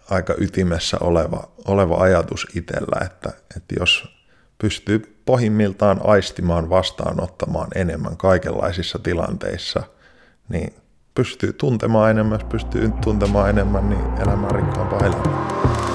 aika ytimessä oleva ajatus itsellä, että jos pystyy pohjimmiltaan aistimaan, vastaanottamaan enemmän kaikenlaisissa tilanteissa, niin pystyy tuntemaan enemmän, jos pystyy tuntemaan enemmän, niin elämä on rikkaampaa elämää.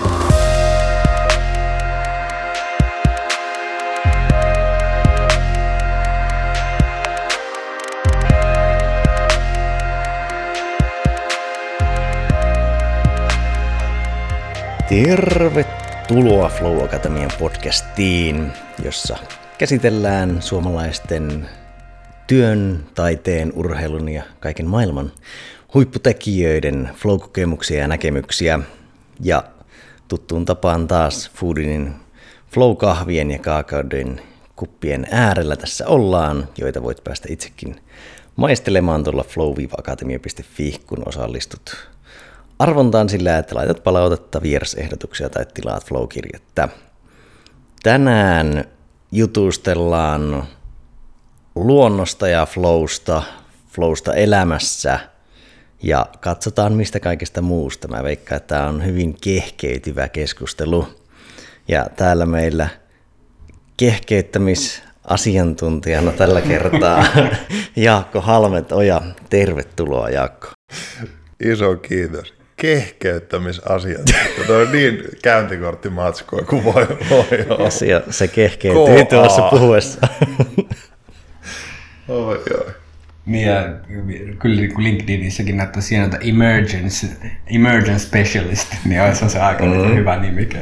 Tervetuloa Flow Akatemian podcastiin, jossa käsitellään suomalaisten työn, taiteen, urheilun ja kaiken maailman huipputekijöiden flow-kokemuksia ja näkemyksiä. Ja tuttuun tapaan taas Foodinin flow-kahvien ja kaakaoiden kuppien äärellä tässä ollaan, joita voit päästä itsekin maistelemaan tuolla flow-akatemia.fi, kun osallistut arvontaan sillä, että laitat palautetta, vierasehdotuksia tai tilaat Flow-kirjettä. Tänään jutustellaan luonnosta ja flowsta elämässä ja katsotaan mistä kaikesta muusta. Mä veikkaan, että tämä on hyvin kehkeytyvä keskustelu. Ja täällä meillä kehkeyttämisasiantuntijana tällä kertaa Jaakko Halmetoja. Tervetuloa, Jaakko. Iso kiitos. Kehkeyttämisasiantuntija. Tuo on niin käyntikorttimatskua kuin voi olla. Se kehkeytyy tuossa puhuessa. Oi. Niin ja kyllä LinkedInissäkin näyttää siinä, että emergence specialist, niin olisi se aika hyvä nimike.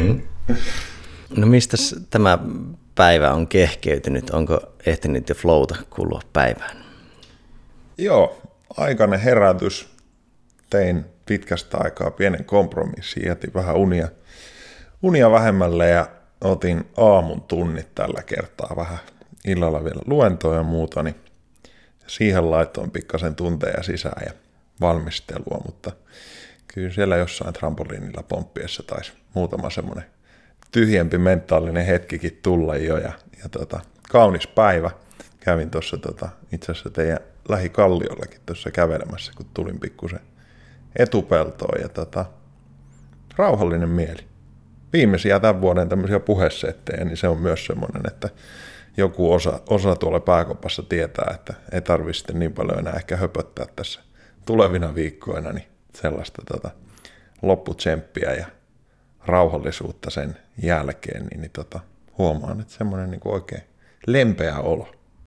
No mistä tämä päivä on kehkeytynyt? Onko ehtinyt jo flowta kulua päivään? Joo, aikainen herätys. Tein pitkästä aikaa pienen kompromissin, jätin vähän unia vähemmälle ja otin aamun tunnit tällä kertaa vähän illalla vielä luentoa ja muuta, niin siihen laitoin pikkasen tunteja sisään ja valmistelua, mutta kyllä siellä jossain trampoliinilla pomppiessa taisi muutama semmoinen tyhjempi mentaalinen hetkikin tulla jo ja kaunis päivä. Kävin tuossa itse asiassa teidän lähikalliollakin tuossa kävelemässä, kun tulin pikkusen etupeltoon ja rauhallinen mieli. Viimeisiä tämän vuoden tämmöisiä puhesettejä, niin se on myös semmoinen, että joku osa tuolla pääkopassa tietää, että ei tarvitse sitten niin paljon enää ehkä höpöttää tässä tulevina viikkoina, niin sellaista lopputsemppiä ja rauhallisuutta sen jälkeen, niin huomaan, että semmoinen niin oikein lempeä olo.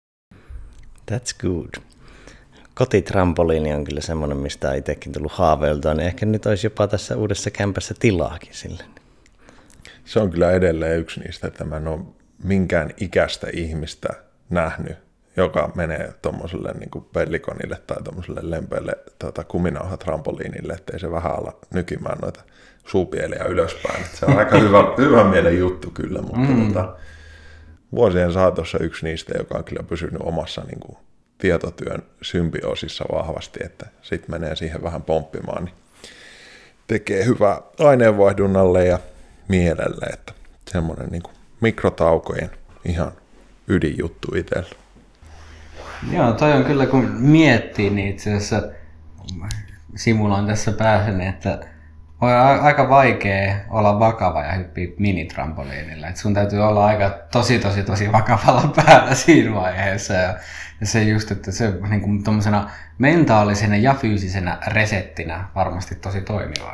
That's good. Kotitrampoliini on kyllä semmoinen, mistä on itsekin tullut haaveiltua, niin ehkä nyt olisi jopa tässä uudessa kämpässä tilaakin sille. Se on kyllä edelleen yksi niistä, että mä en ole minkään ikäistä ihmistä nähnyt, joka menee tuommoiselle niin pellikonille tai tuommoiselle lempeälle kuminauhatrampoliinille, ettei se vähän ala nykimään noita suupieliä ylöspäin. Se on aika hyvä mielen juttu kyllä, mutta vuosien saatossa yksi niistä, joka on kyllä pysynyt omassa niin kuin tietotyön symbioosissa vahvasti, että sitten menee siihen vähän pomppimaan, niin tekee hyvää aineenvaihdunnalle ja mielelle, että semmoinen niin kuin mikrotaukojen ihan ydinjuttu itsellä. Joo, toi on kyllä, kun miettii, niin itse asiassa simuloin tässä pääsen, että on aika vaikea olla vakava ja hyppiä minitrampoliinilla. Et sun täytyy olla aika tosi vakavalla päällä siinä vaiheessa. Ja se just, että se niin kuin tommosena mentaalisena ja fyysisenä resettinä varmasti tosi toimiva.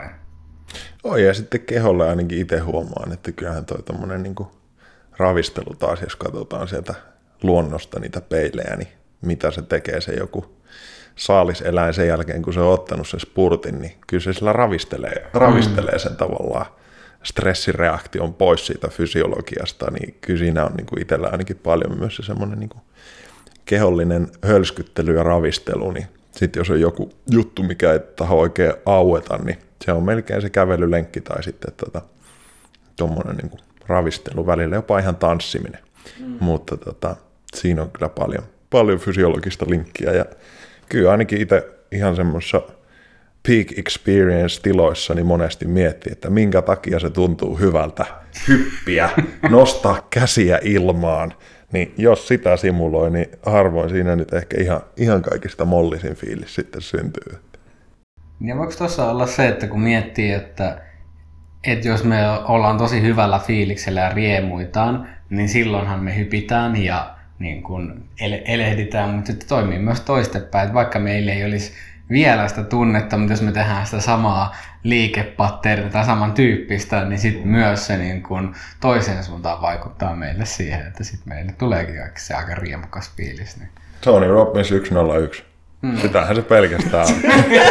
Oi, ja sitten keholle ainakin itse huomaan, että kyllähän toi tommonen niin kuin ravistelu taas, jos katsotaan sieltä luonnosta niitä peilejä, niin mitä se tekee se joku saaliseläin sen jälkeen, kun se on ottanut sen spurtin, niin kyllä se sillä ravistelee sen tavallaan stressireaktion pois siitä fysiologiasta, niin kyllä siinä on niin kuin itsellä ainakin paljon myös se semmoinen niin kuin kehollinen hölskyttely ja ravistelu, niin sitten jos on joku juttu, mikä ei taho oikein aueta, niin se on melkein se kävelylenkki tai sitten tuommoinen niin kuin ravistelu välillä, jopa ihan tanssiminen, mutta siinä on kyllä paljon fysiologista linkkiä ja kyllä ainakin itse ihan semmoisessa peak experience-tiloissa niin monesti miettii, että minkä takia se tuntuu hyvältä hyppiä, nostaa käsiä ilmaan, niin jos sitä simuloi, niin harvoin siinä nyt ehkä ihan kaikista mollisin fiilis sitten syntyy. Ja voiko tuossa olla se, että kun miettii, että että jos me ollaan tosi hyvällä fiiliksellä ja riemuitaan, niin silloinhan me hypitään ja niin kun elehditään, mutta sitten toimii myös toistepäin, että vaikka meillä ei olisi vielä sitä tunnetta, mutta jos me tehdään sitä samaa liikepatteria tai samantyyppistä, niin sitten myös se niin kun toiseen suuntaan vaikuttaa meille siihen, että sitten meille tuleekin se aika riemukas fiilis. Niin. Tony Robbins 101. Sitähän se pelkästään on.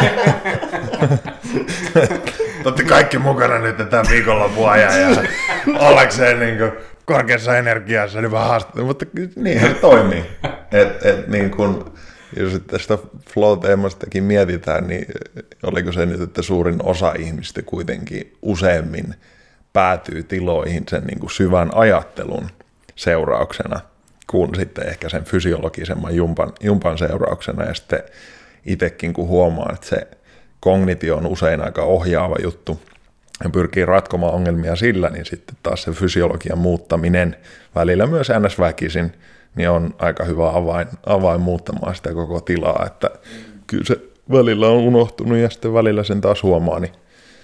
Totti kaikki mukana nyt tämän viikonlopun ajan ja ollakseen niin korkeassa energiassa, niin vähän haastattu, mutta niinhän se toimii. Niin kun, jos tästä flow-teemastakin mietitään, niin oliko se nyt, että suurin osa ihmistä kuitenkin useammin päätyy tiloihin sen niin kuin syvän ajattelun seurauksena, kuin sitten ehkä sen fysiologisemman jumpan seurauksena. Ja sitten itsekin kun huomaa, että se kognitio on usein aika ohjaava juttu ja pyrkii ratkomaan ongelmia sillä, niin sitten taas se fysiologian muuttaminen välillä myös NS-väkisin, niin on aika hyvä avain muuttamaan sitä koko tilaa, että kyllä se välillä on unohtunut ja sitten välillä sen taas huomaa, niin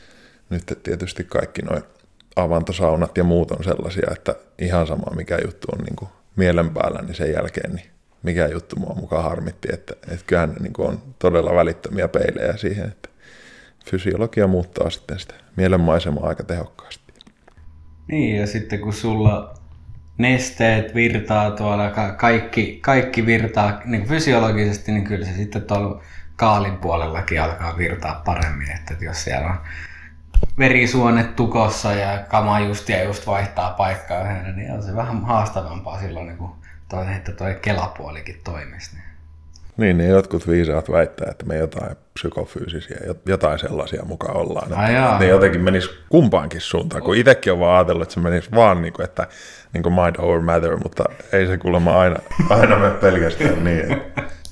nyt tietysti kaikki nuo avantosaunat ja muut on sellaisia, että ihan sama mikä juttu on niin kuin mielen päällä, niin sen jälkeen niin mikä juttu mua mukaan harmitti, että kyllähän niin kuin on todella välittömiä peilejä siihen, että fysiologia muuttaa sitten sitä mielenmaisemaa aika tehokkaasti. Niin ja sitten kun sulla nesteet virtaa tuolla, kaikki virtaa niin fysiologisesti, niin kyllä se sitten tuolla kaalin puolellakin alkaa virtaa paremmin, että jos siellä on verisuonet tukossa ja kama just vaihtaa paikkaa yhden, niin on se vähän haastavampaa silloin, niin kun että toi kelapuolikin toimisi. Niin jotkut viisaat väittää, että me jotain psykofyysisiä, jotain sellaisia mukaan ollaan. Ne jotenkin menisi kumpaankin suuntaan, kun itsekin on vaan ajatellut, että se menisi vaan, niin kuin, että niin kuin mind over matter, mutta ei se kuulemma aina mene pelkästään niin.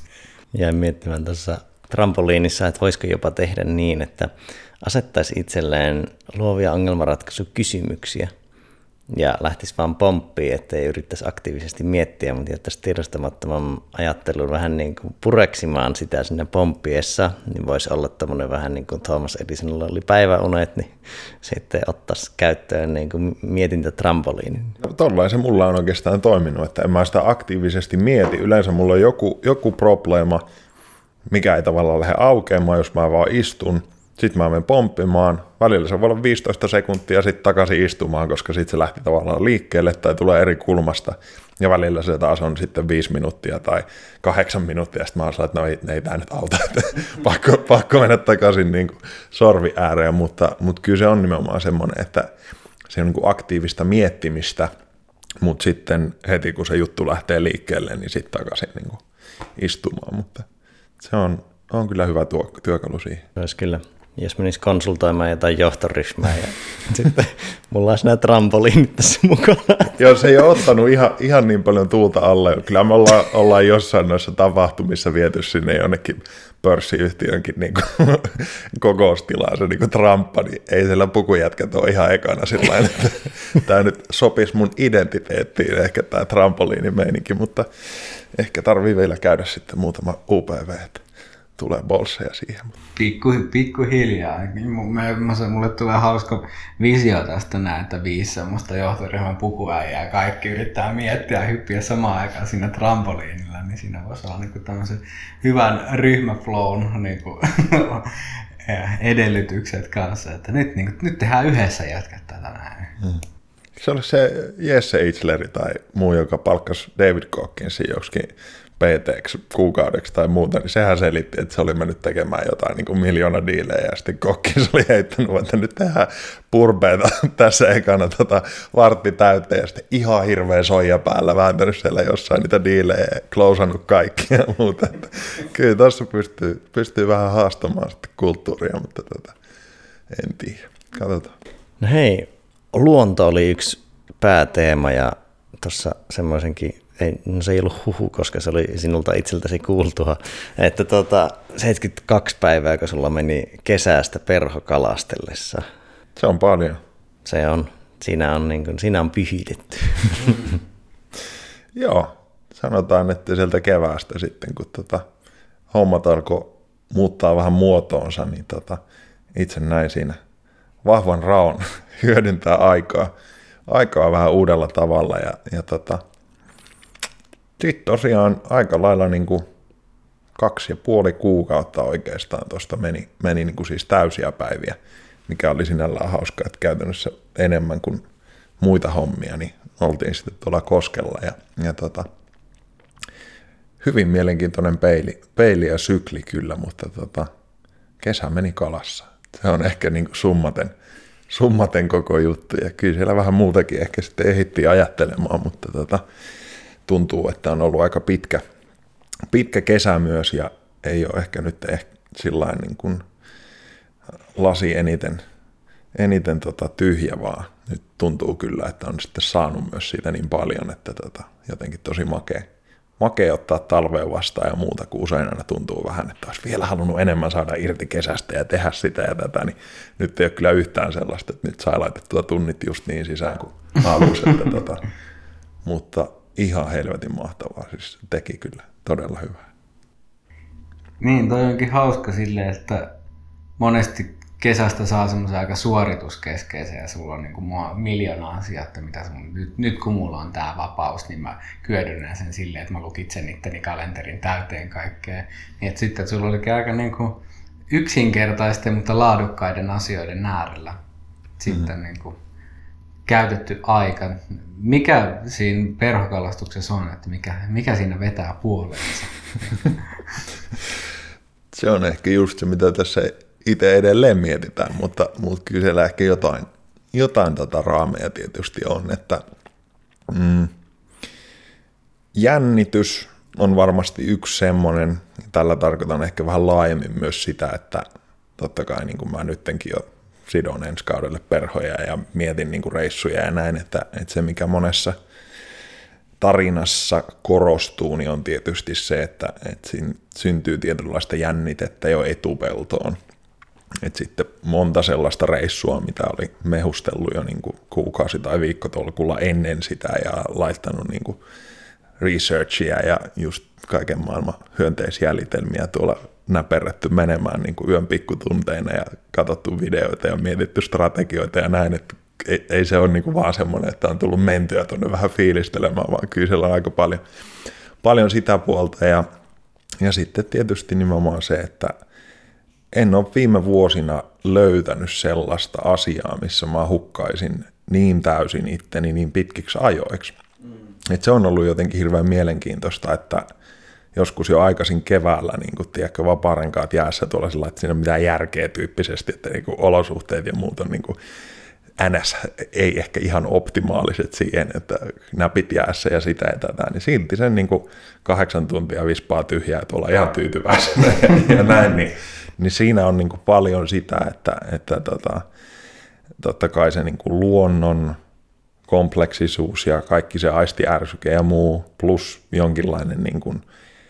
Jäin miettimään tuossa trampoliinissa, että voisiko jopa tehdä niin, että asettaisi itselleen luovia ongelmanratkaisukysymyksiä ja lähtisi vaan pomppiin, ettei yrittäisi aktiivisesti miettiä, mutta jättäisi tiedostamattoman ajattelun vähän niin kuin pureksimaan sitä sinne pomppiessa, niin voisi olla tämmöinen vähän niin kuin Thomas Edisonilla oli päiväunet, niin sitten ottaisi käyttöön niin kuin mietintätrampoliinin. No, tollain se mulla on oikeastaan toiminut, että en mä sitä aktiivisesti mieti. Yleensä mulla on joku probleema, mikä ei tavallaan lähde aukeamaan, jos mä vaan istun. Sitten mä menen pomppimaan. Välillä se voi olla 15 sekuntia sitten takaisin istumaan, koska sitten se lähti tavallaan liikkeelle tai tulee eri kulmasta. Ja välillä se taas on sitten 5 minuuttia tai 8 minuuttia. Sitten mä oon sellainen, että no ei tämä nyt auta, että pakko mennä takaisin niin kuin sorvi ääreen. Mutta kyllä se on nimenomaan semmoinen, että se on niin kuin aktiivista miettimistä, mutta sitten heti kun se juttu lähtee liikkeelle, niin sitten takaisin niin kuin istumaan. Mutta se on kyllä hyvä työkalu siihen. Olisi kyllä. Jos menisi konsultoimaan jotain johtoryhmää ja sitten mulla olisi nämä trampoliinit tässä mukana. Joo, se ei ole ottanut ihan niin paljon tuulta alle. Kyllä me ollaan jossain noissa tapahtumissa viety sinne jonnekin pörssiyhtiönkin niin kokoustilaan se niin tramppa, niin ei siellä pukujätkät ole ihan ekana sillä että tämä nyt sopisi mun identiteettiin ehkä tämä trampoliinimeininki, mutta ehkä tarvii vielä käydä sitten muutama UPV, että tulee bolseja siihen. Pikkuhiljaa. Mulle tulee hauska visio tästä näin, että 5 semmoista johtoryhmän pukuäijää ja kaikki yrittää miettiä ja hyppiä samaan aikaan siinä trampoliinilla, niin siinä voisi olla niinku tämmöisen hyvän ryhmäflown niinku edellytykset kanssa, että nyt tehdään yhdessä jatkaa tätä näin. Se oli se Jesse Itzleri tai muu, joka palkkasi David Gogginsin joksikin PT:ksi kuukaudeksi tai muuta, niin sehän selitti, että se oli mennyt tekemään jotain niin kuin 1 miljoona diilejä ja sitten Goggins oli heittänyt, että nyt tehdään purbeita tässä ekana vartti täyteen ja sitten ihan hirveä soija päällä vääntänyt siellä jossain niitä diilejä ja klousannut kaikki ja muuta. Että kyllä tuossa pystyy vähän haastamaan sitten kulttuuria, mutta en tiedä. Katsotaan. No hei, luonto oli yksi pääteema ja tuossa semmoisenkin se ei ollut huhu, koska se oli sinulta itseltäsi kuultua, että 72 päivää, kun sulla meni kesästä perhokalastellessa. Se on paljon. Se on. Siinä on pyhitetty. Joo, sanotaan, että sieltä keväästä sitten, kun hommat alkoi muuttaa vähän muotoonsa, niin itse näin siinä vahvan raon hyödyntää aikaa vähän uudella tavalla. Ja sitten tosiaan aika lailla niin kuin 2,5 kuukautta oikeastaan tuosta meni niin kuin siis täysiä päiviä, mikä oli sinällään hauska, että käytännössä enemmän kuin muita hommia, niin oltiin sitten tuolla Koskella ja hyvin mielenkiintoinen peili ja sykli kyllä, mutta kesä meni kalassa. Se on ehkä niin kuin summaten koko juttu ja kyllä siellä vähän muutakin ehkä sitten ehdittiin ajattelemaan, mutta tuntuu, että on ollut aika pitkä kesä myös ja ei ole ehkä nyt sillain niin kuin lasi eniten tyhjä, vaan nyt tuntuu kyllä, että on sitten saanut myös siitä niin paljon, että jotenkin tosi makea ottaa talveen vastaan ja muuta, kun usein aina tuntuu vähän, että olisi vielä halunnut enemmän saada irti kesästä ja tehdä sitä ja tätä, niin nyt ei ole kyllä yhtään sellaista, että nyt sai laitettua tunnit just niin sisään kuin halusi, mutta ihan helvetin mahtavaa, siis teki kyllä todella hyvää. Niin, toi onkin hauska silleen, että monesti kesästä saa semmoisen aika suorituskeskeisen ja sulla on niin kuin miljoona asiaa, että mitä nyt kun mulla on tää vapaus, niin mä hyödynnän sen silleen, että mä lukitsen itteni kalenterin täyteen kaikkea. Niin että sitten että sulla olikin aika niin kuin yksinkertaisten, mutta laadukkaiden asioiden äärellä sitten niin kuin käytetty aika. Mikä siinä perhokalastuksessa on, että mikä siinä vetää puoleensa? Se on ehkä just se, mitä tässä itse edelleen mietitään, mutta kyllä siellä ehkä jotain raameja tietysti on, että jännitys on varmasti yksi semmoinen, tällä tarkoitan ehkä vähän laajemmin myös sitä, että totta kai niin kuin mä nyttenkin jo sidon ensi kaudelle perhoja ja mietin niin kuin reissuja ja näin, että se mikä monessa tarinassa korostuu, niin on tietysti se, että siinä syntyy tietynlaista jännitettä jo etupeltoon. Että sitten monta sellaista reissua, mitä oli mehustellut jo niin kuin kuukausi- tai viikkotolkulla ennen sitä ja laittanut niin kuin researchia ja just kaiken maailman hyönteisjäljitelmiä tuolla näperretty menemään niin kuin yön pikkutunteina ja katsottu videoita ja mietitty strategioita ja näin, että ei se ole niin kuin vaan semmoinen, että on tullut mentyä tuonne vähän fiilistelemään, vaan kyllä siellä on aika paljon sitä puolta ja sitten tietysti nimenomaan se, että en ole viime vuosina löytänyt sellaista asiaa, missä mä hukkaisin niin täysin itteni niin pitkiksi ajoiksi. Et se on ollut jotenkin hirveän mielenkiintoista, että joskus jo aikaisin keväällä, niin kuin tiedätkö, vapaarenkaat jäässä tuolla sillä, että siinä on mitään järkeä tyyppisesti, että niin kuin olosuhteet ja muut on niin kuin NS ei ehkä ihan optimaaliset siihen, että näpit jäässä ja sitä ja tätä, niin silti sen niin kuin 8 tuntia vispaa tyhjää tuolla ihan tyytyväisenä ja näin, niin siinä on niin kuin paljon sitä, että totta kai se niin kuin luonnon kompleksisuus ja kaikki se aistiärsyke ja muu, plus jonkinlainen niin kuin,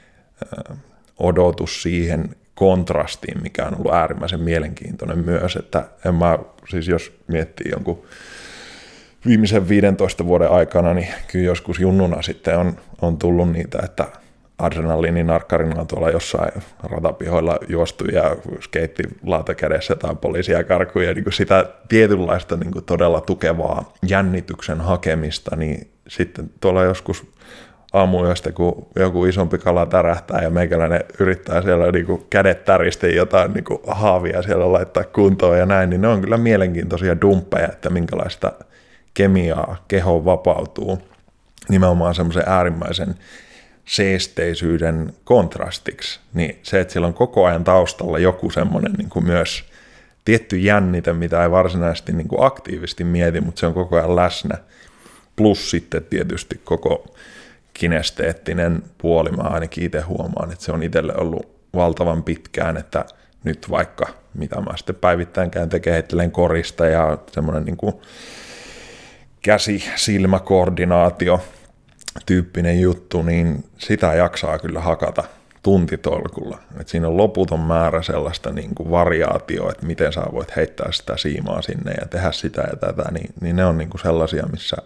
odotus siihen kontrastiin, mikä on ollut äärimmäisen mielenkiintoinen myös, että en mä, siis jos miettii jonkun viimeisen 15 vuoden aikana, niin kyllä joskus junnuna sitten on tullut niitä, että adrenaliininarkkarina on tuolla jossain ratapihoilla juostu ja skeittilaata kädessä tai poliisia karkuja, niin kuin sitä tietynlaista niin kuin todella tukevaa jännityksen hakemista, niin sitten tuolla joskus aamuyöstä, kun joku isompi kala tärähtää ja meikäläinen yrittää siellä niin kuin kädet täristen jotain niin kuin haavia siellä laittaa kuntoon ja näin, niin ne on kyllä mielenkiintoisia dumppeja, että minkälaista kemiaa kehoon vapautuu nimenomaan semmoisen äärimmäisen seesteisyyden kontrastiksi, niin se, että siellä on koko ajan taustalla joku semmoinen niin kuin myös tietty jännite, mitä ei varsinaisesti niin kuin aktiivisesti mieti, mutta se on koko ajan läsnä, plus sitten tietysti koko kinesteettinen puoli, mä ainakin itse huomaan, että se on itselle ollut valtavan pitkään, että nyt vaikka, mitä mä sitten päivittäin käyn heitteleen korista ja semmoinen niin kuin käsi-silmäkoordinaatio tyyppinen juttu, niin sitä jaksaa kyllä hakata tuntitolkulla. Et siinä on loputon määrä sellaista niin kuin variaatioa, että miten sä voit heittää sitä siimaa sinne ja tehdä sitä ja tätä, niin ne on niin kuin sellaisia, missä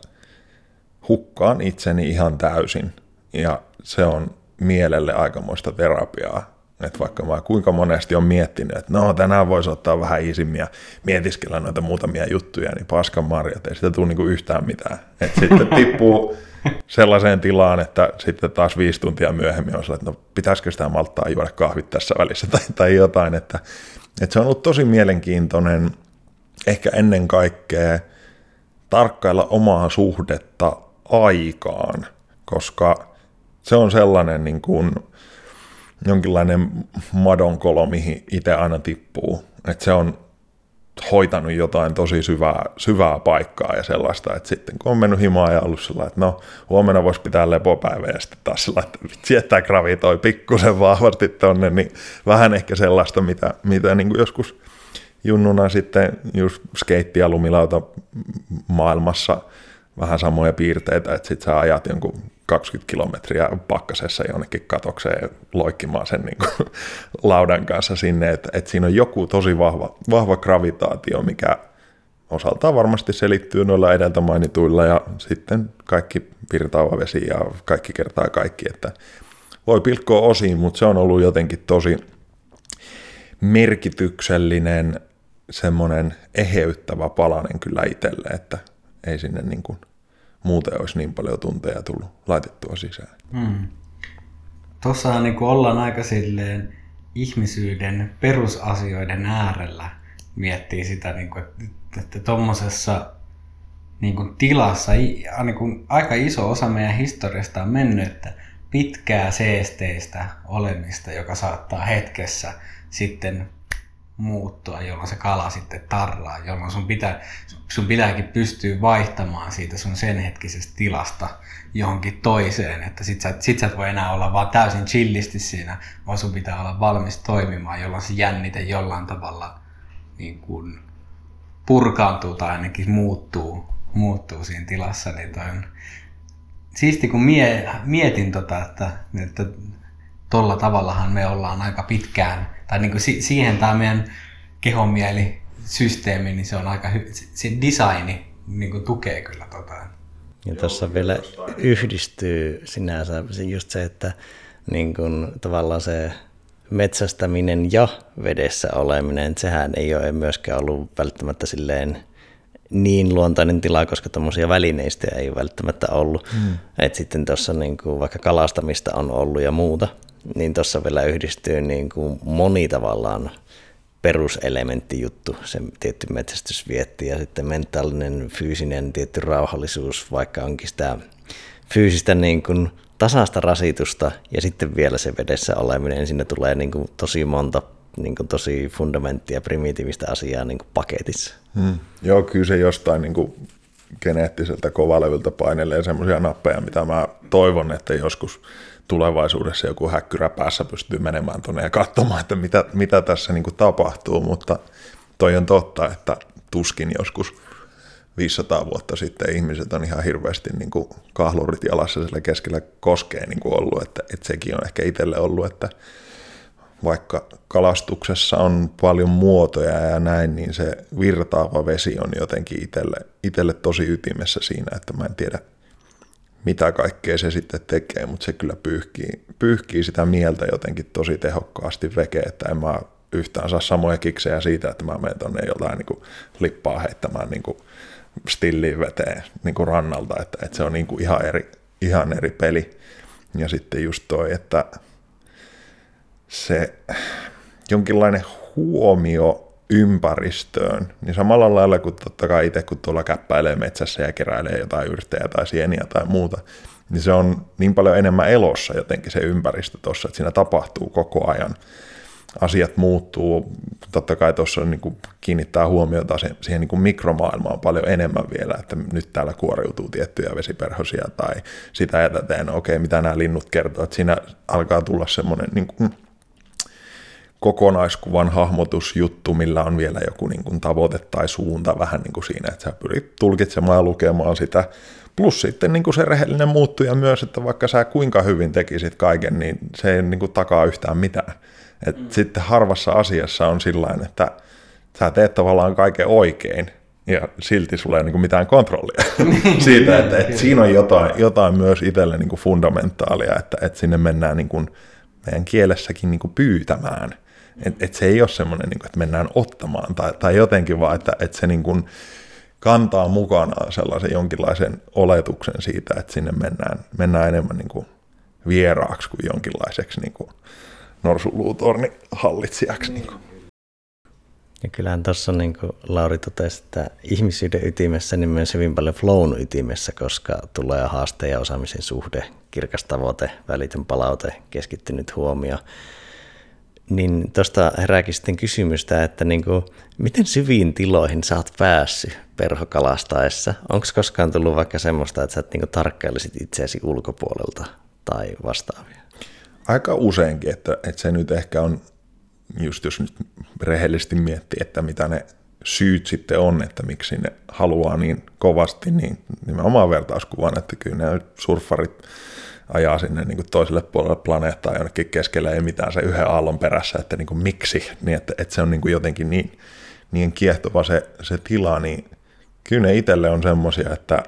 hukkaan itseni ihan täysin. Ja se on mielelle aikamoista terapiaa. Että vaikka mä kuinka monesti on miettinyt, että no tänään voisi ottaa vähän iisimmin ja mietiskellä noita muutamia juttuja, niin paskan marjat, ei sitä tule niinku yhtään mitään. Että sitten tippuu sellaiseen tilaan, että sitten taas 5 tuntia myöhemmin on sellainen, että no pitäisikö sitä malttaa juoda kahvit tässä välissä tai jotain. Että se on ollut tosi mielenkiintoinen ehkä ennen kaikkea tarkkailla omaa suhdetta aikaan, koska se on sellainen niin kuin jonkinlainen madonkolo, mihin itse aina tippuu. Että se on hoitanut jotain tosi syvää paikkaa ja sellaista, että sitten kun on mennyt himaan ja ollut sellainen, että no huomenna voisi pitää lepopäivä ja sitten taas sellainen, että sieltä gravitoi pikkusen vahvasti tonne, niin vähän ehkä sellaista, mitä niin kuin joskus junnuna sitten just skeitti- ja lumilauta maailmassa vähän samoja piirteitä, että sitten sä ajat jonkun 20 kilometriä pakkasessa jonnekin katokseen loikkimaan sen niin kuin laudan kanssa sinne, että siinä on joku tosi vahva gravitaatio, mikä osaltaan varmasti selittyy noilla edeltä mainituilla ja sitten kaikki virtaava vesi ja kaikki kertaa kaikki, että voi pilkkoa osiin, mutta se on ollut jotenkin tosi merkityksellinen semmoinen eheyttävä palanen kyllä itselle, että ei sinne niin kuin muuten olisi niin paljon tunteja tullut laitettua sisään. Tuossahan niin ollaan aika silleen ihmisyyden perusasioiden äärellä miettii sitä, niin kuin, että tuommoisessa niin tilassa niin kuin aika iso osa meidän historiasta on mennyt, että pitkää seesteistä olemista, joka saattaa hetkessä sitten muuttua, jolloin se kala sitten tarraa, jolloin sun pitääkin pystyä vaihtamaan siitä sun sen hetkisestä tilasta johonkin toiseen, että sit sä et voi enää olla vaan täysin chillisti siinä, vaan sun pitää olla valmis toimimaan, jolloin se jännite jollain tavalla niin kuin purkaantuu tai ainakin muuttuu siinä tilassa, niin toi on siisti, kun mietin että tolla tavallahan me ollaan aika pitkään, tai niin kuin siihen tämä meidän kehonmielisysteemi, niin se on aika se designi niin kuin tukee kyllä Ja tuossa vielä yhdistyy sinänsä just se, että niin kuin tavallaan se metsästäminen ja vedessä oleminen, sehän ei ole myöskään ollut välttämättä silleen niin luontainen tila, koska tuommoisia välineistöjä ei välttämättä ollut. Et sitten tuossa niin kuin vaikka kalastamista on ollut ja muuta, niin tuossa vielä yhdistyy niin kuin moni tavallaan peruselementtijuttu, se tietty metsästysvietti ja sitten mentaalinen, fyysinen tietty rauhallisuus, vaikka onkin sitä fyysistä niin kuin tasaista rasitusta ja sitten vielä se vedessä oleminen, siinä tulee niin kuin tosi monta niin kuin tosi fundamenttia, primitiivistä asiaa niin kuin paketissa. Joo, kyllä se jostain niin kuin geneettiseltä kovalevyltä painelee semmoisia nappeja, mitä mä toivon, että joskus tulevaisuudessa joku häkkyrä päässä pystyy menemään tuonne ja katsomaan, että mitä tässä niin kuin tapahtuu, mutta toi on totta, että tuskin joskus 500 vuotta sitten ihmiset on ihan hirveästi niin kuin kahlurit jalassa siellä keskellä koskee niin kuin ollut, että sekin on ehkä itselle ollut, että vaikka kalastuksessa on paljon muotoja ja näin, niin se virtaava vesi on jotenkin itselle tosi ytimessä siinä, että mä en tiedä, mitä kaikkea se sitten tekee, mutta se kyllä pyyhkii sitä mieltä jotenkin tosi tehokkaasti veke, että en mä yhtään saa samoja kiksejä siitä, että mä menen tonne jotain niin kuin lippaa heittämään niin kuin stilliin veteen niin kuin rannalta, että se on niin kuin ihan eri peli. Ja sitten just toi, että se jonkinlainen huomio ympäristöön, niin samalla lailla kuin totta kai itse, kun tuolla käppäilee metsässä ja keräilee jotain yrttejä tai sieniä tai muuta, niin se on niin paljon enemmän elossa jotenkin se ympäristö tuossa, että siinä tapahtuu koko ajan. Asiat muuttuu, totta kai tuossa niin kuin kiinnittää huomiota siihen niin kuin mikromaailmaan paljon enemmän vielä, että nyt täällä kuoriutuu tiettyjä vesiperhosia tai sitä ja tätä, no okei, mitä nämä linnut kertoo, että siinä alkaa tulla semmoinen niin kuin kokonaiskuvan hahmotusjuttu, millä on vielä joku niin kuin tavoite tai suunta vähän niin kuin siinä, että sä pyrit tulkitsemaan ja lukemaan sitä. Plus sitten niin kuin se rehellinen muuttuja myös, että vaikka sä kuinka hyvin tekisit kaiken, niin se ei niin kuin takaa yhtään mitään. Sitten harvassa asiassa on sillain, että sä teet tavallaan kaiken oikein ja silti sulla ei ole niin kuin mitään kontrollia siitä, että siinä on jotain myös itselle niin kuin fundamentaalia, että sinne mennään niin kuin meidän kielessäkin niin kuin pyytämään. Et se ei ole semmoinen, niin kuin, että mennään ottamaan tai jotenkin vaan, että se niin kuin kantaa mukanaan sellaisen jonkinlaisen oletuksen siitä, että sinne mennään enemmän niin kuin vieraaksi kuin jonkinlaiseksi niin kuin norsuluutornin hallitsijaksi. Niin kuin. Ja kyllähän tuossa niin kuin Lauri totesi, että ihmisyyden ytimessä niin myös hyvin paljon flown ytimessä, koska tulee haasteen ja osaamisen suhde, kirkas tavoite, välitön palaute, keskittynyt huomio. Niin tuosta herääkin sitten kysymystä, että niin kuin, miten syviin tiloihin sä oot päässyt perhokalastaessa? Onko koskaan tullut vaikka semmoista, että sä niin kuin tarkkailisit itseäsi ulkopuolelta tai vastaavia? Aika useinkin, että se nyt ehkä on, just jos nyt rehellisesti miettii, että mitä ne syyt sitten on, että miksi ne haluaa niin kovasti, niin nimenomaan vertauskuvan, että kyllä ne surffarit ajaa sinne niin kuin toiselle puolelle planeettaa jonnekin keskellä, ei mitään se yhden aallon perässä, että niin kuin miksi, niin että se on niin kuin jotenkin niin kiehtova se tila, niin kyllä ne itselle on semmoisia, että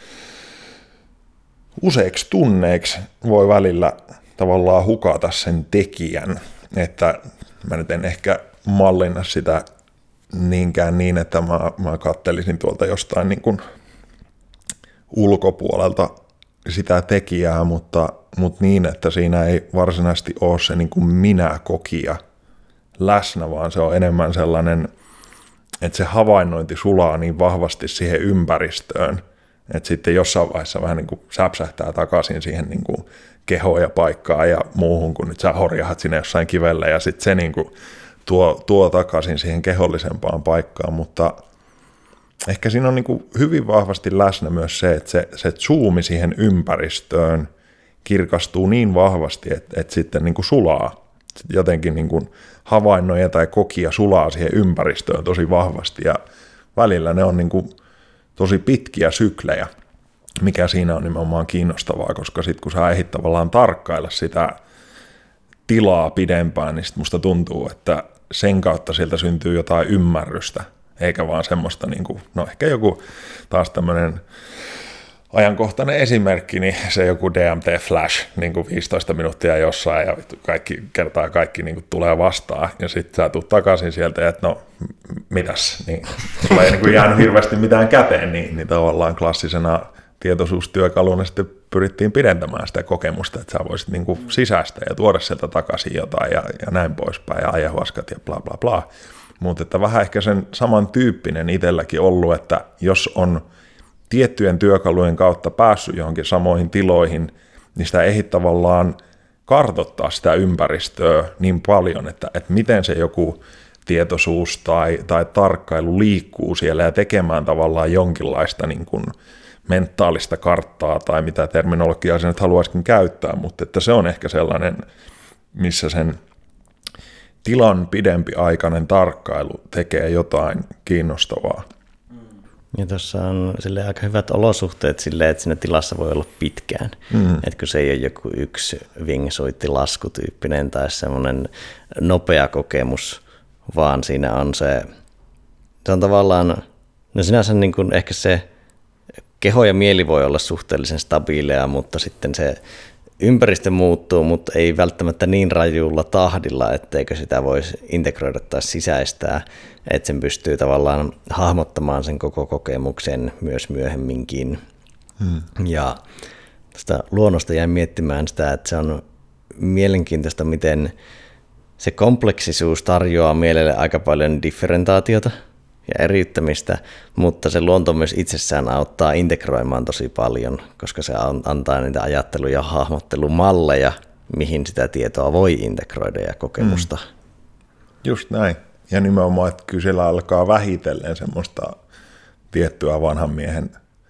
useiksi tunneiksi voi välillä tavallaan hukata sen tekijän, että mä nyt en ehkä mallinna sitä niinkään niin, että mä kattelisin tuolta jostain niin kuin ulkopuolelta sitä tekijää, mutta niin, että siinä ei varsinaisesti ole se niin kuin minä-kokija läsnä, vaan se on enemmän sellainen, että se havainnointi sulaa niin vahvasti siihen ympäristöön, että sitten jossain vaiheessa vähän niin kuin säpsähtää takaisin siihen niin kuin kehoon ja paikkaan ja muuhun, kun nyt sä horjahat sinne jossain kivellä ja sitten se niin kuin tuo takaisin siihen kehollisempaan paikkaan, mutta ehkä siinä on niin kuin hyvin vahvasti läsnä myös se, että se zoomi siihen ympäristöön kirkastuu niin vahvasti, että sitten niin kuin sulaa. Sitten jotenkin niin kuin havainnoija tai kokija sulaa siihen ympäristöön tosi vahvasti ja välillä ne on niin kuin tosi pitkiä syklejä, mikä siinä on nimenomaan kiinnostavaa, koska sitten kun sä ehdit tavallaan tarkkailla sitä tilaa pidempään, niin sitten musta tuntuu, että sen kautta sieltä syntyy jotain ymmärrystä, eikä vaan semmoista, niin kuin, no ehkä joku taas tämmöinen ajankohtainen esimerkki, niin se joku DMT Flash, niin kuin 15 minuuttia jossain ja kaikki niin kuin tulee vastaan ja sitten sä tulet takaisin sieltä ja että no mitäs, niin sulla ei niin kuin jäänyt hirveästi mitään käteen, niin tavallaan klassisena tietoisuustyökaluna sitten pyrittiin pidentämään sitä kokemusta, että sä voisit niin kuin sisäistä ja tuoda sieltä takaisin jotain ja näin poispäin ja ayahuascat ja bla bla bla. Mutta että vähän ehkä sen samantyyppinen itselläkin ollut, että jos on tiettyjen työkalujen kautta päässyt johonkin samoihin tiloihin, niin sitä ei tavallaan kartoittaa sitä ympäristöä niin paljon, että miten se joku tietoisuus tai tarkkailu liikkuu siellä ja tekemään tavallaan jonkinlaista niin kuin mentaalista karttaa tai mitä terminologiaa se nyt haluaisikin käyttää, mutta että se on ehkä sellainen, missä sen tilan pidempiaikainen tarkkailu tekee jotain kiinnostavaa. Ja tuossa on aika hyvät olosuhteet silleen, että siinä tilassa voi olla pitkään. Että kun se ei ole joku yksi wingsuitti-laskutyyppinen tai semmoinen nopea kokemus, vaan siinä on se on tavallaan, no sinänsä niin kuin ehkä se keho ja mieli voi olla suhteellisen stabiileja, mutta sitten se ympäristö muuttuu, mutta ei välttämättä niin rajulla tahdilla, etteikö sitä voisi integroida tai sisäistää, että sen pystyy tavallaan hahmottamaan sen koko kokemuksen myös myöhemminkin. Ja tästä luonnosta jäin miettimään sitä, että se on mielenkiintoista, miten se kompleksisuus tarjoaa mielelle aika paljon differentaatiota ja eriyttämistä, mutta se luonto myös itsessään auttaa integroimaan tosi paljon, koska se antaa niitä ajattelu- ja hahmottelumalleja, mihin sitä tietoa voi integroida ja kokemusta. Just näin. Ja nimenomaan, että kyllä siellä alkaa vähitellen semmoista tiettyä vanhan miehen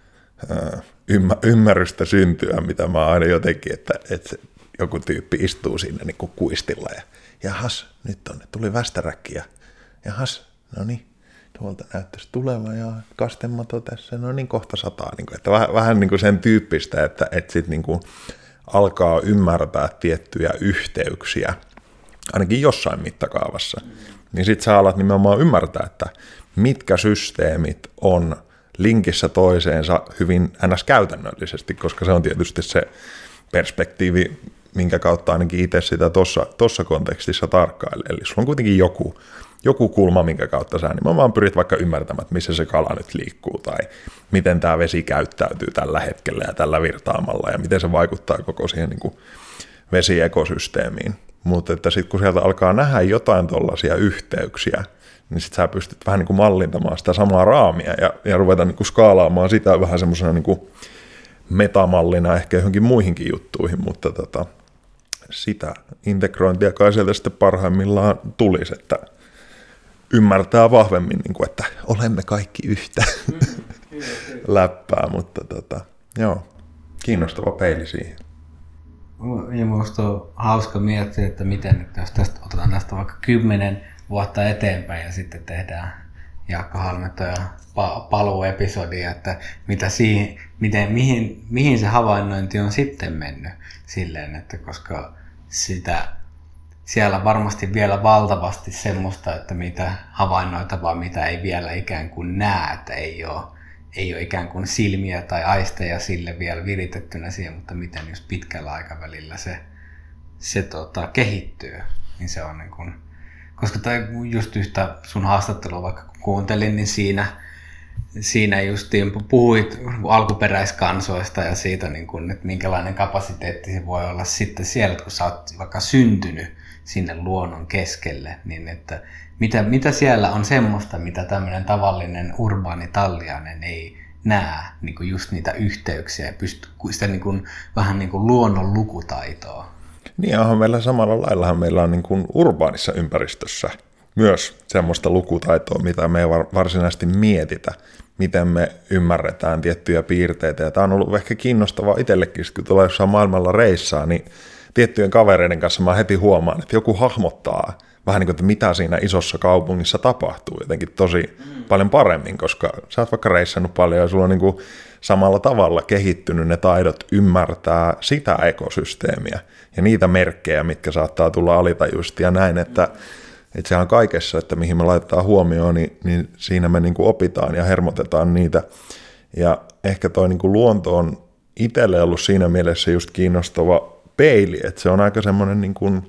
ymmärrystä syntyä, mitä mä aina jotenkin, että joku tyyppi istuu siinä niin kuin kuistilla ja jahas, nyt tuli västäräkki ja jahas, no niin. Tuolta näyttäisi tulevan ja kastemato tässä, no niin kohta sataa. Niin kuin, että vähän niin kuin sen tyyppistä, että sitten niin kuin alkaa ymmärtää tiettyjä yhteyksiä, ainakin jossain mittakaavassa. Niin sitten sä alat nimenomaan ymmärtää, että mitkä systeemit on linkissä toiseensa hyvin ns. Käytännöllisesti, koska se on tietysti se perspektiivi, minkä kautta ainakin itse sitä tuossa kontekstissa tarkkailee. Eli sulla on kuitenkin joku kulma, minkä kautta sä nimenomaan pyrit vaikka ymmärtämään, että missä se kala nyt liikkuu, tai miten tämä vesi käyttäytyy tällä hetkellä ja tällä virtaamalla, ja miten se vaikuttaa koko siihen niin kuin vesiekosysteemiin. Mutta että sitten kun sieltä alkaa nähdä jotain tuollaisia yhteyksiä, niin sitten sä pystyt vähän niin kuin mallintamaan sitä samaa raamia ja ruveta niin kuin skaalaamaan sitä vähän semmoisena niin kuin metamallina ehkä johonkin muihinkin juttuihin, mutta sitä integrointia kai sieltä sitten parhaimmillaan tulisi, että ymmärtää vahvemmin, niin kuin, että olemme kaikki yhtä läppää, mutta joo, kiinnostava peili siihen. Ja minusta on hauska miettiä, että miten, että jos otetaan tästä vaikka 10 vuotta eteenpäin ja sitten tehdään Jaakko Halmetto ja paluuepisodia, että mihin se havainnointi on sitten mennyt silleen, että koska siellä varmasti vielä valtavasti semmoista, että mitä havainnoitavaa, mitä ei vielä ikään kuin näe, että ei ole ikään kuin silmiä tai aisteja sille vielä viritettynä siihen, mutta miten just pitkällä aikavälillä se kehittyy, niin se on niin kuin, koska just yhtä sun haastattelua vaikka kun kuuntelin, niin siinä justiin puhuit alkuperäiskansoista ja siitä, niin kuin, että minkälainen kapasiteetti se voi olla sitten siellä, että kun sä oot vaikka syntynyt sinne luonnon keskelle, niin että mitä siellä on semmoista, mitä tämmöinen tavallinen urbaani talliainen ei näe, niin kuin just niitä yhteyksiä ja sitä niin kuin, vähän niin kuin luonnon lukutaitoa. Niin onhan meillä samalla laillahan meillä on niin kuin urbaanissa ympäristössä myös semmoista lukutaitoa, mitä me ei varsinaisesti mietitä, miten me ymmärretään tiettyjä piirteitä. Ja tämä on ollut ehkä kiinnostavaa itsellekin, kun tulee jossain maailmalla reissaa, niin tiettyjen kavereiden kanssa mä heti huomaan, että joku hahmottaa vähän niin kuin, että mitä siinä isossa kaupungissa tapahtuu jotenkin tosi paljon paremmin, koska sä oot vaikka reissannut paljon ja sulla on niin kuin samalla tavalla kehittynyt ne taidot ymmärtää sitä ekosysteemiä ja niitä merkkejä, mitkä saattaa tulla alitajuisesti ja näin, että sehän on kaikessa, että mihin me laitetaan huomioon, niin siinä me niin kuin opitaan ja hermotetaan niitä. Ja ehkä toi niin kuin luonto on itselle ollut siinä mielessä just kiinnostava peili, että se on aika semmoinen niin kuin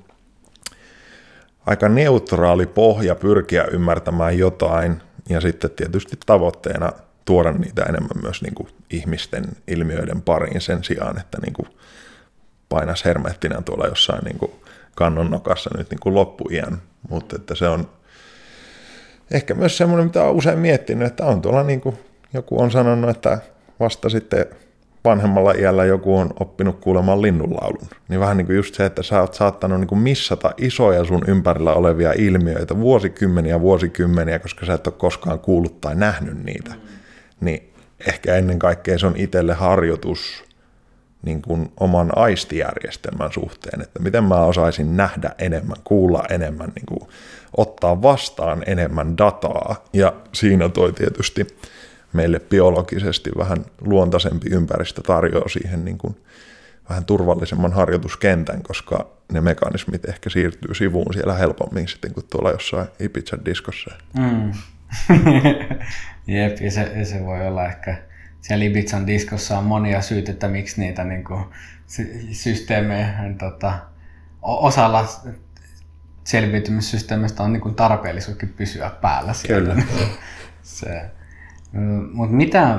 aika neutraali pohja pyrkiä ymmärtämään jotain ja sitten tietysti tavoitteena tuoda niitä enemmän myös niin kuin ihmisten ilmiöiden pariin sen sijaan, että niin kuin painas hermettinä tuolla jossain niin kuin kannonnokassa nyt niin kuin loppuiän, mutta että se on ehkä myös semmoinen, mitä olen usein miettinyt, että on tuolla niin kuin joku on sanonut, että vasta sitten vanhemmalla iällä joku on oppinut kuulemaan linnunlaulun. Niin vähän niin kuin just se, että sä oot saattanut niin kuin missata isoja sun ympärillä olevia ilmiöitä vuosikymmeniä, koska sä et ole koskaan kuullut tai nähnyt niitä. Niin ehkä ennen kaikkea se on itselle harjoitus niin kuin oman aistijärjestelmän suhteen, että miten mä osaisin nähdä enemmän, kuulla enemmän, niin kuin ottaa vastaan enemmän dataa. Ja siinä toi tietysti meille biologisesti vähän luontaisempi ympäristö tarjoaa siihen niin kuin vähän turvallisemman harjoituskentän, koska ne mekanismit ehkä siirtyy sivuun siellä helpommin sitten kuin tuolla jossain Ibiza-diskossa. Jep, ja se voi olla ehkä, siellä Ibizan diskossa on monia syitä, että miksi niitä niin kuin systeemejä, osalla selviytymissysteemistä on niin kuin tarpeellisuuskin pysyä päällä siellä. Kyllä. Mutta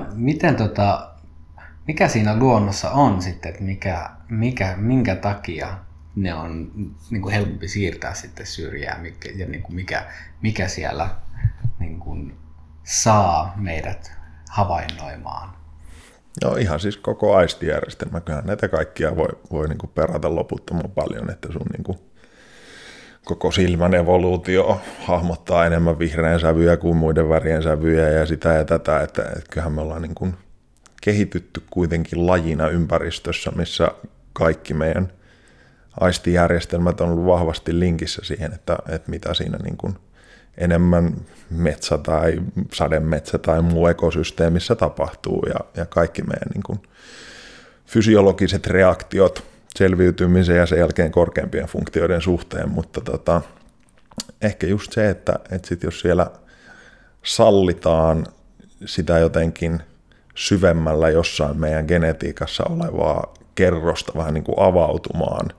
mikä siinä luonnossa on sitten, että minkä takia ne on niin kuin helpompi siirtää sitten syrjään ja niin kuin mikä siellä niin kuin saa meidät havainnoimaan? No ihan siis koko aistijärjestelmä, kyllähän näitä kaikkia voi niin kuin perata loputtoman paljon, että sun niin kuin koko silmän evoluutio hahmottaa enemmän vihreän sävyjä kuin muiden värien sävyjä ja sitä ja tätä, että kyllähän me ollaan niin kuin kehitytty kuitenkin lajina ympäristössä, missä kaikki meidän aistijärjestelmät on ollut vahvasti linkissä siihen, että mitä siinä niin kuin enemmän metsä tai sademetsä tai muu ekosysteemissä tapahtuu ja kaikki meidän niin kuin fysiologiset reaktiot selviytymisen ja sen jälkeen korkeampien funktioiden suhteen, mutta ehkä just se, että sit jos siellä sallitaan sitä jotenkin syvemmällä jossain meidän genetiikassa olevaa kerrosta vähän niin kuin avautumaan,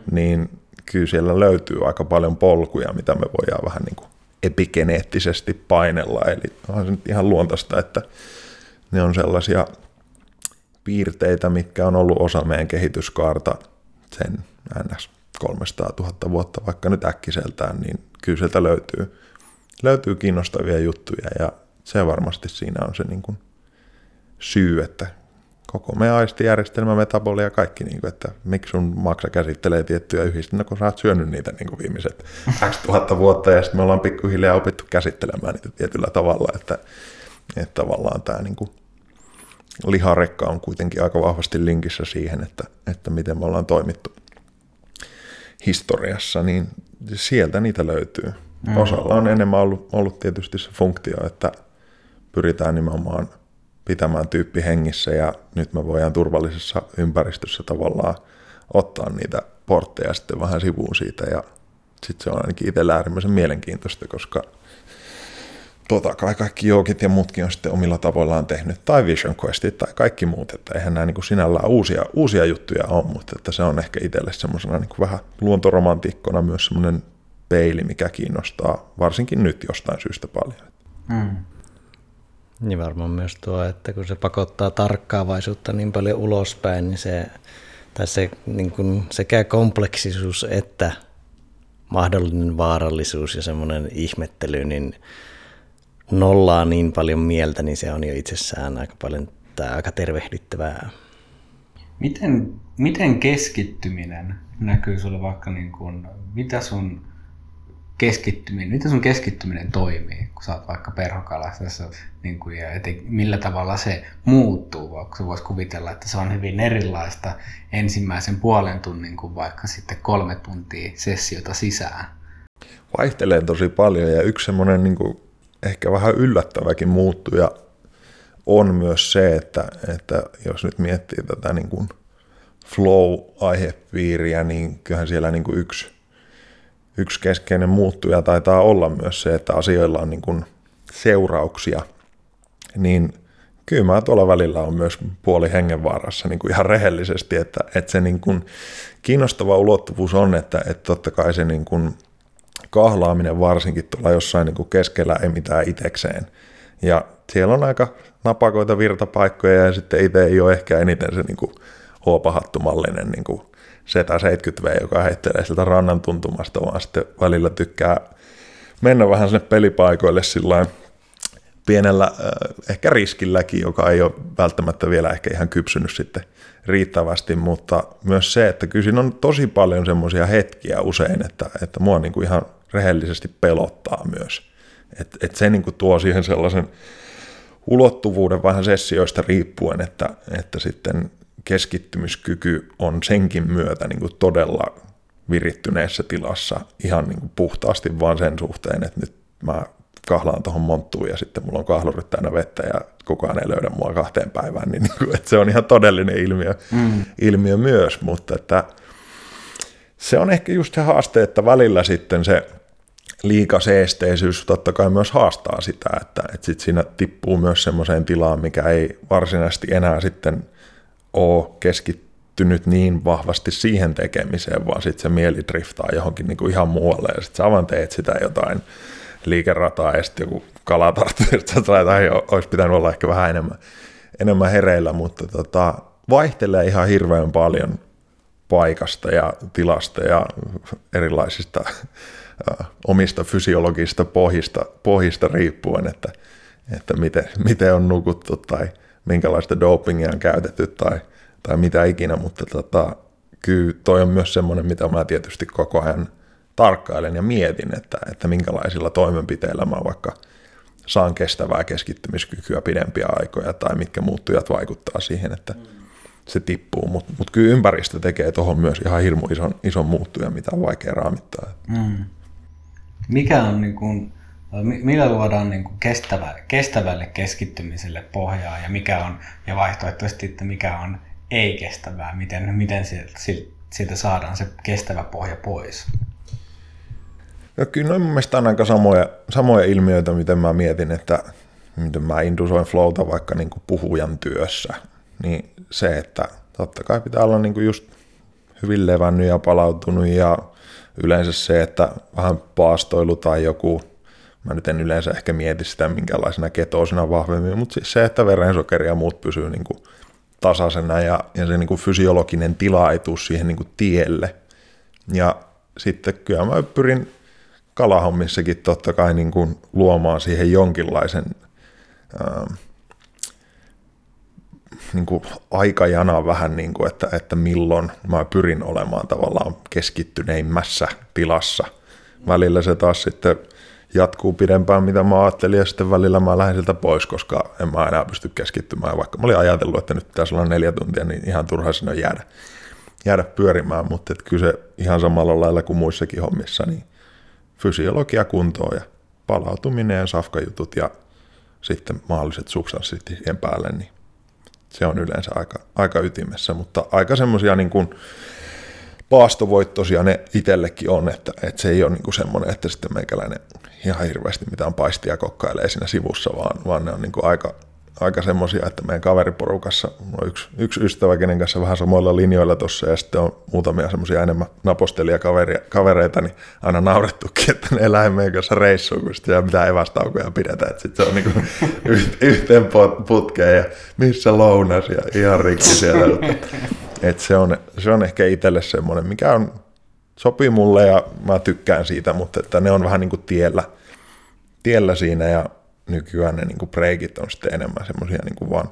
niin kyllä siellä löytyy aika paljon polkuja, mitä me voidaan vähän niin kuin epigeneettisesti painella. Eli onhan se nyt ihan luontaista, että ne on sellaisia piirteitä, mitkä on ollut osa meidän kehityskaarta sen ns. 300 000 vuotta, vaikka nyt äkkiseltään, niin kyllä sieltä löytyy kiinnostavia juttuja, ja se varmasti siinä on se niin kuin syy, että koko meidän aistijärjestelmä, metabolia ja kaikki, niin kuin, että miksi sun maksa käsittelee tiettyjä yhdistelmiä, kun sä oot syönyt niitä niin kuin viimeiset 2000 vuotta, ja sitten me ollaan pikkuhiljaa opittu käsittelemään niitä tietyllä tavalla, että tavallaan tämä niin kuin liharekka on kuitenkin aika vahvasti linkissä siihen, että miten me ollaan toimittu historiassa, niin sieltä niitä löytyy. Osalla on enemmän ollut tietysti se funktio, että pyritään nimenomaan pitämään tyyppi hengissä, ja nyt me voidaan turvallisessa ympäristössä tavallaan ottaa niitä portteja sitten vähän sivuun siitä, ja sitten se on ainakin itsellä äärimmäisen mielenkiintoista, koska kai kaikki joogit ja muutkin on sitten omilla tavoillaan tehnyt, tai Vision Questit tai kaikki muut, että eihän nämä niin kuin sinällään uusia juttuja ole, mutta että se on ehkä itselle semmoisena niin kuin vähän luontoromantiikkona myös semmoinen peili, mikä kiinnostaa varsinkin nyt jostain syystä paljon. Niin varmaan myös tuo, että kun se pakottaa tarkkaavaisuutta niin paljon ulospäin, niin se niin kuin sekä kompleksisuus että mahdollinen vaarallisuus ja semmoinen ihmettely, niin nollaa niin paljon mieltä, niin se on jo itsessään aika paljon tai aika tervehdyttävää. Miten keskittyminen näkyy sulle vaikka, niin kuin, miten sun keskittyminen toimii, kun sä oot vaikka perhokalastuksessa, niin kuin, ja millä tavalla se muuttuu, vaikka se voisi kuvitella, että se on hyvin erilaista ensimmäisen puolen tunnin kuin vaikka sitten 3 tuntia sessiota sisään. Vaihtelee tosi paljon, ja yksi semmoinen niin kuin ehkä vähän yllättäväkin muuttuja on myös se, että jos nyt miettii tätä niin kuin flow-aihepiiriä, niin kyllähän siellä niin kuin yksi keskeinen muuttuja taitaa olla myös se, että asioilla on niin kuin seurauksia, niin kyllä mä tuolla välillä on myös puoli hengenvaarassa niin kuin ihan rehellisesti, että se niin kuin kiinnostava ulottuvuus on, että totta kai se niin kuin kahlaaminen varsinkin tuolla jossain niin kuin keskellä ei mitään itekseen. Ja siellä on aika napakoita virtapaikkoja, ja sitten itse ei ole ehkä eniten se niin kuin huopahattumallinen niin kuin setä 70V, joka heittelee sieltä rannan tuntumasta, vaan sitten välillä tykkää mennä vähän sinne pelipaikoille sillain pienellä ehkä riskilläkin, joka ei ole välttämättä vielä ehkä ihan kypsynyt sitten riittävästi, mutta myös se, että kyllä siinä on tosi paljon semmoisia hetkiä usein, että mua niin kuin ihan rehellisesti pelottaa myös. Että se niin kuin tuo siihen sellaisen ulottuvuuden vähän sessioista riippuen, että sitten keskittymiskyky on senkin myötä niin kuin todella virittyneessä tilassa ihan niin kuin puhtaasti vaan sen suhteen, että nyt mä kahlaan tuohon monttuun ja sitten mulla on kahlurit täynnä vettä ja kukaan ei löydä mua 2 päivään, niin että se on ihan todellinen ilmiö myös, mutta että se on ehkä just se haaste, että välillä sitten se liikaseesteisyys totta kai myös haastaa sitä, että sit siinä tippuu myös semmoiseen tilaan, mikä ei varsinaisesti enää sitten ole keskittynyt niin vahvasti siihen tekemiseen, vaan sitten se mieli driftaa johonkin niin kuin ihan muualle ja sitten sä vaan teet sitä jotain liikerataa ja sitten joku kala tarttuu, tai olisi pitänyt olla ehkä vähän enemmän hereillä, mutta vaihtelee ihan hirveän paljon paikasta ja tilasta ja erilaisista omista fysiologisista pohjista riippuen, että miten on nukuttu tai minkälaista dopingia on käytetty tai mitä ikinä, mutta kyllä toi on myös semmoinen, mitä mä tietysti koko ajan tarkkailen ja mietin, että minkälaisilla toimenpiteillä mä vaikka saan kestävää keskittymiskykyä pidempiä aikoja tai mitkä muuttujat vaikuttaa siihen, että se tippuu, mutta kyllä ympäristö tekee tuohon myös ihan hirmu ison muuttujan, mitä on vaikea raamittaa. Mikä on niin kuin, millä luodaan niin kuin kestävälle keskittymiselle pohjaa ja mikä on, ja vaihtoehtoisesti, että mikä on ei-kestävää, miten sieltä saadaan se kestävä pohja pois? No kyllä noin mun mielestä on aika samoja ilmiöitä, miten mä mietin, että miten mä indusoin flowta vaikka niin kuin puhujan työssä, niin se, että totta kai pitää olla niin kuin just hyvin levännyt ja palautunut ja yleensä se, että vähän paastoilu tai joku, mä nyt en yleensä ehkä mieti sitä minkälaisena ketoosina vahvemmin, mutta siis se, että verensokeri ja muut pysyy niin kuin tasaisena ja se niin kuin fysiologinen tila ei tule siihen niin kuin tielle. Ja sitten kyllä mä pyrin kalahommissakin totta kai niin kuin luomaan siihen jonkinlaisen niin kuin aikajana vähän, niin kuin, että milloin mä pyrin olemaan tavallaan keskittyneimmässä tilassa. Välillä se taas sitten jatkuu pidempään, mitä mä ajattelin, ja sitten välillä mä lähden siltä pois, koska en mä enää pysty keskittymään. Vaikka mä olin ajatellut, että nyt pitäisi olla 4 tuntia, niin ihan turha sinne on jäädä pyörimään, mutta kyllä se ihan samalla lailla kuin muissakin hommissa, niin fysiologia kuntoon ja palautuminen ja safkajutut ja sitten mahdolliset substanssit siihen päälle, niin se on yleensä aika ytimessä, mutta aika semmoisia niin kuin paastovoittoisia ne itsellekin on, että se ei ole niin kuin semmoinen, että sitten meikäläinen ihan hirveästi mitään paistia kokkailee siinä sivussa, vaan ne on niin kuin aika semmoisia, että meidän kaveriporukassa on yksi ystävä, kenen kanssa vähän samoilla linjoilla tuossa, ja sitten on muutamia semmoisia enemmän napostelijakavereita, niin aina naurettukin, että ne ei lähde meidän kanssa reissuun, kun sitten ei mitään evästaukoja pidetään, että sitten se on niin kuin yhteen putkeen, ja missä lounas, ja ihan rikki siellä. Että se on ehkä itselle semmoinen, mikä sopii mulle, ja mä tykkään siitä, mutta että ne on vähän niin kuin tiellä siinä, ja nykyään ne niin breikit on sitten enemmän semmoisia niin vaan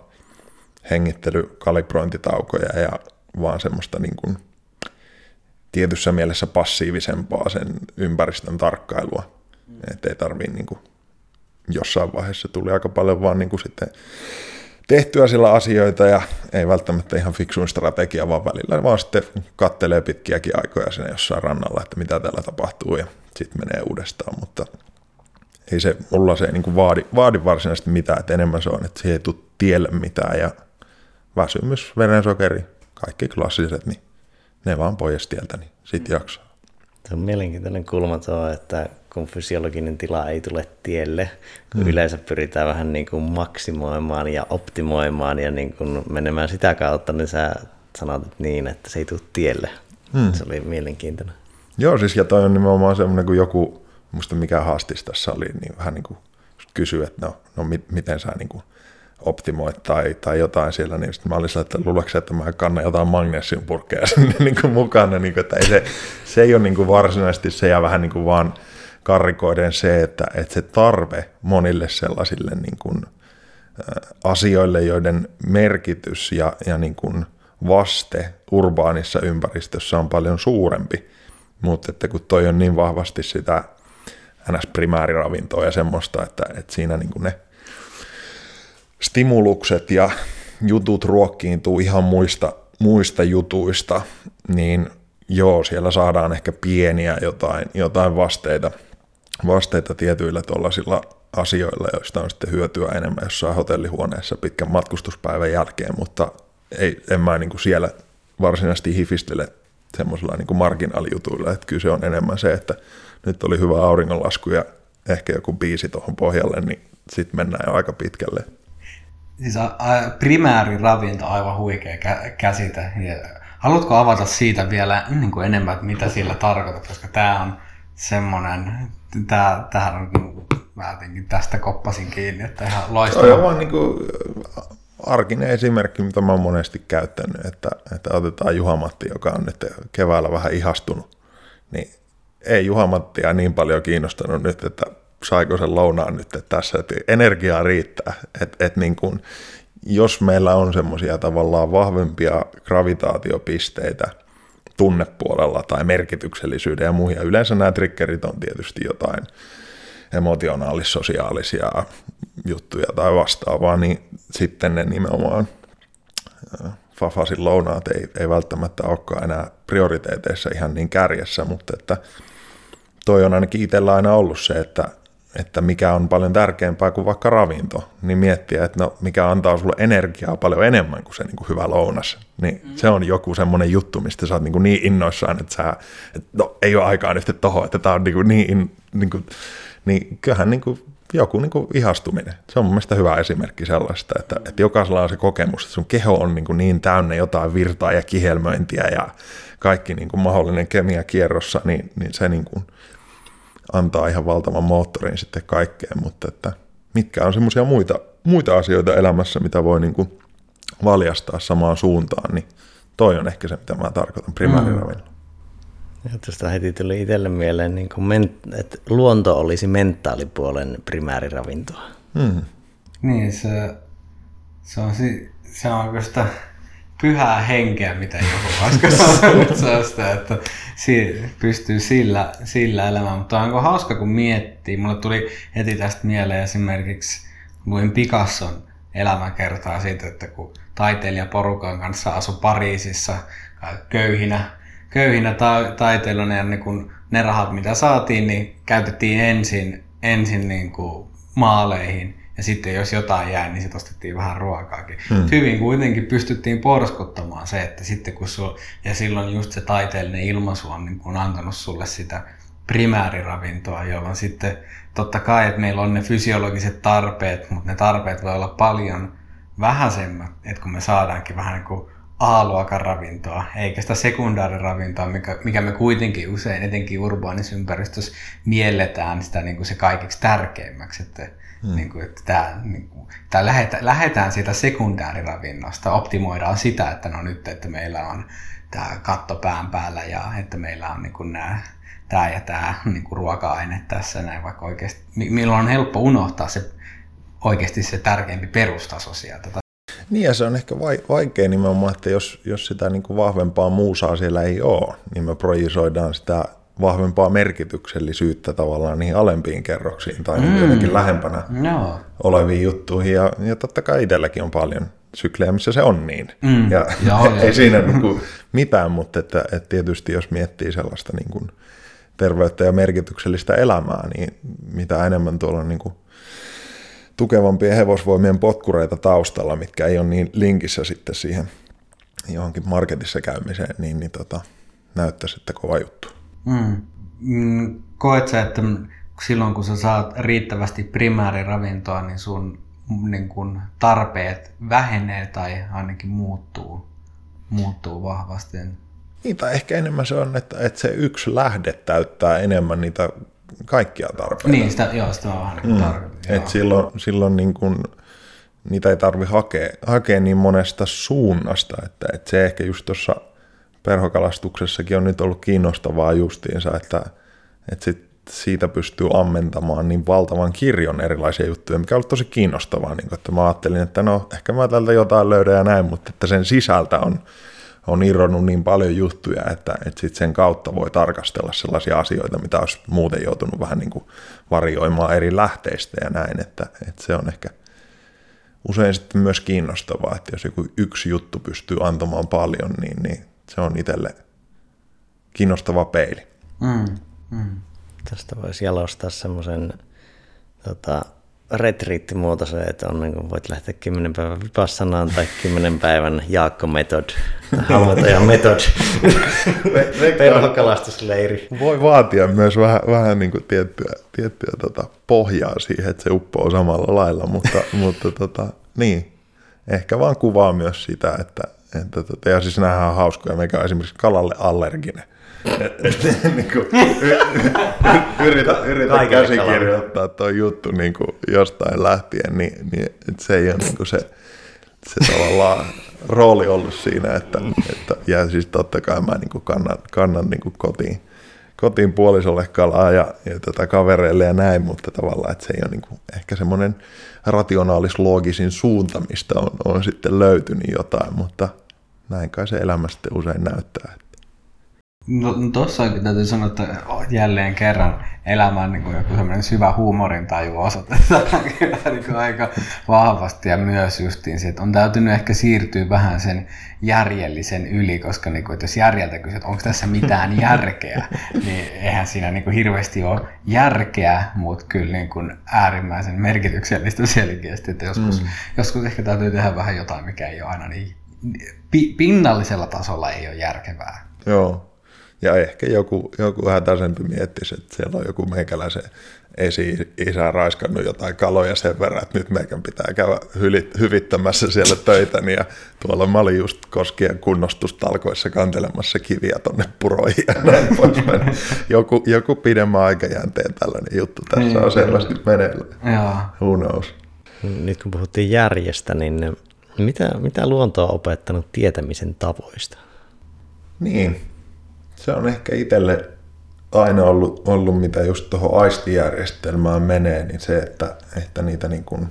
hengittelykalibrointitaukoja ja vaan semmoista niin kuin tietyssä mielessä passiivisempaa sen ympäristön tarkkailua. Että ei tarvii niin kuin, jossain vaiheessa tuli aika paljon vaan niin kuin sitten tehtyä sillä asioita ja ei välttämättä ihan fiksuin strategia vaan välillä, vaan sitten kattelee pitkiäkin aikoja siinä jossain rannalla, että mitä täällä tapahtuu ja sitten menee uudestaan, mutta ei se, mulla se ei niin kuin vaadi varsinaisesti mitään, että enemmän se on, että siihen ei tule tielle mitään ja väsymys, verensokeri, kaikki klassiset, niin ne vaan pois tieltä, niin sit jaksaa. Se on mielenkiintoinen kulma tuo, että kun fysiologinen tila ei tule tielle, kun yleensä pyritään vähän niin kuin maksimoimaan ja optimoimaan ja niin kuin menemään sitä kautta, niin sä sanot niin, että se ei tule tielle. Se oli mielenkiintoinen. Joo, siis ja toi on nimenomaan semmoinen, kun joku, musta mikä haastis tässä oli, niin vähän niin kuin kysyi, että no miten sä niin kuin optimoit tai jotain siellä, niin sitten mä olin sillä, että luuleeko että mä kannan jotain magnesiumpurkkeja sinne niin kuin mukana, niin kuin, että ei se ei ole niin kuin varsinaisesti se ja vähän niin kuin vaan karrikoiden se, että se tarve monille sellaisille niin kuin, asioille, joiden merkitys ja niin kuin vaste urbaanissa ympäristössä on paljon suurempi, mutta että kun toi on niin vahvasti sitä NS-primääriravintoa ja semmoista, että siinä niin kuin ne stimulukset ja jutut ruokkiintuu ihan muista jutuista, niin joo, siellä saadaan ehkä pieniä jotain vasteita tietyillä tuollaisilla asioilla, joista on sitten hyötyä enemmän jossain hotellihuoneessa pitkän matkustuspäivän jälkeen, mutta en mä niin kuin siellä varsinaisesti hifistele semmoisilla niin kuin marginaalijutuilla, että kyllä se on enemmän se, että nyt oli hyvä auringonlasku ja ehkä joku biisi tuohon pohjalle, niin sitten mennään jo aika pitkälle. Siis primääriravinto on aivan huikea käsite. Haluatko avata siitä vielä niin kuin enemmän, että mitä sillä tarkoitat, koska tämä on semmoinen, tähän on, mä jotenkin tästä koppasin kiinni, että ihan loistava. Toi on vaan niin kuin arkinen esimerkki, mitä mä oon monesti käyttänyt, että otetaan Juha-Matti, joka on nyt keväällä vähän ihastunut, niin ei Juha-Mattia niin paljon kiinnostanut nyt, että saiko sen lounaan nyt että tässä, että energiaa riittää, että niin kuin, jos meillä on semmoisia tavallaan vahvempia gravitaatiopisteitä tunnepuolella tai merkityksellisyyden ja muihin, ja yleensä nämä triggerit on tietysti jotain emotionaalis-sosiaalisia juttuja tai vastaavaa, niin sitten ne nimenomaan Fafasin lounaat ei välttämättä olekaan enää prioriteeteissa ihan niin kärjessä, mutta että toi on ainakin itsellä aina ollut se, että mikä on paljon tärkeämpää kuin vaikka ravinto, niin miettiä, että no mikä antaa sulle energiaa paljon enemmän kuin se niin kuin hyvä lounas, niin se on joku semmoinen juttu, mistä sä oot niin innoissaan, että no ei ole aikaa nyt tohon, että tää on niin kyllähän niin kuin joku niin kuin ihastuminen. Se on mun mielestä hyvä esimerkki sellaista, että jokaisella on se kokemus, että sun keho on niin täynnä jotain virtaa ja kihelmöintiä ja kaikki niin kuin mahdollinen kemia kierrossa, niin se niin kuin antaa ihan valtavan moottorin sitten kaikkeen, mutta että mitkä on semmoisia muita asioita elämässä, mitä voi niin kuin valjastaa samaan suuntaan, niin toi on ehkä se, mitä mä tarkoitan primääriravinnolla. Ja tuosta heti tuli itselle mieleen, niin kuin että luonto olisi mentaalipuolen primääriravintoa. Niin, se on oikeastaan pyhää henkeä, mitä joku vaskaa sitä, että pystyy sillä elämään. Mutta onko hauska, kun miettii. Mulle tuli heti tästä mieleen esimerkiksi, luin Picasson elämäkertaa siitä, että kun taiteilijaporukan kanssa asui Pariisissa köyhinä taiteilijoina ja niin kun ne rahat, mitä saatiin, niin käytettiin ensin niin kuin maaleihin. Ja sitten jos jotain jäi, niin sitten ostettiin vähän ruokaakin. Hyvin kuitenkin pystyttiin porskuttamaan se, että sitten kun ja silloin just se taiteellinen ilmaisu on niin kuin antanut sulle sitä primääriravintoa, jolloin sitten totta kai, että meillä on ne fysiologiset tarpeet, mutta ne tarpeet voi olla paljon vähäisemmät, että kun me saadaankin vähän niin kuin A-luokan ravintoa, eikä sitä sekundaariravintoa, mikä me kuitenkin usein, etenkin urbaanissa ympäristössä, mielletään sitä niin kuin se kaikiksi tärkeimmäksi, että niin kuin, että lähdetään siitä sekundaariravinnosta, optimoidaan sitä, että no nyt, että meillä on tämä katto pään päällä ja että meillä on niin kuin tämä ja tämä niin kuin ruoka-aine tässä näin, vaikka oikeasti, milloin on helppo unohtaa se oikeasti se tärkeämpi perustaso sieltä. Niin ja se on ehkä vaikea nimenomaan, että jos sitä niin kuin vahvempaa muusaa siellä ei ole, niin me projisoidaan sitä vahvempaa merkityksellisyyttä tavallaan niihin alempiin kerroksiin tai jotenkin lähempänä oleviin juttuihin. Ja totta kai itselläkin on paljon syklejä, missä se on niin. Ja ei siinä niin kuin mitään, mutta että tietysti jos miettii sellaista niin kuin terveyttä ja merkityksellistä elämää, niin mitä enemmän tuolla on niin kuin tukevampien hevosvoimien potkureita taustalla, mitkä ei ole niin linkissä sitten siihen johonkin marketissa käymiseen, niin näyttäisi, että kova juttu. Koet sä, että silloin kun sä saat riittävästi primääriravintoa, niin sun niin kun tarpeet vähenee tai ainakin muuttuu vahvasti? Niin, tai ehkä enemmän se on, että se yksi lähde täyttää enemmän niitä kaikkia tarpeita. Niin, sitä mä vähän niin tarkoitin. Että silloin niin kun, niitä ei tarvitse hakea niin monesta suunnasta, että se ehkä just tuossa perhokalastuksessakin on nyt ollut kiinnostavaa justiinsa, että siitä pystyy ammentamaan niin valtavan kirjon erilaisia juttuja, mikä on ollut tosi kiinnostavaa, niin että mä ajattelin, että no ehkä mä tältä jotain löydän ja näin, mutta että sen sisältä on irronnut niin paljon juttuja, että sit sen kautta voi tarkastella sellaisia asioita, mitä olisi muuten joutunut vähän niin kuin varioimaan eri lähteistä ja näin, että se on ehkä usein sitten myös kiinnostavaa, että jos joku yksi juttu pystyy antamaan paljon, niin se on itselle kiinnostava peili. Tästä voisi jalostaa semmoisen retriittimuotoisen, että on, niin voit lähteä 10 päivän vipassanaan tai 10 päivän Jaakko-metod, halventajan metod, perhokalastusleiri. Voi vaatia myös vähän niin kuin tiettyä pohjaa siihen, että se uppoo samalla lailla, mutta niin, ehkä vaan kuvaa myös sitä, että ja siis nämähän on hauskoja, meikä on esimerkiksi kalalle allerginen. Niin yritä käsikirjoittaa tuo juttu niin kuin jostain lähtien, niin se ei ole niin kuin se tavallaan rooli ollut siinä, että ja siis totta kai mä niin kuin kannan niin kuin kotiin puolisolle kalaa ja kavereille ja näin, mutta tavallaan, että se ei ole niin kuin ehkä semmoinen rationaalis-loogisin suunta, mistä on sitten löytynyt jotain, mutta näin kai se elämä sitten usein näyttää. No tossakin täytyy sanoa, että jälleen kerran elämään niin kuin joku sellainen syvä huumorintaju osoitetaan niin aika vahvasti ja myös justiin se, että on täytynyt ehkä siirtyä vähän sen järjellisen yli, koska niin kuin, että jos järjeltä kysyt, että onko tässä mitään järkeä, niin eihän siinä niin kuin hirveästi ole järkeä, mutta kyllä niin kuin äärimmäisen merkityksellistä selkeästi, että joskus ehkä täytyy tehdä vähän jotain, mikä ei ole aina niin pinnallisella tasolla ei ole järkevää. Joo. Ja ehkä joku hätäisempi miettisi, että siellä on joku meikäläisen esi-isä raiskannut jotain kaloja sen verran, että nyt meikän pitää käydä hyvittämässä siellä töitä. Ja tuolla mä olin just koskien kunnostustalkoissa kantelemassa kiviä tonne puroihin ja näin poispäin. Joku pidemmän aikajänteen tällainen juttu tässä on selvästi meneillään. Who knows? Nyt kun puhuttiin järjestä, niin mitä luonto on opettanut tietämisen tavoista? Niin, se on ehkä itselle aina ollut mitä just tuohon aistijärjestelmään menee, niin se, että niitä niin kuin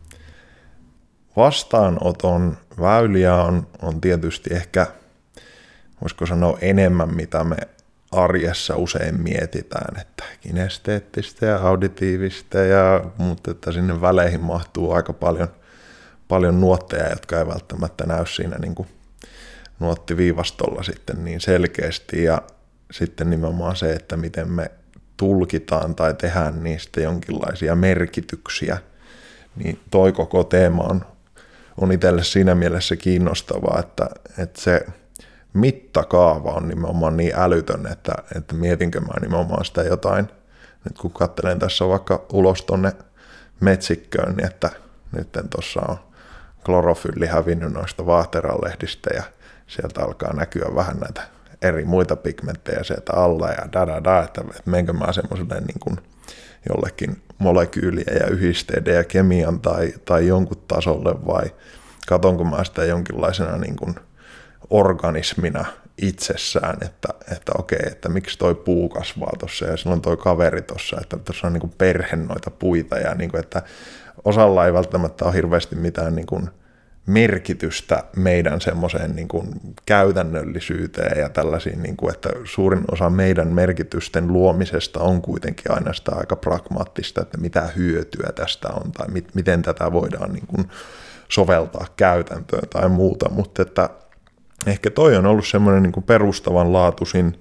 vastaanoton väyliä on tietysti ehkä, voisiko sanoa enemmän, mitä me arjessa usein mietitään, että kinesteettistä ja auditiivista, mutta että sinne väleihin mahtuu aika paljon nuotteja, jotka ei välttämättä näy siinä niin kuin nuottiviivastolla sitten niin selkeästi, ja sitten nimenomaan se, että miten me tulkitaan tai tehdään niistä jonkinlaisia merkityksiä, niin toi koko teema on itselle siinä mielessä kiinnostavaa, että se mittakaava on nimenomaan niin älytön, että mietinkö mä nimenomaan sitä jotain, nyt kun katselen tässä vaikka ulos tonne metsikköön, niin että nyt tuossa on klorofylli hävinnyt noista vaahteralehdistä ja sieltä alkaa näkyä vähän näitä eri muita pigmenttejä sieltä alla ja että menkö mä semmoiselle niin kuin jollekin molekyylien ja yhdisteiden ja kemian tai jonkun tasolle vai katonko mä sitä jonkinlaisena niin kuin organismina itsessään, että okei, että miksi toi puu kasvaa tuossa ja silloin toi kaveri tuossa, että tuossa on niin kuin perhe noita puita ja niin kuin, että osalla ei välttämättä ole hirveästi mitään niin kuin merkitystä meidän semmoiseen niin kuin käytännöllisyyteen ja tällaisiin, niin kuin, että suurin osa meidän merkitysten luomisesta on kuitenkin aina sitä aika pragmaattista, että mitä hyötyä tästä on tai miten tätä voidaan niin kuin soveltaa käytäntöön tai muuta, mutta että ehkä toi on ollut semmoinen niin kuin perustavanlaatuisin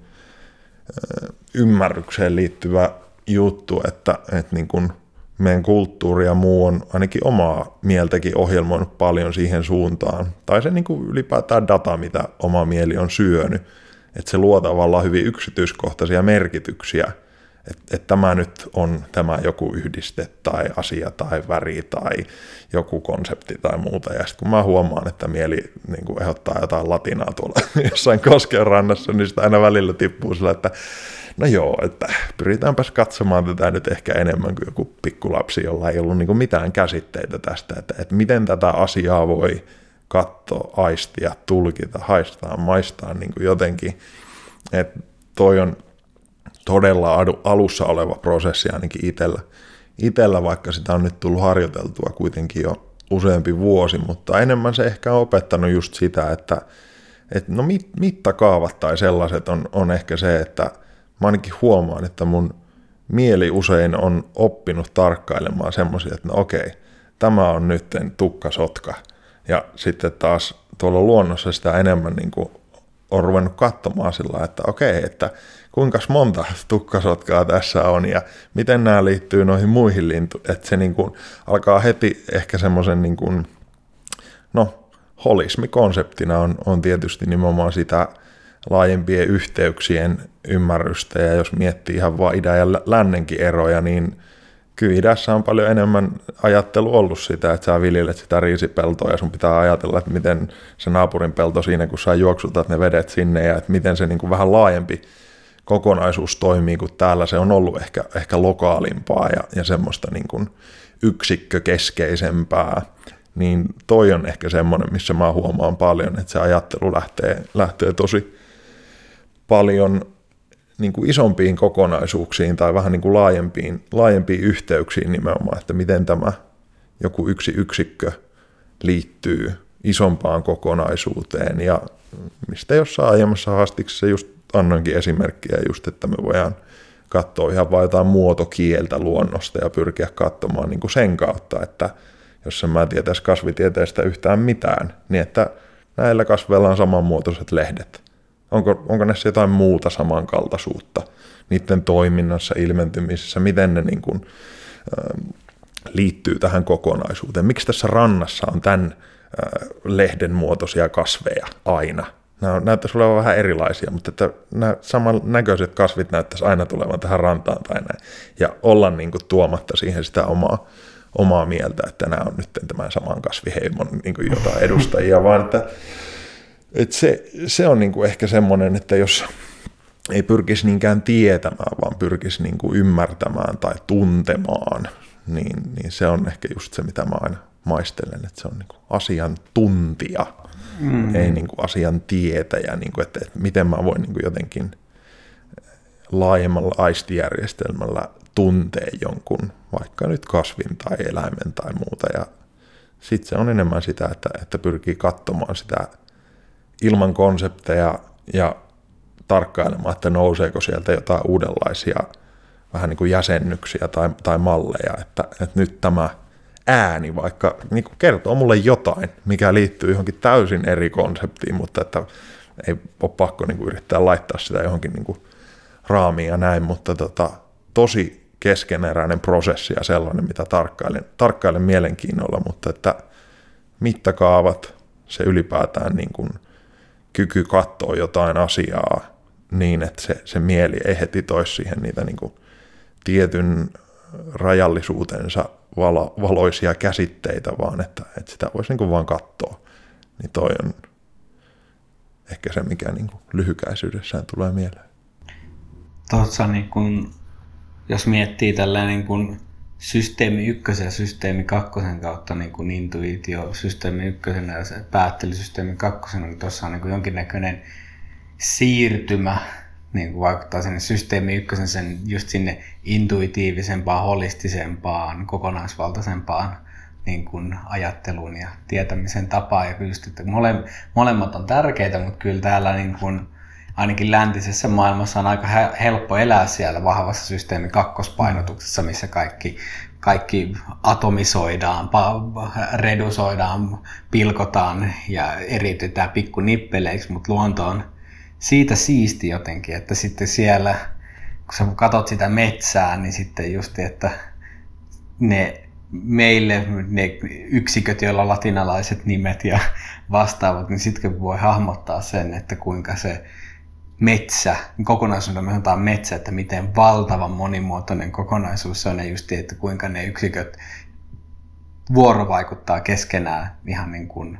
ymmärrykseen liittyvä juttu, että niin kuin meidän kulttuuri ja muu on ainakin omaa mieltäkin ohjelmoinut paljon siihen suuntaan. Tai se niin kuin ylipäätään data, mitä oma mieli on syönyt. Että se luo tavallaan hyvin yksityiskohtaisia merkityksiä. Että tämä nyt on tämä joku yhdiste tai asia tai väri tai joku konsepti tai muuta. Ja sitten kun mä huomaan, että mieli niin kuin ehdottaa jotain latinaa tuolla jossain kosken rannassa, niin sitä aina välillä tippuu sillä, että no joo, että pyritäänpäs katsomaan tätä nyt ehkä enemmän kuin joku pikkulapsi, jolla ei ollut niin kuin mitään käsitteitä tästä, että miten tätä asiaa voi katsoa, aistia, tulkita, haistaa, maistaa niin kuin jotenkin. Että toi on todella alussa oleva prosessi ainakin itsellä, vaikka sitä on nyt tullut harjoiteltua kuitenkin jo useampi vuosi, mutta enemmän se ehkä on opettanut just sitä, että no mittakaavat tai sellaiset on ehkä se, että mä ainakin huomaan, että mun mieli usein on oppinut tarkkailemaan semmoisia, että no okei, tämä on nyt tukkasotka. Ja sitten taas tuolla luonnossa sitä enemmän niin kuin on ruvennut katsomaan sillä, että okei, että kuinka monta tukkasotkaa tässä on ja miten nämä liittyy noihin muihin lintuihin. Että se niin kuin alkaa heti ehkä semmoisen, niin kuin, no holismikonseptina on tietysti nimenomaan sitä laajempien yhteyksien ymmärrystä, ja jos miettii ihan vaan idän ja lännenkin eroja, niin kyllä idässä on paljon enemmän ajattelu ollut sitä, että sä viljelet sitä riisipeltoa ja sun pitää ajatella, että miten se naapurin pelto siinä, kun sä juoksutat ne vedet sinne ja että miten se niin kuin vähän laajempi kokonaisuus toimii, kun täällä se on ollut ehkä lokaalimpaa ja semmoista niin kuin yksikkökeskeisempää, niin toi on ehkä semmoinen, missä mä huomaan paljon, että se ajattelu lähtee tosi paljon niin kuin isompiin kokonaisuuksiin tai vähän niin kuin laajempiin yhteyksiin nimenomaan, että miten tämä joku yksi yksikkö liittyy isompaan kokonaisuuteen, ja mistä jossain aiemmassa haastiksessa just annoinkin esimerkkiä just, että me voidaan katsoa ihan vain jotain muotokieltä luonnosta ja pyrkiä katsomaan niin kuin sen kautta, että jos en mä tietäisi kasvitieteestä yhtään mitään, niin että näillä kasveilla on samanmuotoiset lehdet. Onko näissä jotain muuta samankaltaisuutta niiden toiminnassa, ilmentymisessä, miten ne niin kuin, liittyy tähän kokonaisuuteen? Miksi tässä rannassa on tämän lehden muotoisia kasveja aina? nämä näyttäisi olevan vähän erilaisia, mutta että nämä samannäköiset kasvit näyttäisi aina tulevan tähän rantaan tai näin. Ja olla niin kuin tuomatta siihen sitä omaa mieltä, että nämä on nyt tämän saman kasviheimon niin kuin jotain edustajia, vaan että se on niin kuin ehkä semmoinen, että jos ei pyrkisi niinkään tietämään, vaan pyrkisi niin kuin ymmärtämään tai tuntemaan, niin se on ehkä just se, mitä mä aina maistelen, että se on niin kuin asiantuntija, ei niin kuin asiantietäjä, niin kuin, että miten mä voin niin kuin jotenkin laajemmalla aistijärjestelmällä tuntea jonkun, vaikka nyt kasvin tai eläimen tai muuta, ja sitten se on enemmän sitä, että pyrkii katsomaan sitä ilman konsepteja ja tarkkailemaan, että nouseeko sieltä jotain uudenlaisia vähän niin kuin jäsennyksiä tai malleja, että nyt tämä ääni vaikka niin kuin kertoo mulle jotain, mikä liittyy johonkin täysin eri konseptiin, mutta että ei ole pakko niin kuin yrittää laittaa sitä johonkin niin kuin raamiin ja näin, mutta tosi keskeneräinen prosessi ja sellainen, mitä tarkkailen mielenkiinnolla, mutta että mittakaavat, se ylipäätään niin kuin kyky katsoa jotain asiaa niin, että se mieli ei heti toisi siihen niitä niin kuin tietyn rajallisuutensa valoisia käsitteitä, vaan että sitä voisi niin kuin vaan katsoa. Niin toi on ehkä se, mikä niin kuin lyhykäisyydessään tulee mieleen. Tuossa niin kun, jos miettii tällainen niin kun systeemi 1 ja systeemi 2 kautta niin kun intuitio systeemi 1 ja päättelysysteemi 2, niin tuossa on niin kun jonkinnäköinen siirtymä, niin kuin vaikuttaa sinne systeemi 1 sen just sinne intuitiivisempaan, holistisempaan, kokonaisvaltaisempaan niin kuin ajatteluun ja tietämisen tapaan. Ja kyllä just, että molemmat on tärkeitä, mutta kyllä täällä niin kuin, ainakin läntisessä maailmassa on aika helppo elää siellä vahvassa systeemi 2-painotuksessa, missä kaikki atomisoidaan, redusoidaan, pilkotaan ja eriytetään pikkunippeleiksi, mutta luonto on siitä siisti jotenkin, että sitten siellä, kun sä katot sitä metsää, niin sitten just, että meille ne yksiköt, joilla on latinalaiset nimet ja vastaavat, niin sitten voi hahmottaa sen, että kuinka se metsä, kokonaisuudessa me sanotaan metsä, että miten valtavan monimuotoinen kokonaisuus se on, ja just, että kuinka ne yksiköt vuorovaikuttaa keskenään ihan niin kuin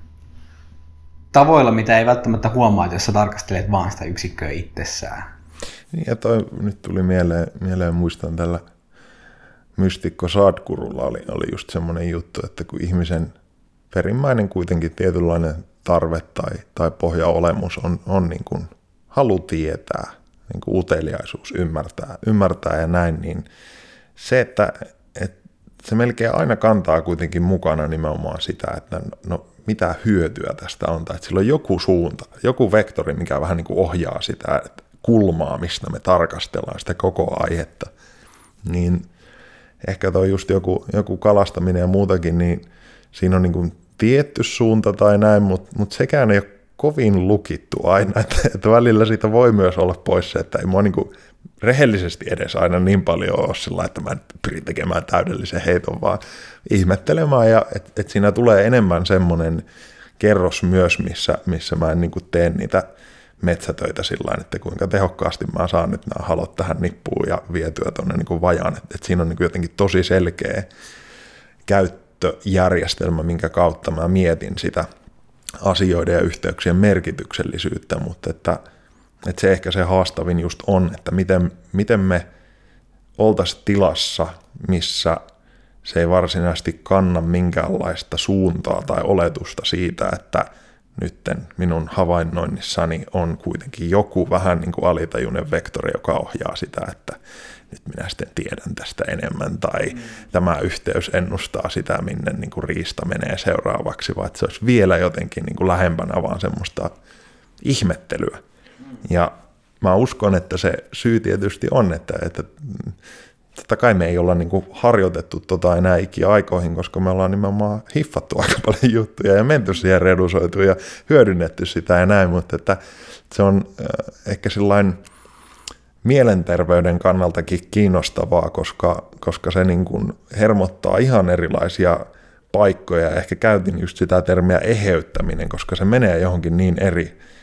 tavoilla, mitä ei välttämättä huomaa, jos sä tarkastelet vaan sitä yksikköä itsessään. Ja toi nyt tuli mieleen muistan tällä mystikko Sadhgurulla oli just semmoinen juttu, että kun ihmisen perimmäinen kuitenkin tietynlainen tarve tai pohjaolemus on niin kuin halu tietää, niin kuin uteliaisuus ymmärtää ja näin, niin se, että se melkein aina kantaa kuitenkin mukana nimenomaan sitä, että no mitä hyötyä tästä on, tai että sillä on joku suunta, joku vektori, mikä vähän niin kuin ohjaa sitä kulmaa, mistä me tarkastellaan sitä koko aihetta, niin ehkä toi just joku kalastaminen ja muutakin, niin siinä on niin kuin tietty suunta tai näin, mutta sekään ei ole kovin lukittu aina, että välillä siitä voi myös olla pois se, että ei mua niin kuin rehellisesti edes aina niin paljon ole sillä, että mä pyrin tekemään täydellisen heiton, vaan ihmettelemään, ja että siinä tulee enemmän semmoinen kerros myös, missä mä en niin kuin tee niitä metsätöitä sillä että kuinka tehokkaasti mä saan nyt nämä halot tähän nippuun ja vietyä tuonne niin kuin vajaan, että siinä on niin kuin jotenkin tosi selkeä käyttöjärjestelmä, minkä kautta mä mietin sitä asioiden ja yhteyksien merkityksellisyyttä, mutta että se ehkä se haastavin just on, että miten me oltaisiin tilassa, missä se ei varsinaisesti kanna minkäänlaista suuntaa tai oletusta siitä, että nytten minun havainnoinnissani on kuitenkin joku vähän niin kuin alitajuinen vektori, joka ohjaa sitä, että nyt minä sitten tiedän tästä enemmän, tai tämä yhteys ennustaa sitä, minne niin kuin riista menee seuraavaksi, vaan että se olisi vielä jotenkin niin kuin lähempänä vaan semmoista ihmettelyä. Ja mä uskon, että se syy tietysti on, että totta kai me ei olla niin kuin harjoitettu enää ikiaikoihin, koska me ollaan nimenomaan hiffattu aika paljon juttuja ja menty siihen redusoitu ja hyödynnetty sitä ja näin, mutta että se on ehkä sillain mielenterveyden kannaltakin kiinnostavaa, koska se niin kuin hermottaa ihan erilaisia paikkoja. Ehkä käytin just sitä termiä eheyttäminen, koska se menee johonkin niin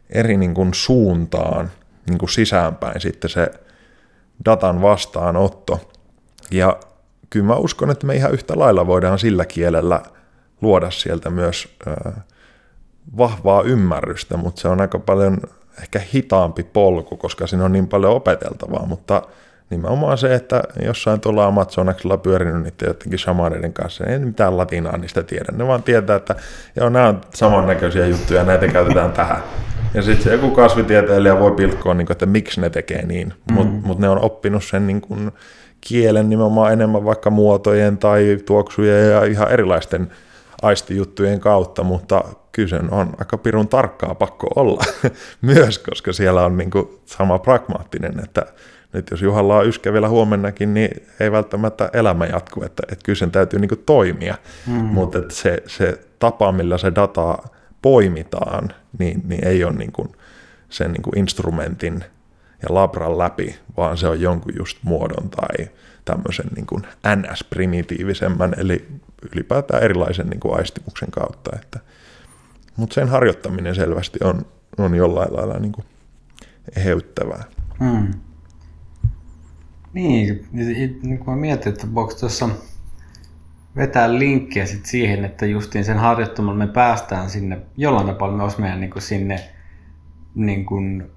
eri niin kuin suuntaan niin kuin sisäänpäin sitten se datan vastaanotto. Ja kyllä mä uskon, että me ihan yhtä lailla voidaan sillä kielellä luoda sieltä myös vahvaa ymmärrystä, mutta se on aika paljon ehkä hitaampi polku, koska siinä on niin paljon opeteltavaa, mutta nimenomaan se, että jossain tuolla Amazonaksella pyörinyt niiden jotenkin shamaneiden kanssa, ei mitään latinaa niistä tiedä, ne vaan tietää, että joo, nämä on samannäköisiä juttuja, näitä käytetään tähän. Ja sitten se joku kasvitieteilijä voi pilkkoa, että miksi ne tekee niin, mutta ne on oppinut sen niin kuin kielen nimenomaan enemmän vaikka muotojen tai tuoksujen ja ihan erilaisten aistijuttujen kautta, mutta kyllä sen on aika pirun tarkkaa pakko olla myös, koska siellä on niin kuin sama pragmaattinen, että nyt jos Juhalla on yskä vielä huomennakin, niin ei välttämättä elämä jatku, että kyllä sen täytyy niin kuin toimia, mutta se tapa, millä se data poimitaan, niin ei ole niin kuin sen niin kuin instrumentin ja labran läpi, vaan se on jonkun just muodon tai tämmöisen niin kuin NS-primitiivisemmän, eli ylipäätään erilaisen niin kuin aistimuksen kautta. Mutta sen harjoittaminen selvästi on jollain lailla niin kuin eheyttävää. Niin kun mä mietin, että voiko tuossa vetää linkkiä sit siihen, että justiin sen harjoittamalla me päästään sinne, jollain tapaa myös meidän niin kuin sinne niin kuin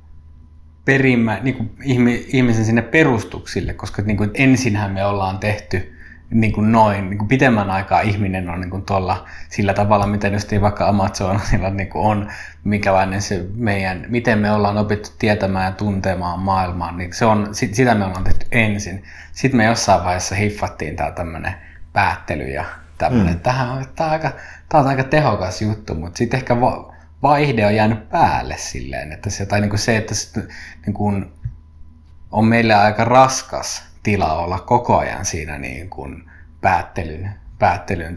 ihmisen sinne perustuksille, koska niin kuin ensinhän me ollaan tehty niin kuin noin, niin kuin pitemmän aikaa ihminen on niin kuin tuolla sillä tavalla, miten just vaikka Amazonilla niin kuin on, minkälainen se meidän, miten me ollaan opittu tietämään ja tuntemaan maailmaa, niin se on, sitä me ollaan tehty ensin. Sitten me jossain vaiheessa hiffattiin tämä tämmöinen päättely ja tämmöinen, tämä on aika tehokas juttu, mutta sitten ehkä vaihde on jäänyt päälle silleen, että se, tai niin kuin se, että se, niin kuin on meille aika raskas tila olla koko ajan siinä niin kuin päättelyn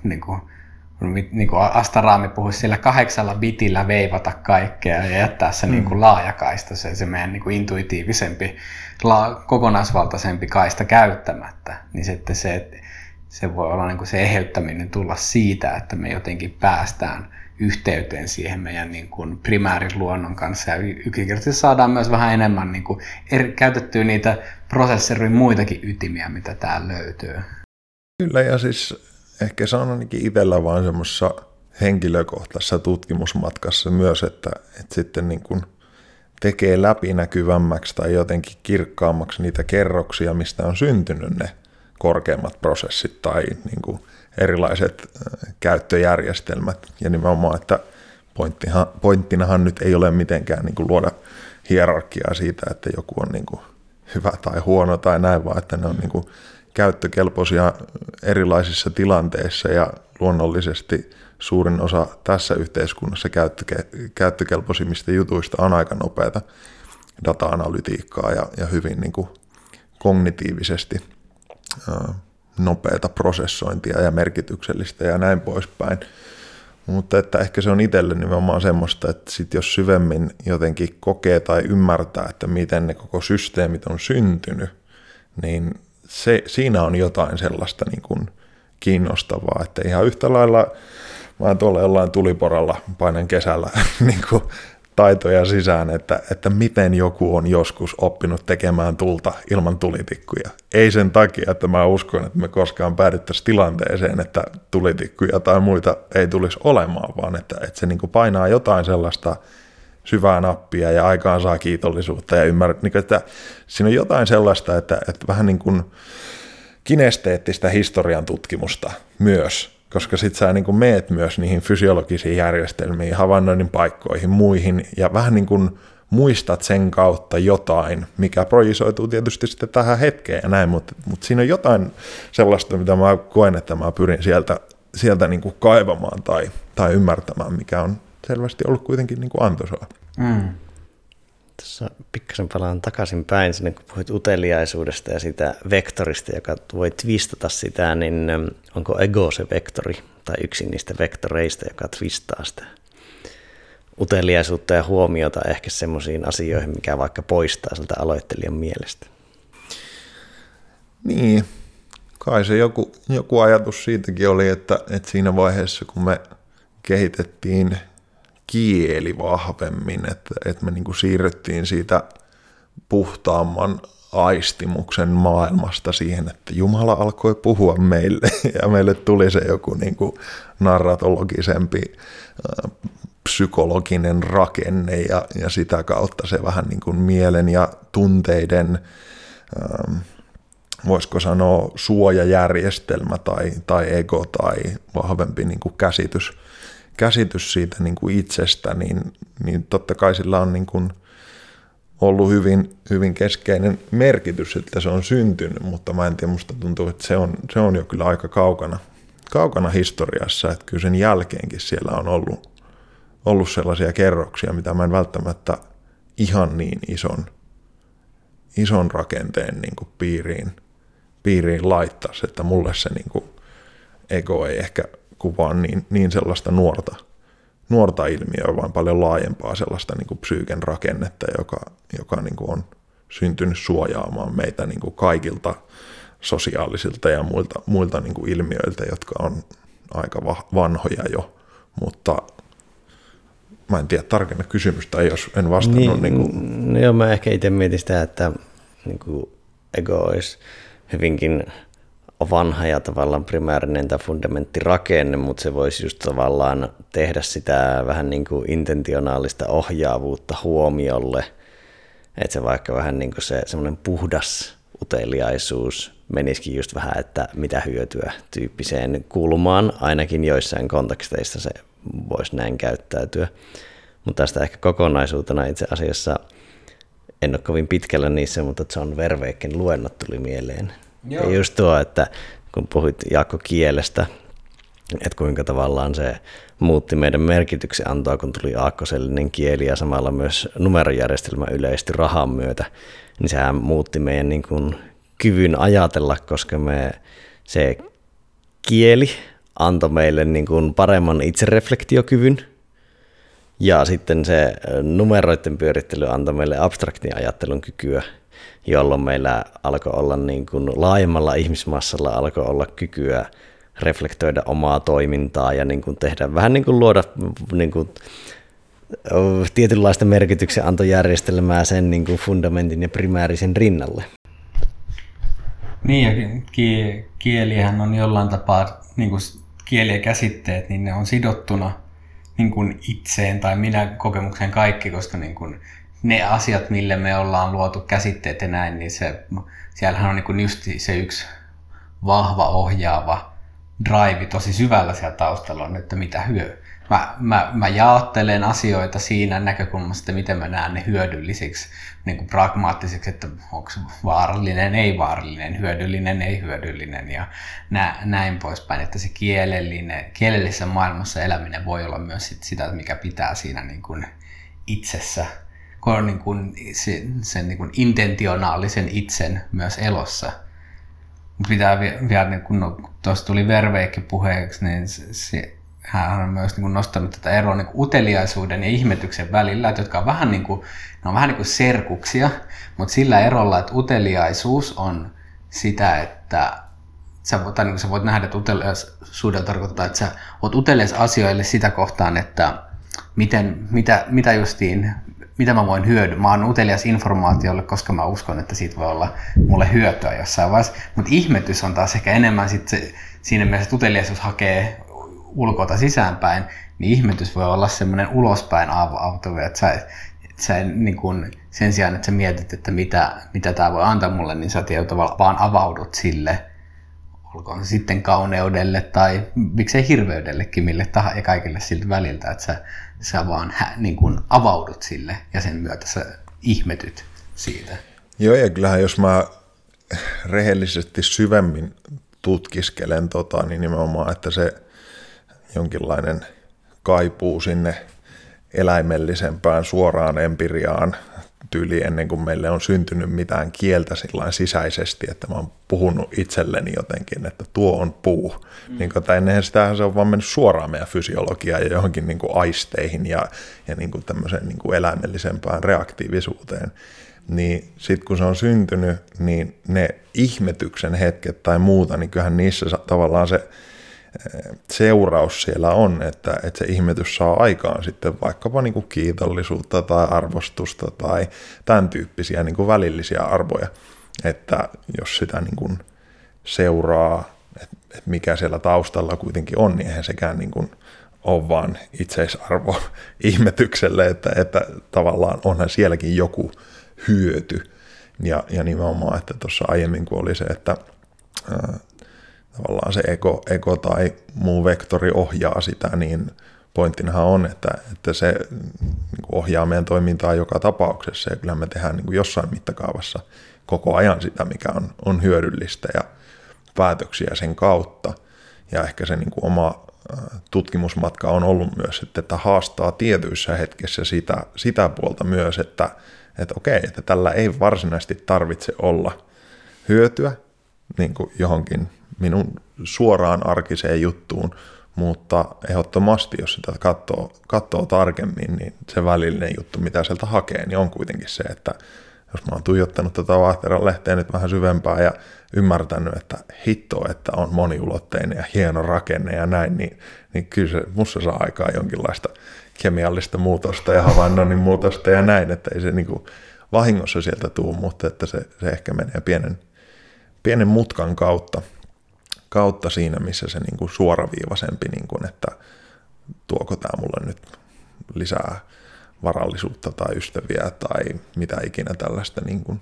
niin kuin Astaraami puhuisi siellä 8 bitillä veivata kaikkea ja jättää se niin kuin laajakaista, se meidän niin kuin intuitiivisempi, kokonaisvaltaisempi kaista käyttämättä, niin sitten se voi olla niin kuin se eheyttäminen tulla siitä, että me jotenkin päästään yhteyteen siihen meidän niin kuin primääriluonnon kanssa ja yksinkertaisesti saadaan myös vähän enemmän niin kuin käytettyä niitä prosessorin muitakin ytimiä, mitä täällä löytyy. Kyllä, ja siis ehkä se on ainakin itsellä vaan semmoisessa henkilökohtaisessa tutkimusmatkassa myös, että sitten niin kuin tekee läpinäkyvämmäksi tai jotenkin kirkkaammaksi niitä kerroksia, mistä on syntynyt ne korkeammat prosessit tai niin kuin erilaiset käyttöjärjestelmät. Ja nimenomaan, että pointtinahan nyt ei ole mitenkään niin kuin luoda hierarkiaa siitä, että joku on niin kuin hyvä tai huono tai näin, vaan että ne on niin kuin käyttökelpoisia erilaisissa tilanteissa ja luonnollisesti suurin osa tässä yhteiskunnassa käyttökelpoisimmista jutuista on aika nopeata data-analytiikkaa ja hyvin niin kuin kognitiivisesti nopeata prosessointia ja merkityksellistä ja näin poispäin. Mutta että ehkä se on itselle nimenomaan semmoista, että sit jos syvemmin jotenkin kokee tai ymmärtää, että miten ne koko systeemit on syntynyt, niin siinä on jotain sellaista niin kuin kiinnostavaa, että ihan yhtä lailla mä tuolla jollain tuliporalla painan kesällä niin kuin taitoja sisään, että miten joku on joskus oppinut tekemään tulta ilman tulitikkuja. Ei sen takia, että mä uskon, että me koskaan päädyttäisiin tilanteeseen, että tulitikkuja tai muita ei tulisi olemaan, vaan että se niin kuin painaa jotain sellaista syvää nappia ja aikaan saa kiitollisuutta ja ymmärrät, että siinä on jotain sellaista, että vähän niin kuin kinesteettistä historian tutkimusta myös, koska sit sä niin kuin meet myös niihin fysiologisiin järjestelmiin, havainnoinnin paikkoihin, muihin ja vähän niin kuin muistat sen kautta jotain, mikä projisoituu tietysti sitten tähän hetkeen ja näin, mutta siinä on jotain sellaista, mitä mä koen, että mä pyrin sieltä niin kuin kaivamaan tai ymmärtämään, mikä on selvästi ollut kuitenkin niin kuin antoisaa. Tuossa pikkasen palaan takaisin päin, sinne kun puhuit uteliaisuudesta ja sitä vektorista, joka voi twistata sitä, niin onko ego se vektori tai yksi niistä vektoreista, joka twistaa sitä uteliaisuutta ja huomiota ehkä semmoisiin asioihin, mikä vaikka poistaa siltä aloittelijan mielestä? Niin, kai se joku ajatus siitäkin oli, että siinä vaiheessa, kun me kehitettiin kieli vahvemmin, että me niin kuin siirryttiin siitä puhtaamman aistimuksen maailmasta siihen, että Jumala alkoi puhua meille ja meille tuli se joku niin kuin narratologisempi psykologinen rakenne ja sitä kautta se vähän niin kuin mielen ja tunteiden, voisiko sanoa suojajärjestelmä tai ego tai vahvempi niin kuin käsitys siitä niin kuin itsestä, niin totta kai sillä on niin kuin ollut hyvin keskeinen merkitys, että se on syntynyt, mutta mä en tiedä, musta tuntuu, että se on jo kyllä aika kaukana historiassa, että kyllä sen jälkeenkin siellä on ollut sellaisia kerroksia, mitä mä en välttämättä ihan niin ison rakenteen niin kuin piiriin laittaisi, että mulle se niin kuin ego ei ehkä kuvaa niin sellaista nuorta ilmiöä, vaan paljon laajempaa sellaista niin kuin psyyken rakennetta, joka niin kuin on syntynyt suojaamaan meitä niin kuin kaikilta sosiaalisilta ja muilta niin kuin ilmiöiltä, jotka on aika vanhoja jo, mutta mä en tiedä tarkemmin kysymystä, jos en vastannut. No joo, mä ehkä itse mietin sitä, että niin kuin ego olisi hyvinkin vanha ja tavallaan primäärinen tai fundamenttirakenne, mutta se voisi just tavallaan tehdä sitä vähän niin kuin intentionaalista ohjaavuutta huomiolle, että se vaikka vähän niin kuin se semmoinen puhdas uteliaisuus menisikin just vähän, että mitä hyötyä tyyppiseen kulmaan, ainakin joissain konteksteissa se voisi näin käyttäytyä. Mutta tästä ehkä kokonaisuutena itse asiassa en ole kovin pitkällä niissä, mutta John Verweken luennot tuli mieleen. Joo. Ja just tuo, että kun puhuit Jaakko kielestä, että kuinka tavallaan se muutti meidän merkityksen antoa, kun tuli aakkosellinen kieli ja samalla myös numerojärjestelmä yleistyi rahan myötä, niin sehän muutti meidän niin kuin kyvyn ajatella, koska se kieli antoi meille niin kuin paremman itsereflektiokyvyn, ja sitten se numeroiden pyörittely antoi meille abstraktin ajattelun kykyä, jolloin meillä alkoi olla niin kuin laajemmalla ihmismassalla alkoi olla kykyä reflektoida omaa toimintaa ja niin kuin tehdä vähän niin kuin luoda niin kuin tietynlaista merkityksen antojärjestelmää sen niin kuin fundamentin ja primäärisen rinnalle. Niin, ja kielihän on jollain tapaa, niin kuin kieli ja käsitteet, niin ne on sidottuna niin kuin itseen tai minä kokemukseen kaikki, koska niin kuin ne asiat, mille me ollaan luotu käsitteet ja näin, niin siellähän on niin kuin just se yksi vahva ohjaava drive tosi syvällä siellä taustalla on, että mitä mä jaottelen asioita siinä näkökulmasta, miten mä näen ne hyödyllisiksi, niin kuin pragmaattisiksi, että onko vaarallinen, ei vaarallinen, hyödyllinen, ei hyödyllinen ja näin poispäin, että se kielellisessä maailmassa eläminen voi olla myös sitä, mikä pitää siinä niin kuin itsessä, kun on niin kuin sen niin kuin intentionaalisen itsen myös elossa. Pitää vielä, niin kun tuossa tuli Verweken puheeksi, niin hän on myös niin kuin nostanut tätä eroa niin kuin uteliaisuuden ja ihmetyksen välillä, jotka on vähän niin kuin serkuksia, mutta sillä erolla, että uteliaisuus on sitä, että sä voit nähdä, että uteliaisuudella tarkoittaa, että sä oot utelias asioille sitä kohtaan, että mitä mä voin hyödyntää. Mä oon utelias informaatiolle, koska mä uskon, että siitä voi olla mulle hyötyä jossain vaiheessa. Mutta ihmetys on taas ehkä enemmän siinä mielessä, että uteliaisuus hakee ulkoa sisäänpäin, niin ihmetys voi olla semmoinen ulospäin auto, että sä niin kun, sen sijaan, että sä mietit, että mitä tää voi antaa mulle, niin sä tietyllä tavalla vaan avaudut sille, olkoon se sitten kauneudelle tai miksei hirveydellekin mille tahansa ja kaikille siltä väliltä, että sä vaan niin kun avaudut sille ja sen myötä sä ihmetyt siitä. Joo, ja kyllähän jos mä rehellisesti syvemmin tutkiskelen niin nimenomaan, että se jonkinlainen kaipuu sinne eläimellisempään suoraan empiriaan tyyli ennen kuin meille on syntynyt mitään kieltä sillain sisäisesti, että mä oon puhunut itselleni jotenkin, että tuo on puu. Niin ennenhän sitähän se on vaan mennyt suoraan meidän fysiologiaan ja johonkin niin kuin aisteihin ja niin kuin tämmöiseen niin kuin eläimellisempään reaktiivisuuteen. Niin sitten kun se on syntynyt, niin ne ihmetyksen hetket tai muuta, niin kyllähän niissä tavallaan se seuraus siellä on, että se ihmetys saa aikaan sitten vaikkapa niin kuin kiitollisuutta tai arvostusta tai tämän tyyppisiä niin kuin välillisiä arvoja, että jos sitä niin kuin seuraa, että mikä siellä taustalla kuitenkin on, niin eihän sekään niin kuin ole vaan itseisarvo ihmetykselle, että tavallaan onhan sielläkin joku hyöty. Ja nimenomaan, että tuossa aiemmin kun oli se, että tavallaan se ego tai muu vektori ohjaa sitä, niin pointtinahan on, että se niin kuin ohjaa meidän toimintaa joka tapauksessa, ja kyllä me tehdään niin kuin jossain mittakaavassa koko ajan sitä, mikä on hyödyllistä, ja päätöksiä sen kautta. Ja ehkä se niin kuin oma tutkimusmatka on ollut myös, että haastaa tietyissä hetkessä sitä puolta myös, että okei, että tällä ei varsinaisesti tarvitse olla hyötyä niin kuin johonkin minun suoraan arkiseen juttuun, mutta ehdottomasti, jos sitä katsoo tarkemmin, niin se välillinen juttu, mitä sieltä hakee, niin on kuitenkin se, että jos mä oon tuijottanut tätä Vahteran lehteä nyt vähän syvempää ja ymmärtänyt, että hitto, että on moniulotteinen ja hieno rakenne ja näin, niin kyllä se musta saa aikaan jonkinlaista kemiallista muutosta ja havainnoinnin muutosta ja näin, että ei se niin kuin vahingossa sieltä tule, mutta että se ehkä menee pienen mutkan kautta siinä, missä se niin kuin suoraviivaisempi, niin kuin, että tuoko tämä mulle nyt lisää varallisuutta tai ystäviä tai mitä ikinä tällaista niin kuin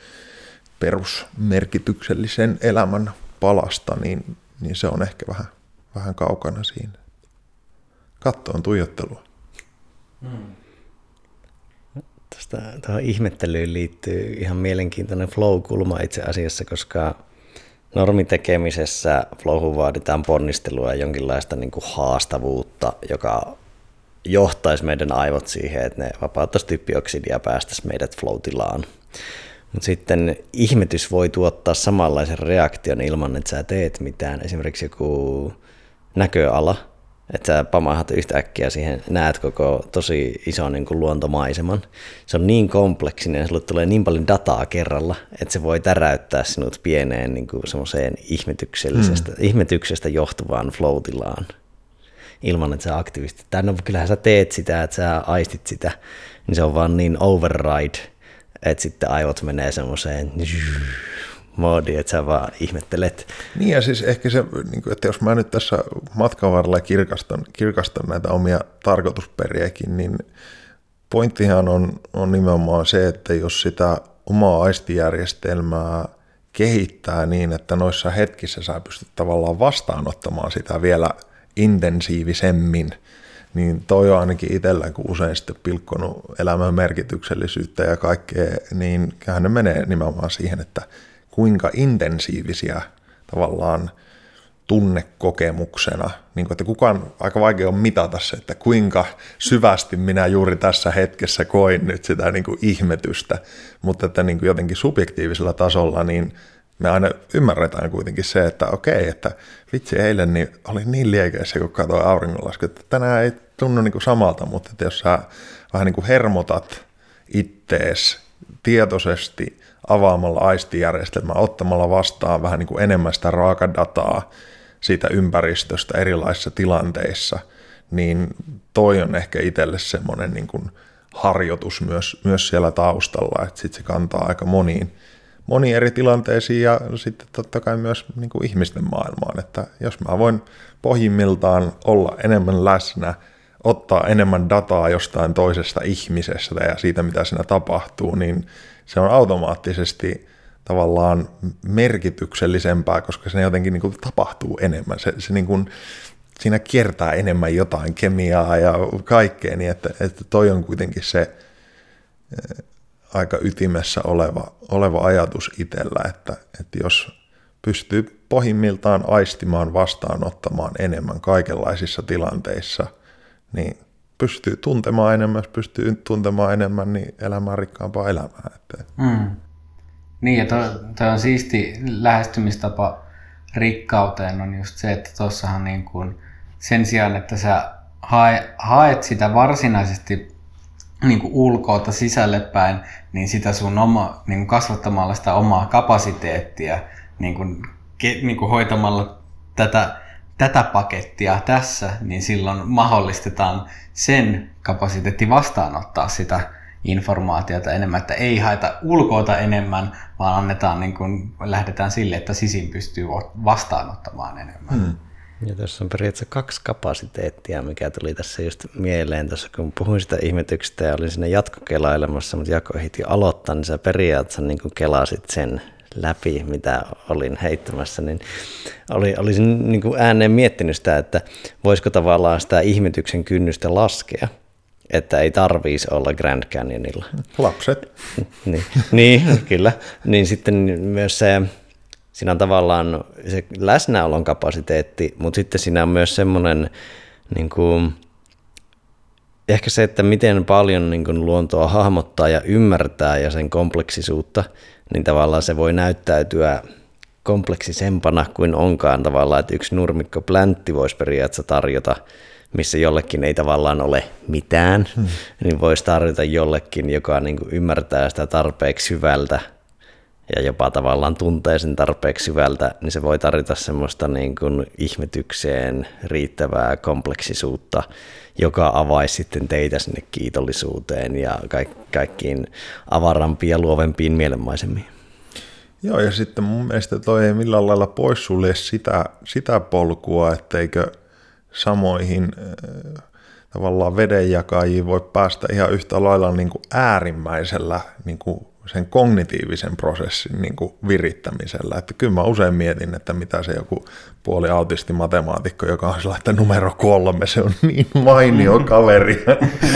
perusmerkityksellisen elämän palasta, niin se on ehkä vähän kaukana siinä. Kattoon tuijottelua. Tuohon ihmettelyyn liittyy ihan mielenkiintoinen flow-kulma itse asiassa, koska normitekemisessä flowhun vaaditaan ponnistelua ja jonkinlaista niin kuin haastavuutta, joka johtaisi meidän aivot siihen, että ne vapauttaisi typpioksidia ja päästäisi meidät flow-tilaan. Mutta sitten ihmetys voi tuottaa samanlaisen reaktion ilman, että sä teet mitään. Esimerkiksi joku näköala, että sä pamahat yhtäkkiä siihen, näet koko tosi ison niin kuin luontomaiseman. Se on niin kompleksinen ja sulle tulee niin paljon dataa kerralla, että se voi täräyttää sinut pieneen niin kuin semmoiseen ihmetyksestä johtuvaan flow-tilaan. Ilman, että sä aktiivisesti, no kyllähän sä teet sitä, että sä aistit sitä, niin se on vaan niin override, että sitten aivot menee semmoiseen moodiin, että sä vaan ihmettelet. Niin ja siis ehkä se, että jos mä nyt tässä matkan varrella kirkastan näitä omia tarkoitusperiäkin, niin pointtihan on nimenomaan se, että jos sitä omaa aistijärjestelmää kehittää niin, että noissa hetkissä sä pystyt tavallaan vastaanottamaan sitä vielä intensiivisemmin, niin toi on ainakin itsellä, kun usein sitten pilkkonut elämän merkityksellisyyttä ja kaikkea, niin ne menee nimenomaan siihen, että kuinka intensiivisiä tavallaan tunnekokemuksena, niin kuin, että kukaan aika vaikea on mitata se, että kuinka syvästi minä juuri tässä hetkessä koin nyt sitä niin kuin ihmetystä, mutta että niin kuin jotenkin subjektiivisella tasolla, niin me aina ymmärretään kuitenkin se, että okei, että vitsi eilen niin olin niin liekeissä, kun katsoin auringonlaskua, että tänään ei tunnu niin kuin samalta, mutta että jos sä vähän niin kuin hermotat ittees tietoisesti avaamalla aistijärjestelmää, ottamalla vastaan vähän niin kuin enemmän sitä raakadataa siitä ympäristöstä erilaisissa tilanteissa, niin toi on ehkä itselle semmoinen niin kuin harjoitus myös siellä taustalla, että sitten se kantaa aika moniin eri tilanteisiin ja sitten totta kai myös niin kuin ihmisten maailmaan, että jos mä voin pohjimmiltaan olla enemmän läsnä, ottaa enemmän dataa jostain toisesta ihmisestä ja siitä, mitä siinä tapahtuu, niin se on automaattisesti tavallaan merkityksellisempää, koska se jotenkin niin kuin tapahtuu enemmän. Se niin kuin, siinä kiertää enemmän jotain kemiaa ja kaikkea, niin että toi on kuitenkin se aika ytimessä oleva ajatus itsellä, että jos pystyy pohjimmiltaan aistimaan, vastaanottamaan enemmän kaikenlaisissa tilanteissa, niin pystyy tuntemaan enemmän, jos pystyy tuntemaan enemmän, niin elämään rikkaampaa elämää. Niin, ja toi on siisti lähestymistapa rikkauteen on just se, että tuossahan niin kuin sen sijaan, että sä haet sitä varsinaisesti niin kuin ulkoota sisälle päin, niin sitä sun niin kuin kasvattamalla sitä omaa kapasiteettia, niin kuin hoitamalla tätä tätä pakettia tässä, niin silloin mahdollistetaan sen kapasiteetti vastaanottaa sitä informaatiota enemmän, että ei haeta ulkoota enemmän, vaan annetaan, niin kuin, lähdetään sille, että sisin pystyy vastaanottamaan enemmän. Ja tässä on periaatteessa 2 kapasiteettia, mikä tuli tässä just mieleen, tuossa, kun puhuin sitä ihmetyksestä ja olin siinä jatkokelailemassa, mutta Jako ehti aloittaa, niin sä periaatteessa niin kuin kelasit sen läpi, mitä olin heittämässä, niin olisin niin kuin ääneen miettinyt sitä, että voisiko tavallaan sitä ihmetyksen kynnystä laskea, että ei tarvitsisi olla Grand Canyonilla. Lapset. niin, kyllä. Niin sitten myös siinä on tavallaan se läsnäolon kapasiteetti, mutta sitten siinä on myös semmoinen, niin kuin, ehkä se, että miten paljon niin kuin luontoa hahmottaa ja ymmärtää ja sen kompleksisuutta, niin tavallaan se voi näyttäytyä kompleksisempana kuin onkaan tavallaan, että yksi nurmikkopläntti voisi periaatteessa tarjota, missä jollekin ei tavallaan ole mitään, niin voisi tarjota jollekin, joka niin kuin ymmärtää sitä tarpeeksi syvältä ja jopa tavallaan tuntee sen tarpeeksi syvältä, niin se voi tarjota semmoista niin kuin ihmetykseen riittävää kompleksisuutta, joka avaisi sitten teitä sinne kiitollisuuteen ja kaikkiin avarampiin ja luovempiin mielenmaisemiin. Joo, ja sitten mun mielestä toi ei millään lailla poissulje sitä polkua, etteikö samoihin tavallaan vedenjakajiin voi päästä ihan yhtä lailla niin kuin äärimmäisellä niin kuin sen kognitiivisen prosessin niin kuin virittämisellä. Että kyllä mä usein mietin, että mitä se joku puoliautisti-matemaatikko, joka on sillä, että numero 3, se on niin mainio kaveri.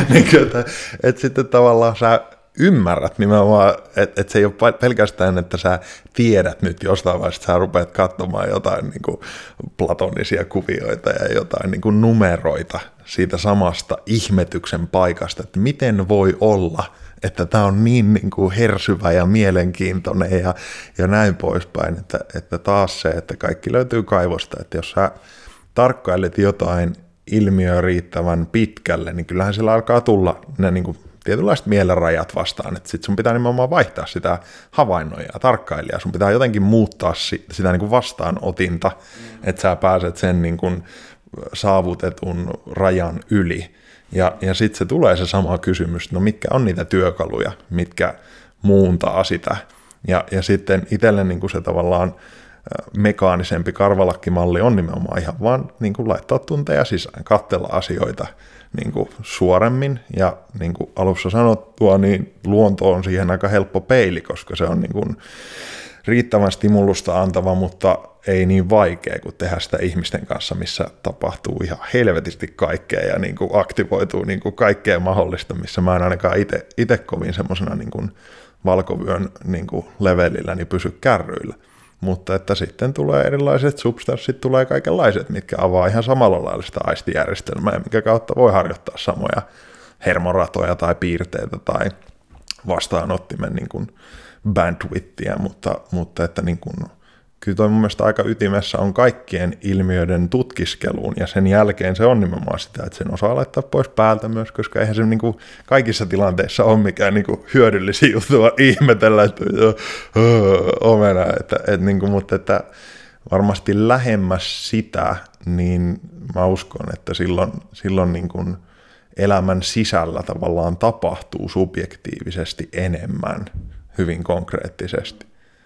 Että sitten tavallaan sä ymmärrät nimenomaan, että se ei ole pelkästään, että sä tiedät nyt jostain vaiheessa, että sä rupeat katsomaan jotain niin kuin platonisia kuvioita ja jotain niin kuin numeroita siitä samasta ihmetyksen paikasta, että miten voi olla, että tämä on niin kuin hersyvä ja mielenkiintoinen ja näin poispäin, että taas se, että kaikki löytyy kaivosta, että jos sä tarkkailet jotain ilmiöä riittävän pitkälle, niin kyllähän sillä alkaa tulla ne niin kuin tietynlaiset mielenrajat vastaan, että sit sun pitää nimenomaan vaihtaa sitä havainnoijaa, tarkkailijaa, sun pitää jotenkin muuttaa sitä niin kuin vastaanotinta, että sä pääset sen niin kuin saavutetun rajan yli. Ja sitten se tulee se sama kysymys, no mitkä on niitä työkaluja, mitkä muuntaa sitä. Ja sitten itselle niin kuin se tavallaan mekaanisempi karvalakkimalli on nimenomaan ihan vaan niin kuin laittaa tunteja sisään, katsella asioita niin kuin suoremmin. Ja niin kuin alussa sanottua, niin luonto on siihen aika helppo peili, koska se on niin kuin riittävän stimulusta antava, mutta ei niin vaikea kuin tehdä sitä ihmisten kanssa, missä tapahtuu ihan helvetisti kaikkea ja niin kuin aktivoituu niin kuin kaikkea mahdollista, missä mä en ainakaan itse kovin semmoisena niin kuin valkovyön niin kuin levelillä niin pysy kärryillä. Mutta että sitten tulee erilaiset substanssit, tulee kaikenlaiset, mitkä avaa ihan samalla lailla sitä aistijärjestelmää, minkä kautta voi harjoittaa samoja hermoratoja tai piirteitä tai vastaanottimen niin kuin bandwidthia, mutta että niin kuin, kyllä toi mun mielestä aika ytimessä on kaikkien ilmiöiden tutkiskeluun, ja sen jälkeen se on nimenomaan sitä, että sen osaa laittaa pois päältä myös, koska eihän se niin kuin kaikissa tilanteissa ole mikään niin kuin hyödyllisiä juttua ihmetellä, että omena, niin kuin, mutta että varmasti lähemmäs sitä, niin mä uskon, että silloin niin kuin elämän sisällä tavallaan tapahtuu subjektiivisesti enemmän, hyvin konkreettisesti.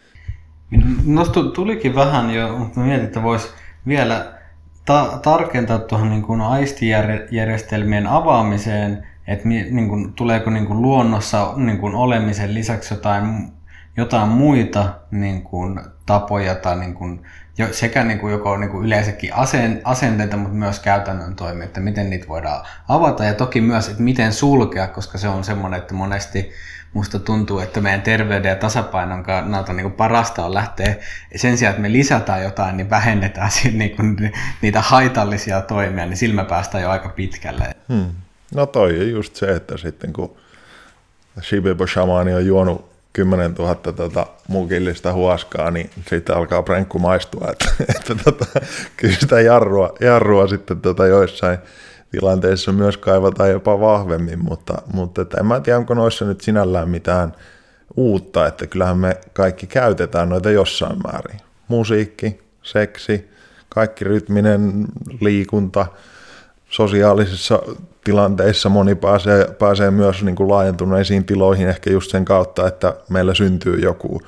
No tulikin vähän jo, mutta mietin, että voisi vielä tarkentaa tuohon niin kuin aistijärjestelmien avaamiseen, että niin kuin, tuleeko niin kuin luonnossa niin kuin olemisen lisäksi jotain muita niin kuin tapoja tai niin kuin, sekä niin kuin joko niin kuin yleensäkin asenteita, mutta myös käytännön toimia, että miten niitä voidaan avata ja toki myös, että miten sulkea, koska se on semmoinen, että monesti musta tuntuu, että meidän terveyden ja tasapainon kannalta niin kuin parasta on lähteä sen sijaan, että me lisätään jotain, niin vähennetään niin kuin niitä haitallisia toimia, niin sillä me päästään jo aika pitkälle. No toi on just se, että sitten kun Shibibo-shamaani on juonut 10 000 mukillista huoskaa, niin siitä alkaa prenkku maistua, että kyllä sitä jarrua sitten joissain tilanteissa myös kaivataan jopa vahvemmin, mutta en mä tiedä, onko noissa nyt sinällään mitään uutta, että kyllähän me kaikki käytetään noita jossain määrin. Musiikki, seksi, kaikki rytminen liikunta, sosiaalisissa tilanteissa moni pääsee myös niin kuin laajentuneisiin tiloihin ehkä just sen kautta, että meillä syntyy joku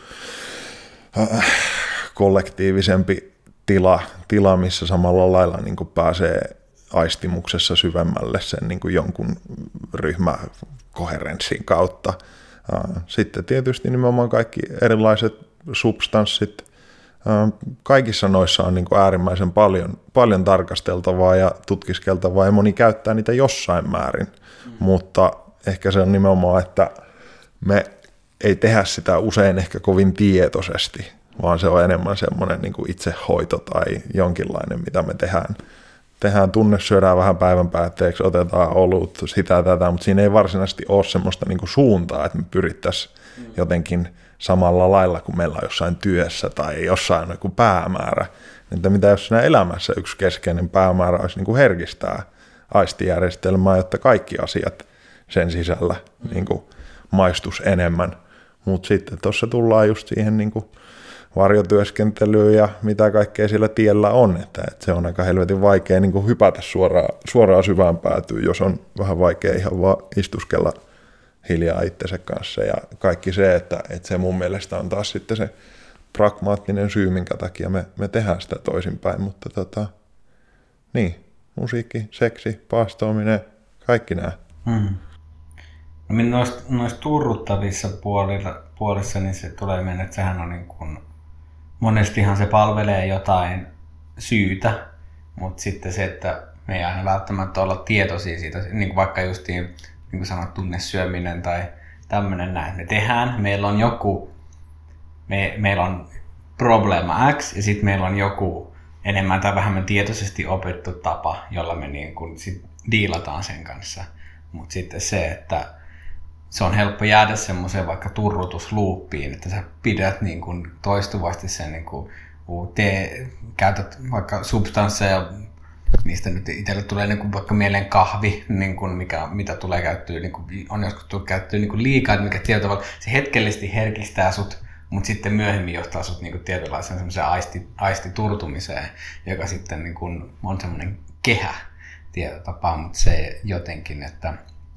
kollektiivisempi tila, missä samalla lailla niin kuin pääsee aistimuksessa syvemmälle sen niin kuin jonkun ryhmäkoherenssin kautta. Sitten tietysti nimenomaan kaikki erilaiset substanssit, kaikissa noissa on niin kuin äärimmäisen paljon tarkasteltavaa ja tutkiskeltavaa, ja moni käyttää niitä jossain määrin, mutta ehkä se on nimenomaan, että me ei tehdä sitä usein ehkä kovin tietoisesti, vaan se on enemmän semmoinen niin kuin itsehoito tai jonkinlainen, mitä me tehdään tunne, syödään vähän päivän päätteeksi, otetaan olut, sitä tätä, mutta siinä ei varsinaisesti ole semmoista niin kuin suuntaa, että me pyrittäisiin jotenkin samalla lailla kuin meillä on jossain työssä tai jossain joku päämäärä. Että mitä jos siinä elämässä yksi keskeinen päämäärä olisi niin kuin herkistää aistijärjestelmää, jotta kaikki asiat sen sisällä niin kuin maistus enemmän. Mutta sitten tuossa tullaan just siihen niin kuin varjotyöskentelyyn ja mitä kaikkea sillä tiellä on, että se on aika helvetin vaikea niin kuin hypätä suoraan syvään päätyyn, jos on vähän vaikea ihan vaan istuskella hiljaa itsensä kanssa, ja kaikki se, että se mun mielestä on taas sitten se pragmaattinen syy, minkä takia me tehdään sitä toisinpäin, mutta niin, musiikki, seksi, paastoaminen, kaikki nämä. No, noissa turruttavissa puolissa, niin se tulee mennä, että sehän on niin kuin, monestihan se palvelee jotain syytä, mutta sitten se, että me ei aina välttämättä olla tietoisia siitä, niin kuin vaikka justiin, niin kuin sanot, tunnesyöminen tai tämmöinen näin. Me tehdään, meillä on joku, meillä on probleema X ja sitten meillä on joku enemmän tai vähemmän tietoisesti opettu tapa, jolla me niin kuin sit diilataan sen kanssa. Mutta sitten se, että se on helppo jäädä semmoiseen vaikka turrutusluuppiin, että sä pidät niin kuin toistuvasti sen, niin kuin, käytät vaikka substansseja, niistä nyt itselle tulee niin kuin vaikka mieleen kahvi, niin kuin mitä tulee käyttöön, niin kuin on joskus tullut käyttöön niin kuin liikaa, mikä tietyllä tavalla se hetkellisesti herkistää sut, mutta sitten myöhemmin johtaa sut niin kuin tietynlaiseen semmoiseen aistiturtumiseen, joka sitten niin kuin on semmoinen kehä tietyllä tapaa, mutta se jotenkin, että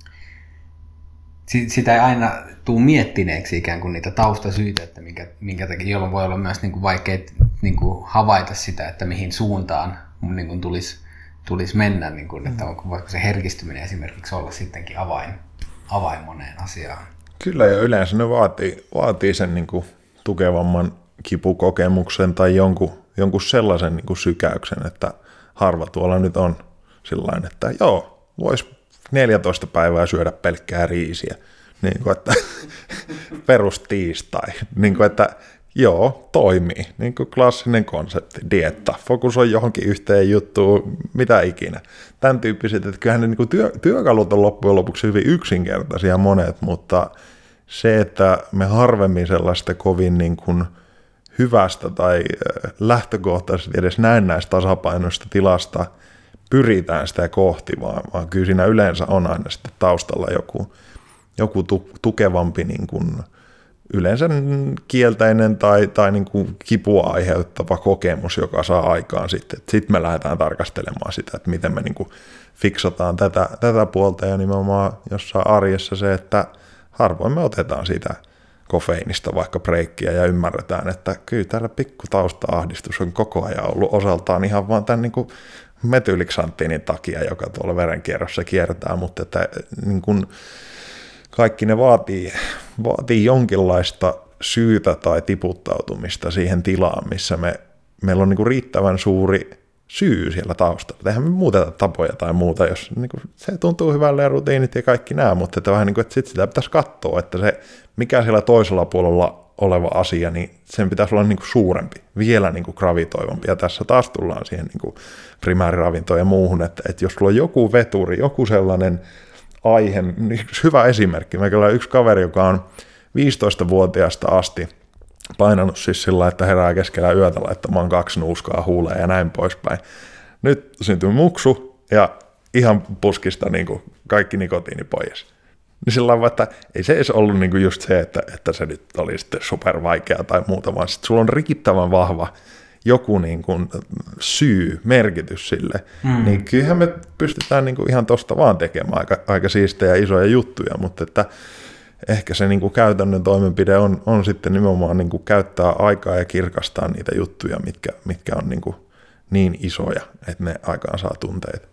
sitä ei aina tule miettineeksi ikään kuin niitä taustasyitä, että minkä takia, jolloin voi olla myös niin kuin vaikea niin kuin havaita sitä, että mihin suuntaan niin kuin tulisi mennä, niin kuin, että voiko se herkistyminen esimerkiksi olla sittenkin avain moneen asiaan. Kyllä, ja yleensä ne vaatii sen niin kuin tukevamman kipukokemuksen tai jonkun sellaisen niin kuin sykäyksen, että harva tuolla nyt on sillain, että joo, voisi 14 päivää syödä pelkkää riisiä, niin kuin, että perustiistai, niin kuin, että joo, toimii, niin kuin klassinen konsepti, dietta, fokusoi johonkin yhteen juttuun, mitä ikinä. Tämän tyyppiset, että kyllähän ne niin kuin työkalut on loppujen lopuksi hyvin yksinkertaisia monet, mutta se, että me harvemmin sellaista kovin niin kuin hyvästä tai lähtökohtaisesti edes näennäistä tasapainoista tilasta pyritään sitä kohti, vaan kyllä siinä yleensä on aina sitten taustalla joku tukevampi niin kuin yleensä kielteinen tai niin kuin kipua aiheuttava kokemus, joka saa aikaan sitten. Sitten me lähdetään tarkastelemaan sitä, että miten me niin kuin fiksataan tätä puolta, ja nimenomaan jossain arjessa se, että harvoin me otetaan siitä kofeiinista vaikka breikkiä ja ymmärretään, että kyllä täällä pikku tausta-ahdistus on koko ajan ollut osaltaan ihan vaan tämän niin kuin metyyliksanttiinin takia, joka tuolla verenkierrossa kiertää, mutta että niin kuin kaikki ne vaatii jonkinlaista syytä tai tiputtautumista siihen tilaan, missä meillä on niin kuin riittävän suuri syy siellä taustalla. Eihän me muuteta tapoja tai muuta, jos niin kuin, se tuntuu hyvälle ja rutiinit ja kaikki nämä, mutta että vähän niin kuin, että sit sitä pitäisi katsoa, että se mikä siellä toisella puolella oleva asia, niin sen pitäisi olla niin kuin suurempi, vielä niin kuin gravitoivampi. Ja tässä taas tullaan siihen niin kuin primääriravintoon ja muuhun, että jos sulla on joku veturi, joku sellainen aihe, niin hyvä esimerkki. Meillä on yksi kaveri, joka on 15-vuotiaasta asti painanut siis sillä, että herää keskellä yötä laittamaan 2 nuuskaa huuleen ja näin poispäin. Nyt syntyi muksu ja ihan puskista niin kuin kaikki nikotiini pois. Niin sillä tavalla, että ei se edes ollut niin kuin just se, että se nyt oli sitten supervaikea tai muuta, vaan sitten sulla on riittävän vahva joku niin kuin syy, merkitys sille, niin kyllähän me pystytään niin kuin ihan tosta vaan tekemään aika siistejä isoja juttuja, mutta että ehkä se niin kuin käytännön toimenpide on sitten nimenomaan niin kuin käyttää aikaa ja kirkastaa niitä juttuja, mitkä on niin isoja, että ne aikaan saa tunteita.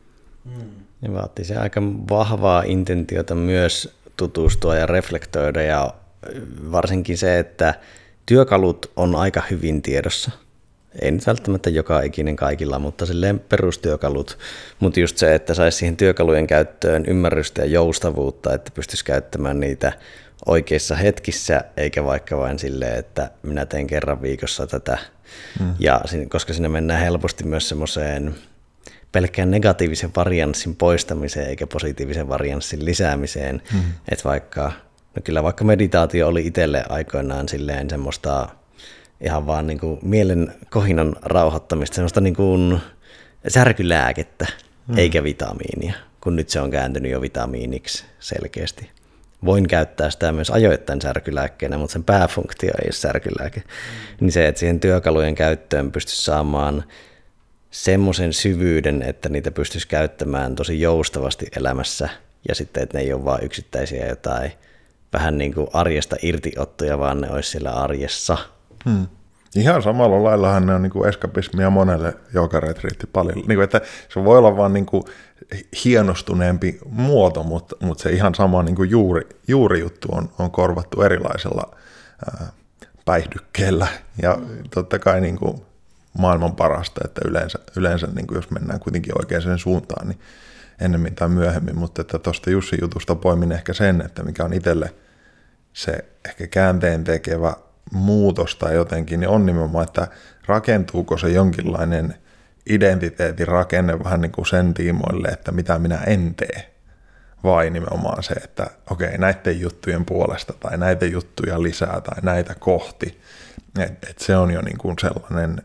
Ja vaatii se aika vahvaa intentiota myös tutustua ja reflektoida, ja varsinkin se, että työkalut on aika hyvin tiedossa. Ei nyt välttämättä joka ikinen kaikilla, mutta silleen perustyökalut. Mutta just se, että saisi siihen työkalujen käyttöön ymmärrystä ja joustavuutta, että pystyisi käyttämään niitä oikeissa hetkissä, eikä vaikka vain silleen, että minä teen kerran viikossa tätä. Ja koska siinä mennään helposti myös semmoiseen pelkkään negatiivisen varianssin poistamiseen eikä positiivisen varianssin lisäämiseen. Että vaikka meditaatio oli itselle aikoinaan silleen semmoista ihan vaan niin kuin mielen kohinan rauhoittamista, semmoista niin kuin särkylääkettä eikä vitamiinia, kun nyt se on kääntynyt jo vitamiiniksi selkeästi. Voin käyttää sitä myös ajoittain särkylääkkeenä, mutta sen pääfunktio ei ole särkylääke. Niin se, että siihen työkalujen käyttöön pystyisi saamaan semmoisen syvyyden, että niitä pystyisi käyttämään tosi joustavasti elämässä, ja sitten, että ne ei ole vain yksittäisiä jotain vähän niin kuin arjesta irtiottoja, vaan ne olisi siellä arjessa. Ihan samalla laillahan ne on niin kuin eskapismia monelle joogaretriitti paljon. Niin kuin, että se voi olla vaan niin kuin hienostuneempi muoto, mutta se ihan sama niin kuin juurijuttu on korvattu erilaisella päihdykkeellä. Ja totta kai niin kuin maailman parasta, että yleensä niin kuin jos mennään kuitenkin oikeaan suuntaan, niin ennemmin tai myöhemmin. Mutta että tuosta Jussin jutusta poimin ehkä sen, että mikä on itselle se ehkä käänteen tekevä muutos tai jotenkin, niin on nimenomaan, että rakentuuko se jonkinlainen identiteetin rakenne vähän niin kuin sen tiimoille, että mitä minä en tee, vai nimenomaan se, että okei, näiden juttujen puolesta tai näitä juttuja lisää tai näitä kohti, että se on jo niin kuin sellainen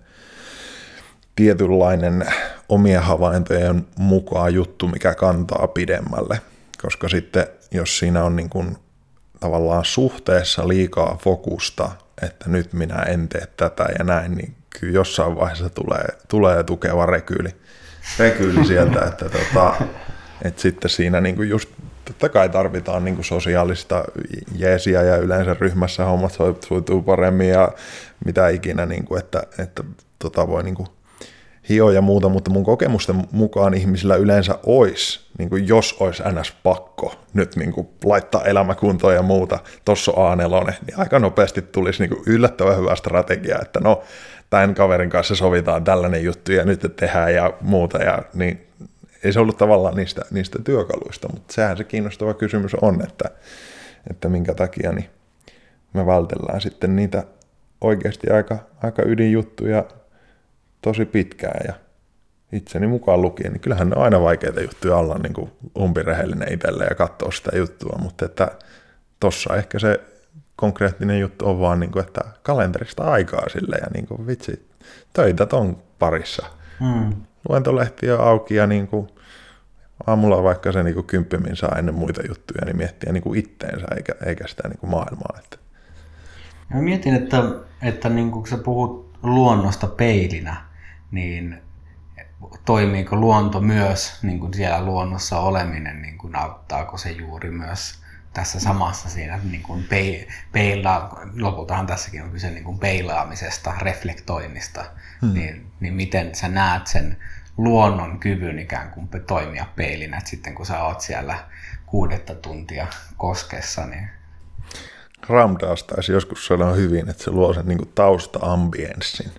tietynlainen omien havaintojen mukaan juttu, mikä kantaa pidemmälle, koska sitten jos siinä on niin kuin tavallaan suhteessa liikaa fokusta, että nyt minä en tee tätä ja näin, niin kyllä jossain vaiheessa tulee tukeva rekyyli sieltä, että sitten siinä niinku just totta kai tarvitaan niinku sosiaalista jeesiä ja yleensä ryhmässä hommat suituu paremmin ja mitä ikinä, niinku, että voi niinku hio ja muuta, mutta mun kokemusten mukaan ihmisillä yleensä olisi, niin kuin jos olisi ns. Pakko nyt niin kuin laittaa elämäkuntoon ja muuta, tuossa on A4, niin aika nopeasti tulisi niin kuin yllättävän hyvä strategia, että no, tämän kaverin kanssa sovitaan tällainen juttu ja nyt tehdään ja muuta, ja niin ei se ollut tavallaan niistä työkaluista, mutta sehän se kiinnostava kysymys on, että minkä takia niin me vältellään sitten niitä oikeasti aika ydinjuttuja tosi pitkään ja itseni mukaan lukien, niin kyllähän ne on aina vaikeita juttuja olla niin kuin umpirehellinen itselle ja katsoa sitä juttua, mutta että tossa ehkä se konkreettinen juttu on vaan, niin kuin, että kalenterista aikaa sille ja niin kuin, vitsi, töitä ton parissa. Luentolehtiä auki ja niin kuin, aamulla vaikka se niin kuin 10 saa ennen muita juttuja, niin miettiä niin kuin itteensä eikä sitä niin kuin maailmaa. Että. Mä mietin, että niin kun sä puhut luonnosta peilinä, niin toimiiko luonto myös, niin kuin siellä luonnossa oleminen, niin kuin auttaako se juuri myös tässä samassa siinä niin kuin lopultahan tässäkin on kyse niin kuin peilaamisesta, reflektoinnista, niin miten sä näet sen luonnon kyvyn ikään kuin toimia peilinä, että sitten kun sä oot siellä 6 tuntia koskessa, niin Ram Dass taisi joskus sanoa hyvin, että se luo sen niin kuin tausta-ambienssin.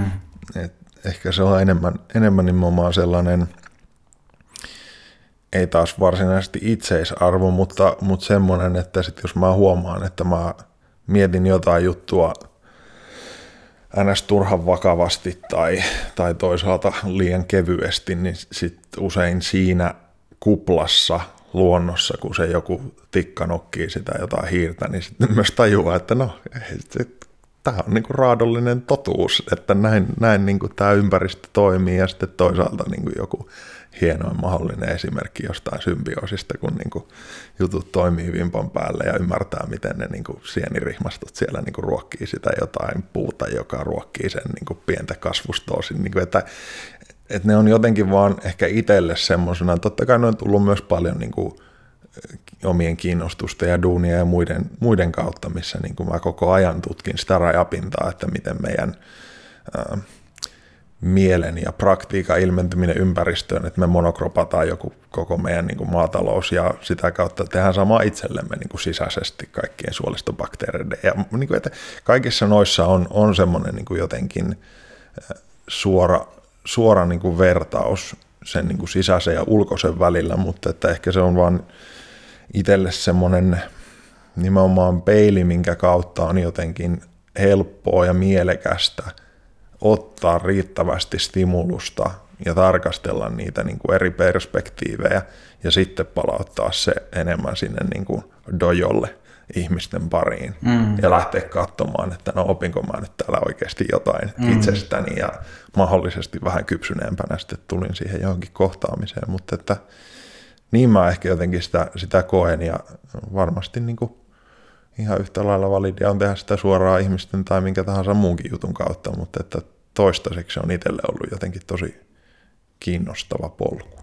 Ehkä se on enemmän nimenomaan sellainen, ei taas varsinaisesti itseisarvo, mutta semmoinen, että sit jos mä huomaan, että mä mietin jotain juttua ns. Turhan vakavasti tai toisaalta liian kevyesti, niin sit usein siinä kuplassa luonnossa, kun se joku tikka nokkii sitä jotain hiirtä, niin sitten myös tajuaa, että no, tämä on niinku raadollinen totuus, että näin niinku tämä ympäristö toimii ja sitten toisaalta niinku joku hienoin mahdollinen esimerkki jostain symbioosista, kun niin kuin jutut toimii vimpan päälle ja ymmärtää, miten ne niin kuin sienirihmastot siellä niin kuin ruokkii sitä jotain puuta, joka ruokkii sen niin kuin pientä kasvustoa. Niin kuin, että ne on jotenkin vaan ehkä itselle semmoisena, totta kai ne on tullut myös paljon niin kuin omien kiinnostusten ja duunia ja muiden kautta, missä niin kuin mä koko ajan tutkin sitä rajapintaa, että miten meidän mielen ja praktiikan ilmentyminen ympäristöön, että me monokropataan joku koko meidän niin kuin maatalous ja sitä kautta tehdään samaa itsellemme niin kuin sisäisesti kaikkien suolistobakteereiden. Ja niin kuin, että kaikissa noissa on semmoinen niin kuin jotenkin suora niin kuin vertaus sen niin kuin sisäisen ja ulkoisen välillä, mutta että ehkä se on vaan itselle semmoinen nimenomaan peili, minkä kautta on jotenkin helppoa ja mielekästä ottaa riittävästi stimulusta ja tarkastella niitä niin kuin eri perspektiivejä ja sitten palauttaa se enemmän sinne niin kuin dojolle ihmisten pariin ja lähteä katsomaan, että no opinko mä nyt täällä oikeasti jotain itsestäni ja mahdollisesti vähän kypsyneempänä sitten tulin siihen johonkin kohtaamiseen, mutta että niin mä ehkä jotenkin sitä koen ja varmasti niin kuin ihan yhtä lailla validia on tehdä sitä suoraan ihmisten tai minkä tahansa muunkin jutun kautta, mutta että toistaiseksi on itselle ollut jotenkin tosi kiinnostava polku.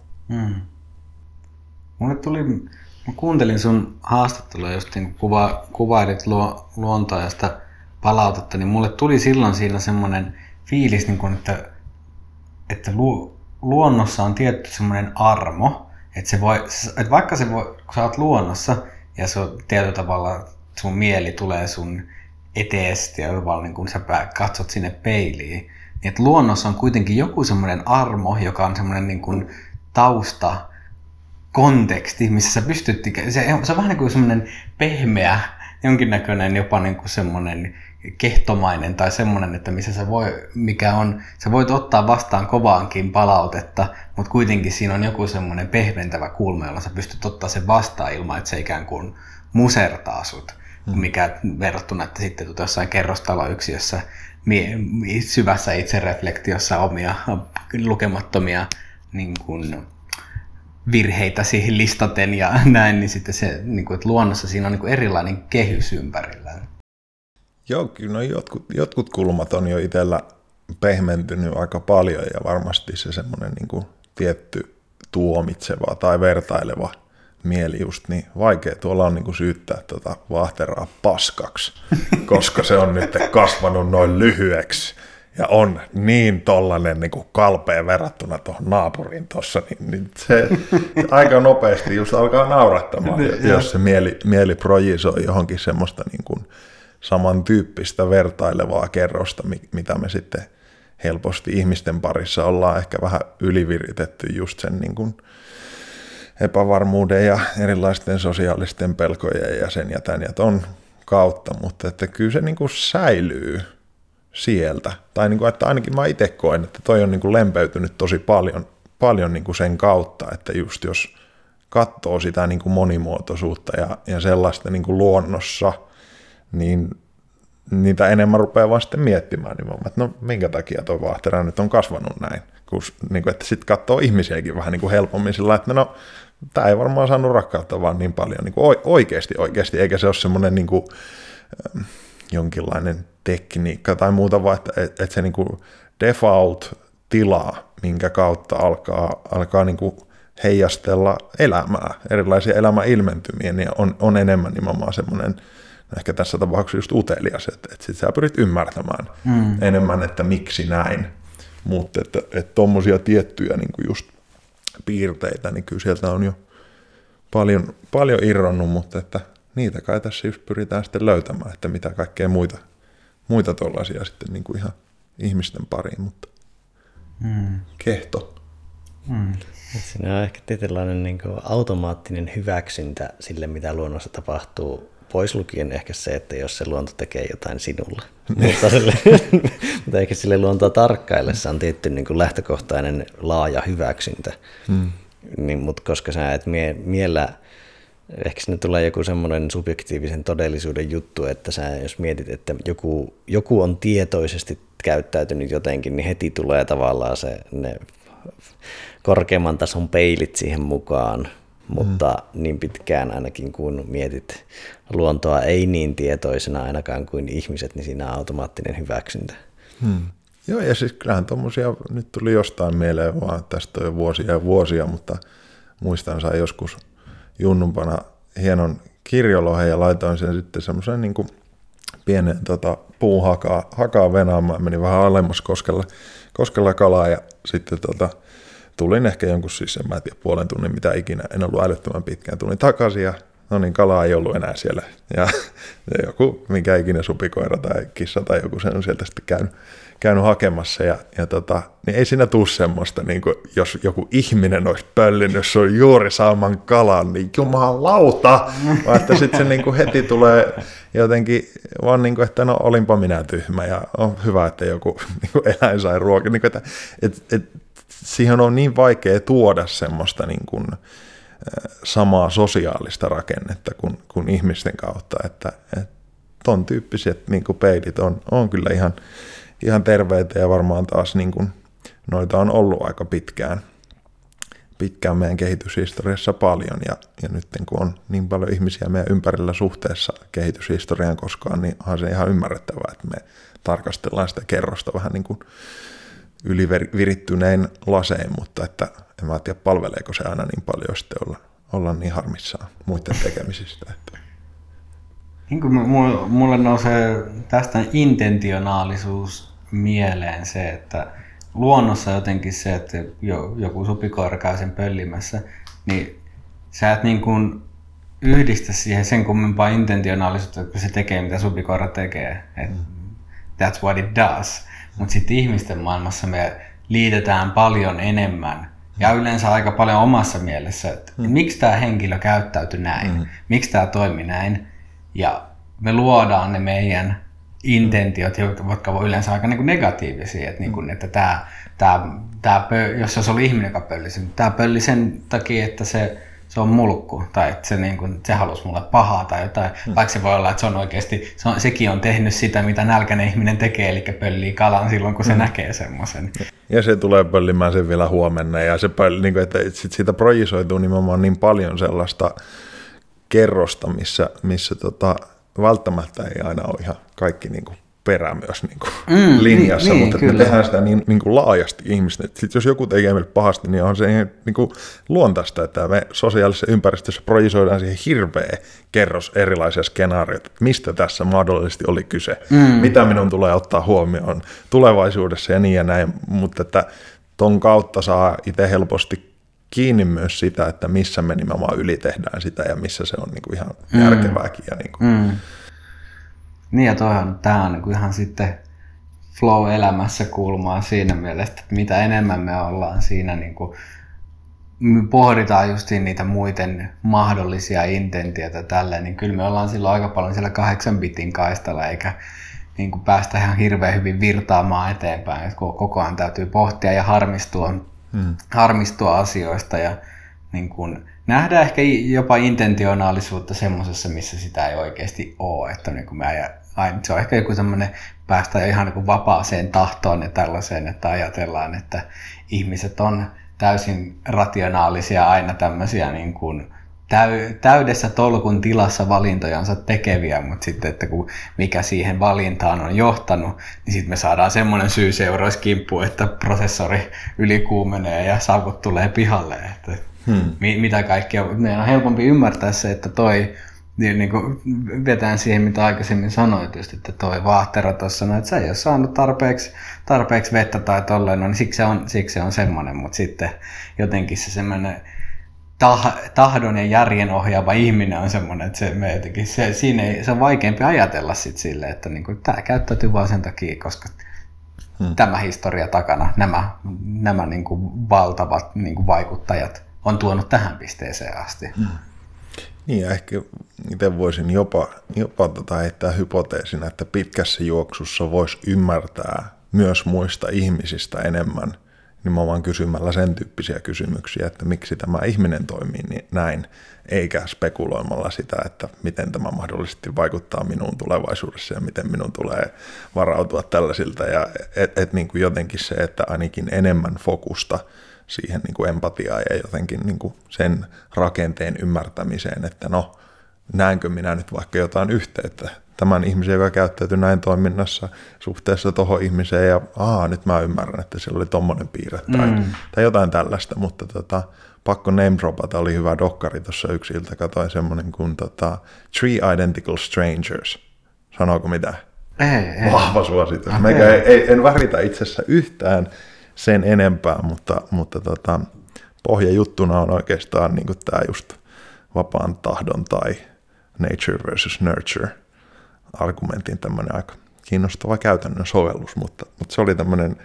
Mä kuuntelin sun haastattelua, just niin kuvailit luontoa ja sitä palautetta, niin mulle tuli silloin siinä semmoinen fiilis, niin kuin, että luonnossa on tietty semmoinen armo, että vaikka kun sä oot luonnossa ja se on tietyllä tavalla sun mieli tulee sun eteestä ja tavalla niin kun sä katsot sinne peiliin, niin että luonnossa on kuitenkin joku semmoinen armo, joka on semmoinen niin kuin tausta konteksti, missä sä pystyt, se on vähän niin kuin semmoinen pehmeä, jonkinnäköinen jopa niin kuin semmoinen kehtomainen tai semmoinen, että missä sä voit ottaa vastaan kovaankin palautetta, mutta kuitenkin siinä on joku semmoinen pehmentävä kulma, jolla sä pystyt ottaa sen vastaan ilman, että se ikään kuin musertaa sut, mikä verrattuna, että sitten jossain kerrostaloyksiössä syvässä itsereflektiossa omia lukemattomia niin kuin virheitäsi listaten ja näin, niin sitten se, niin kuin, että luonnossa siinä on niin kuin erilainen kehys ympärillään. Joo, kyllä no jotkut kulmat on jo itsellä pehmentynyt aika paljon ja varmasti se semmoinen niin kuin tietty tuomitseva tai vertaileva mieli just niin vaikea tuolla on niin kuin syyttää tuota vaahteraa paskaksi, koska se on nyt kasvanut noin lyhyeksi ja on niin tollainen niin kuin kalpea verrattuna tuohon naapuriin tuossa, niin se aika nopeasti just alkaa naurattamaan, jos se mieli projisoi johonkin semmoista niin kuin samantyyppistä vertailevaa kerrosta, mitä me sitten helposti ihmisten parissa ollaan ehkä vähän yliviritetty just sen niin kuin epävarmuuden ja erilaisten sosiaalisten pelkojen ja sen ja tämän ja ton kautta, mutta että kyllä se niin kuin säilyy sieltä. Tai niin kuin, että ainakin mä itse koen, että toi on niin kuin lempeytynyt tosi paljon niin kuin sen kautta, että just jos katsoo sitä niin kuin monimuotoisuutta ja sellaista niin kuin luonnossa, niin niitä enemmän rupeaa vaan sitten miettimään, niin että no minkä takia tuo vaahtera nyt on kasvanut näin. Niin kuin, että sitten katsoo ihmisiäkin vähän niin kuin helpommin sillä, että no tämä ei varmaan saanut rakkautta vaan niin paljon niin kuin oikeasti, eikä se ole semmoinen niin kuin jonkinlainen tekniikka tai muuta, vaan että se niin kuin default-tila, minkä kautta alkaa niin kuin heijastella elämää, erilaisia elämäilmentymiä, niin on enemmän nimenomaan semmoinen, ehkä tässä tapauksessa just utelias, että sit sä pyrit ymmärtämään enemmän, että miksi näin, mutta että tommosia tiettyjä niin kuin just piirteitä, niin kyllä sieltä on jo paljon irronnut, mutta että niitä kai tässä just pyritään sitten löytämään, että mitä kaikkea muita tuollaisia sitten niin kuin ihan ihmisten pariin, mutta kehto. Siinä on ehkä tietynlainen niin kuin automaattinen hyväksyntä sille, mitä luonnossa tapahtuu, pois lukien ehkä se, että jos se luonto tekee jotain sinulle. Mutta ehkä sille luontoa tarkkaillessa on tietty niin kuin lähtökohtainen laaja hyväksyntä. Niin, mutta koska sä et miellä, ehkä sinne tulee joku semmoinen subjektiivisen todellisuuden juttu, että sä jos mietit, että joku on tietoisesti käyttäytynyt jotenkin, niin heti tulee tavallaan ne korkeamman tason peilit siihen mukaan, mutta niin pitkään ainakin kun mietit luontoa ei niin tietoisena ainakaan kuin ihmiset, niin siinä on automaattinen hyväksyntä. Joo, ja siis kyllähän tuommoisia, nyt tuli jostain mieleen vaan, tästä on jo vuosia ja vuosia, mutta muistan sain joskus junnumpana hienon kirjolohen ja laitoin sen sitten semmoisen niin kuin pienen puuhakaa venaamaan, meni vähän alemmas koskella kalaa ja sitten tulin ehkä jonkun siis, en mä tiedä, puolen tunnin mitä ikinä, en ollut älyttömän pitkään, tulin takaisin ja no niin, kalaa ei ollut enää siellä ja joku mikä ikinä supikoira tai kissa tai joku sen on sieltä sitten käynyt hakemassa ja niin ei siinä tule semmoista, niin kuin, jos joku ihminen olisi pöllinyt sun juuri saaman kalan, niin jumalauta, vaan että sitten se niin kuin heti tulee jotenkin vaan niin kuin, että no olinpa minä tyhmä ja on hyvä, että joku niin kuin eläin sai ruokaa, niin kuin, että siihen on niin vaikea tuoda semmoista niin kuin, samaa sosiaalista rakennetta kuin ihmisten kautta, että ton tyyppiset niin kuin peilit on kyllä ihan terveitä ja varmaan taas niin kuin, noita on ollut aika pitkään meidän kehityshistoriassa paljon ja nyt kun on niin paljon ihmisiä meidän ympärillä suhteessa kehityshistoriaan koskaan, niin onhan se ihan ymmärrettävää, että me tarkastellaan sitä kerrosta vähän niin kuin ylivirittynein lasein, mutta että en mä tiedä palveleeko se aina niin paljon sitten olla niin harmissaan muiden tekemisistä. Että. Niin kuin mulle nousee tästä intentionaalisuus mieleen se, että luonnossa jotenkin se, että joku supikoira käy sen pöllimässä, niin sä et niin kuin yhdistä siihen sen kummempaa intentionaalisuutta, kun se tekee mitä supikoira tekee. That's what it does. Mutta sitten ihmisten maailmassa me liitetään paljon enemmän ja yleensä aika paljon omassa mielessä, että miksi tämä henkilö käyttäytyi näin, miksi tämä toimi näin. Ja me luodaan ne meidän intentiot, jotka voi yleensä aika niin kuin negatiivisia, että, niin kuin, että jos se olisi ollut ihminen, joka pöllisi, tämä pölli sen takia, että se on mulkku tai että se, niin kuin, se halusi mulle pahaa tai jotain, vaikka se voi olla, että se on oikeasti, sekin on tehnyt sitä, mitä nälkäinen ihminen tekee, eli pöllii kalan silloin, kun se näkee semmoisen. Ja se tulee pöllimään sen vielä huomenna ja se niin kuin, että siitä projisoituu nimenomaan niin paljon sellaista kerrosta, missä välttämättä ei aina ole ihan kaikki niin kuin perä myös niin kuin linjassa, mutta me tehdään sitä niin kuin laajasti ihmisten. Sitten jos joku tekee meille pahasti, niin on se niin kuin luontaista, että me sosiaalisessa ympäristössä projisoidaan siihen hirveä kerros erilaisia skenaarioita, että mistä tässä mahdollisesti oli kyse, mitä minun tulee ottaa huomioon tulevaisuudessa ja niin ja näin, mutta että ton kautta saa itse helposti kiinni myös sitä, että missä me nimenomaan ylitehdään sitä ja missä se on niin kuin ihan järkevääkin. Ja niin kuin. Niin ja tämä on niin kuin ihan sitten flow-elämässä kulmaa siinä mielessä, että mitä enemmän me ollaan siinä, niin kuin, me pohditaan justiin niitä muiden mahdollisia intentioita tälleen, niin kyllä me ollaan silloin aika paljon siellä 8 bitin kaistalla, eikä niin kuin päästä ihan hirveän hyvin virtaamaan eteenpäin, että koko ajan täytyy pohtia ja harmistua asioista ja niin kuin nähdään ehkä jopa intentionaalisuutta semmoisessa, missä sitä ei oikeasti ole. Että niin kuin se on ehkä joku semmoinen, päästään ihan niin kuin vapaaseen tahtoon ja tällaiseen, että ajatellaan, että ihmiset on täysin rationaalisia aina tämmöisiä niin kuin täydessä tolkun tilassa valintojansa tekeviä, mutta sitten, että kun mikä siihen valintaan on johtanut, niin sitten me saadaan semmoinen syy-seurauskimppu, että prosessori ylikuumenee ja savut tulee pihalle. Että mitä kaikkea. Meidän on helpompi ymmärtää se, että niin kuin vetään siihen, mitä aikaisemmin sanoit, just, että toi Vaahtero tuossa, että sä ei ole saanut tarpeeksi vettä tai tolleen, no, niin siksi se on semmoinen, mutta sitten jotenkin se semmoinen tahdon ja järjen ohjaava ihminen on semmoinen, että se on vaikeampi ajatella sit silleen, että niinku, tämä käyttäytyy vaan sen takia, koska tämä historia takana, nämä niinku valtavat niinku vaikuttajat on tuonut tähän pisteeseen asti. Niin ja ehkä itse voisin jopa heittää hypoteesin, että pitkässä juoksussa voisi ymmärtää myös muista ihmisistä enemmän, nimenomaan kysymällä sen tyyppisiä kysymyksiä, että miksi tämä ihminen toimii niin näin, eikä spekuloimalla sitä, että miten tämä mahdollisesti vaikuttaa minuun tulevaisuudessa ja miten minun tulee varautua tällaisilta. Ja niin kuin jotenkin se, että ainakin enemmän fokusta siihen niin kuin empatiaan ja jotenkin niin kuin sen rakenteen ymmärtämiseen, että no, näenkö minä nyt vaikka jotain yhteyttä tämän ihmisen, joka käyttäytyy näin toiminnassa suhteessa tuohon ihmiseen, ja nyt mä ymmärrän, että sillä oli tommonen piirre tai jotain tällaista, mutta pakko name dropata, oli hyvä dokkari tuossa yksi ilta, katsoin semmoinen kuin Three Identical Strangers. Sanooko mitään? Ei. Vahva suositus. En väritä itsessä yhtään sen enempää, mutta pohjajuttuna on oikeastaan niin tämä just vapaan tahdon tai nature versus nurture argumentin tämmöinen aika kiinnostava käytännön sovellus, mutta se oli tämmöinen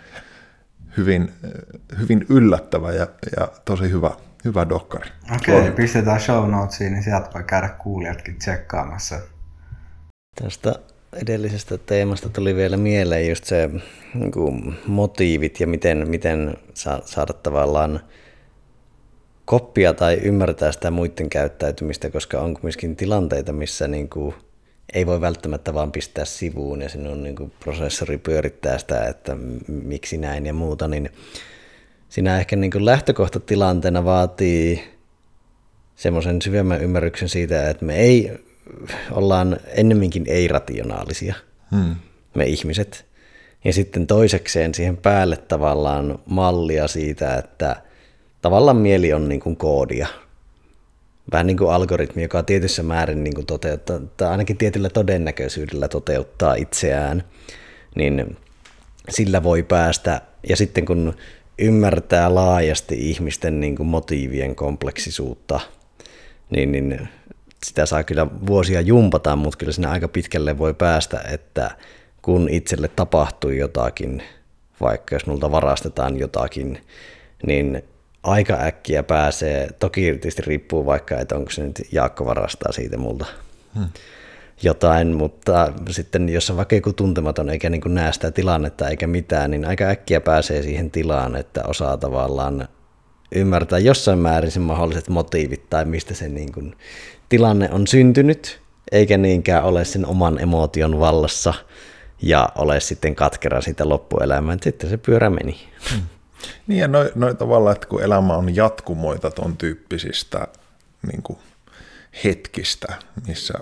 hyvin yllättävä ja tosi hyvä dokkari. Okei, pistetään show notesiin, niin sieltä voi käydä kuulijatkin tsekkaamassa. Tästä edellisestä teemasta tuli vielä mieleen just se niin kuin motiivit ja miten saada tavallaan koppia tai ymmärtää sitä muiden käyttäytymistä, koska on myöskin tilanteita, missä niin kuin ei voi välttämättä vaan pistää sivuun ja sinun niin kuin prosessori pyörittää sitä, että miksi näin ja muuta, niin siinä ehkä niin kuin lähtökohtatilanteena vaatii semmoisen syvemmän ymmärryksen siitä, että me ollaan ennemminkin ei-rationaalisia, me ihmiset. Ja sitten toisekseen siihen päälle tavallaan mallia siitä, että tavallaan mieli on niin kuin koodia. Vähän niin kuin algoritmi, joka tietyssä määrin niin kuin toteuttaa, tai ainakin tietyllä todennäköisyydellä toteuttaa itseään, niin sillä voi päästä. Ja sitten kun ymmärtää laajasti ihmisten niin kuin motiivien kompleksisuutta, niin sitä saa kyllä vuosia jumpata, mutta kyllä siinä aika pitkälle voi päästä, että kun itselle tapahtuu jotakin, vaikka jos multa varastetaan jotakin, niin aika äkkiä pääsee, toki tietysti riippuu vaikka, että onko se nyt Jaakko varastaa siitä multa jotain, mutta sitten jos on vaikka joku tuntematon eikä niin kuin näe sitä tilannetta eikä mitään, niin aika äkkiä pääsee siihen tilaan, että osaa tavallaan ymmärtää jossain määrin sen mahdolliset motiivit tai mistä se niin kuin tilanne on syntynyt, eikä niinkään ole sen oman emootion vallassa ja ole sitten katkera siitä loppuelämään, että sitten se pyörä meni. Niin ja noin tavallaan, että kun elämä on jatkumoita ton tyyppisistä niin kuin hetkistä, missä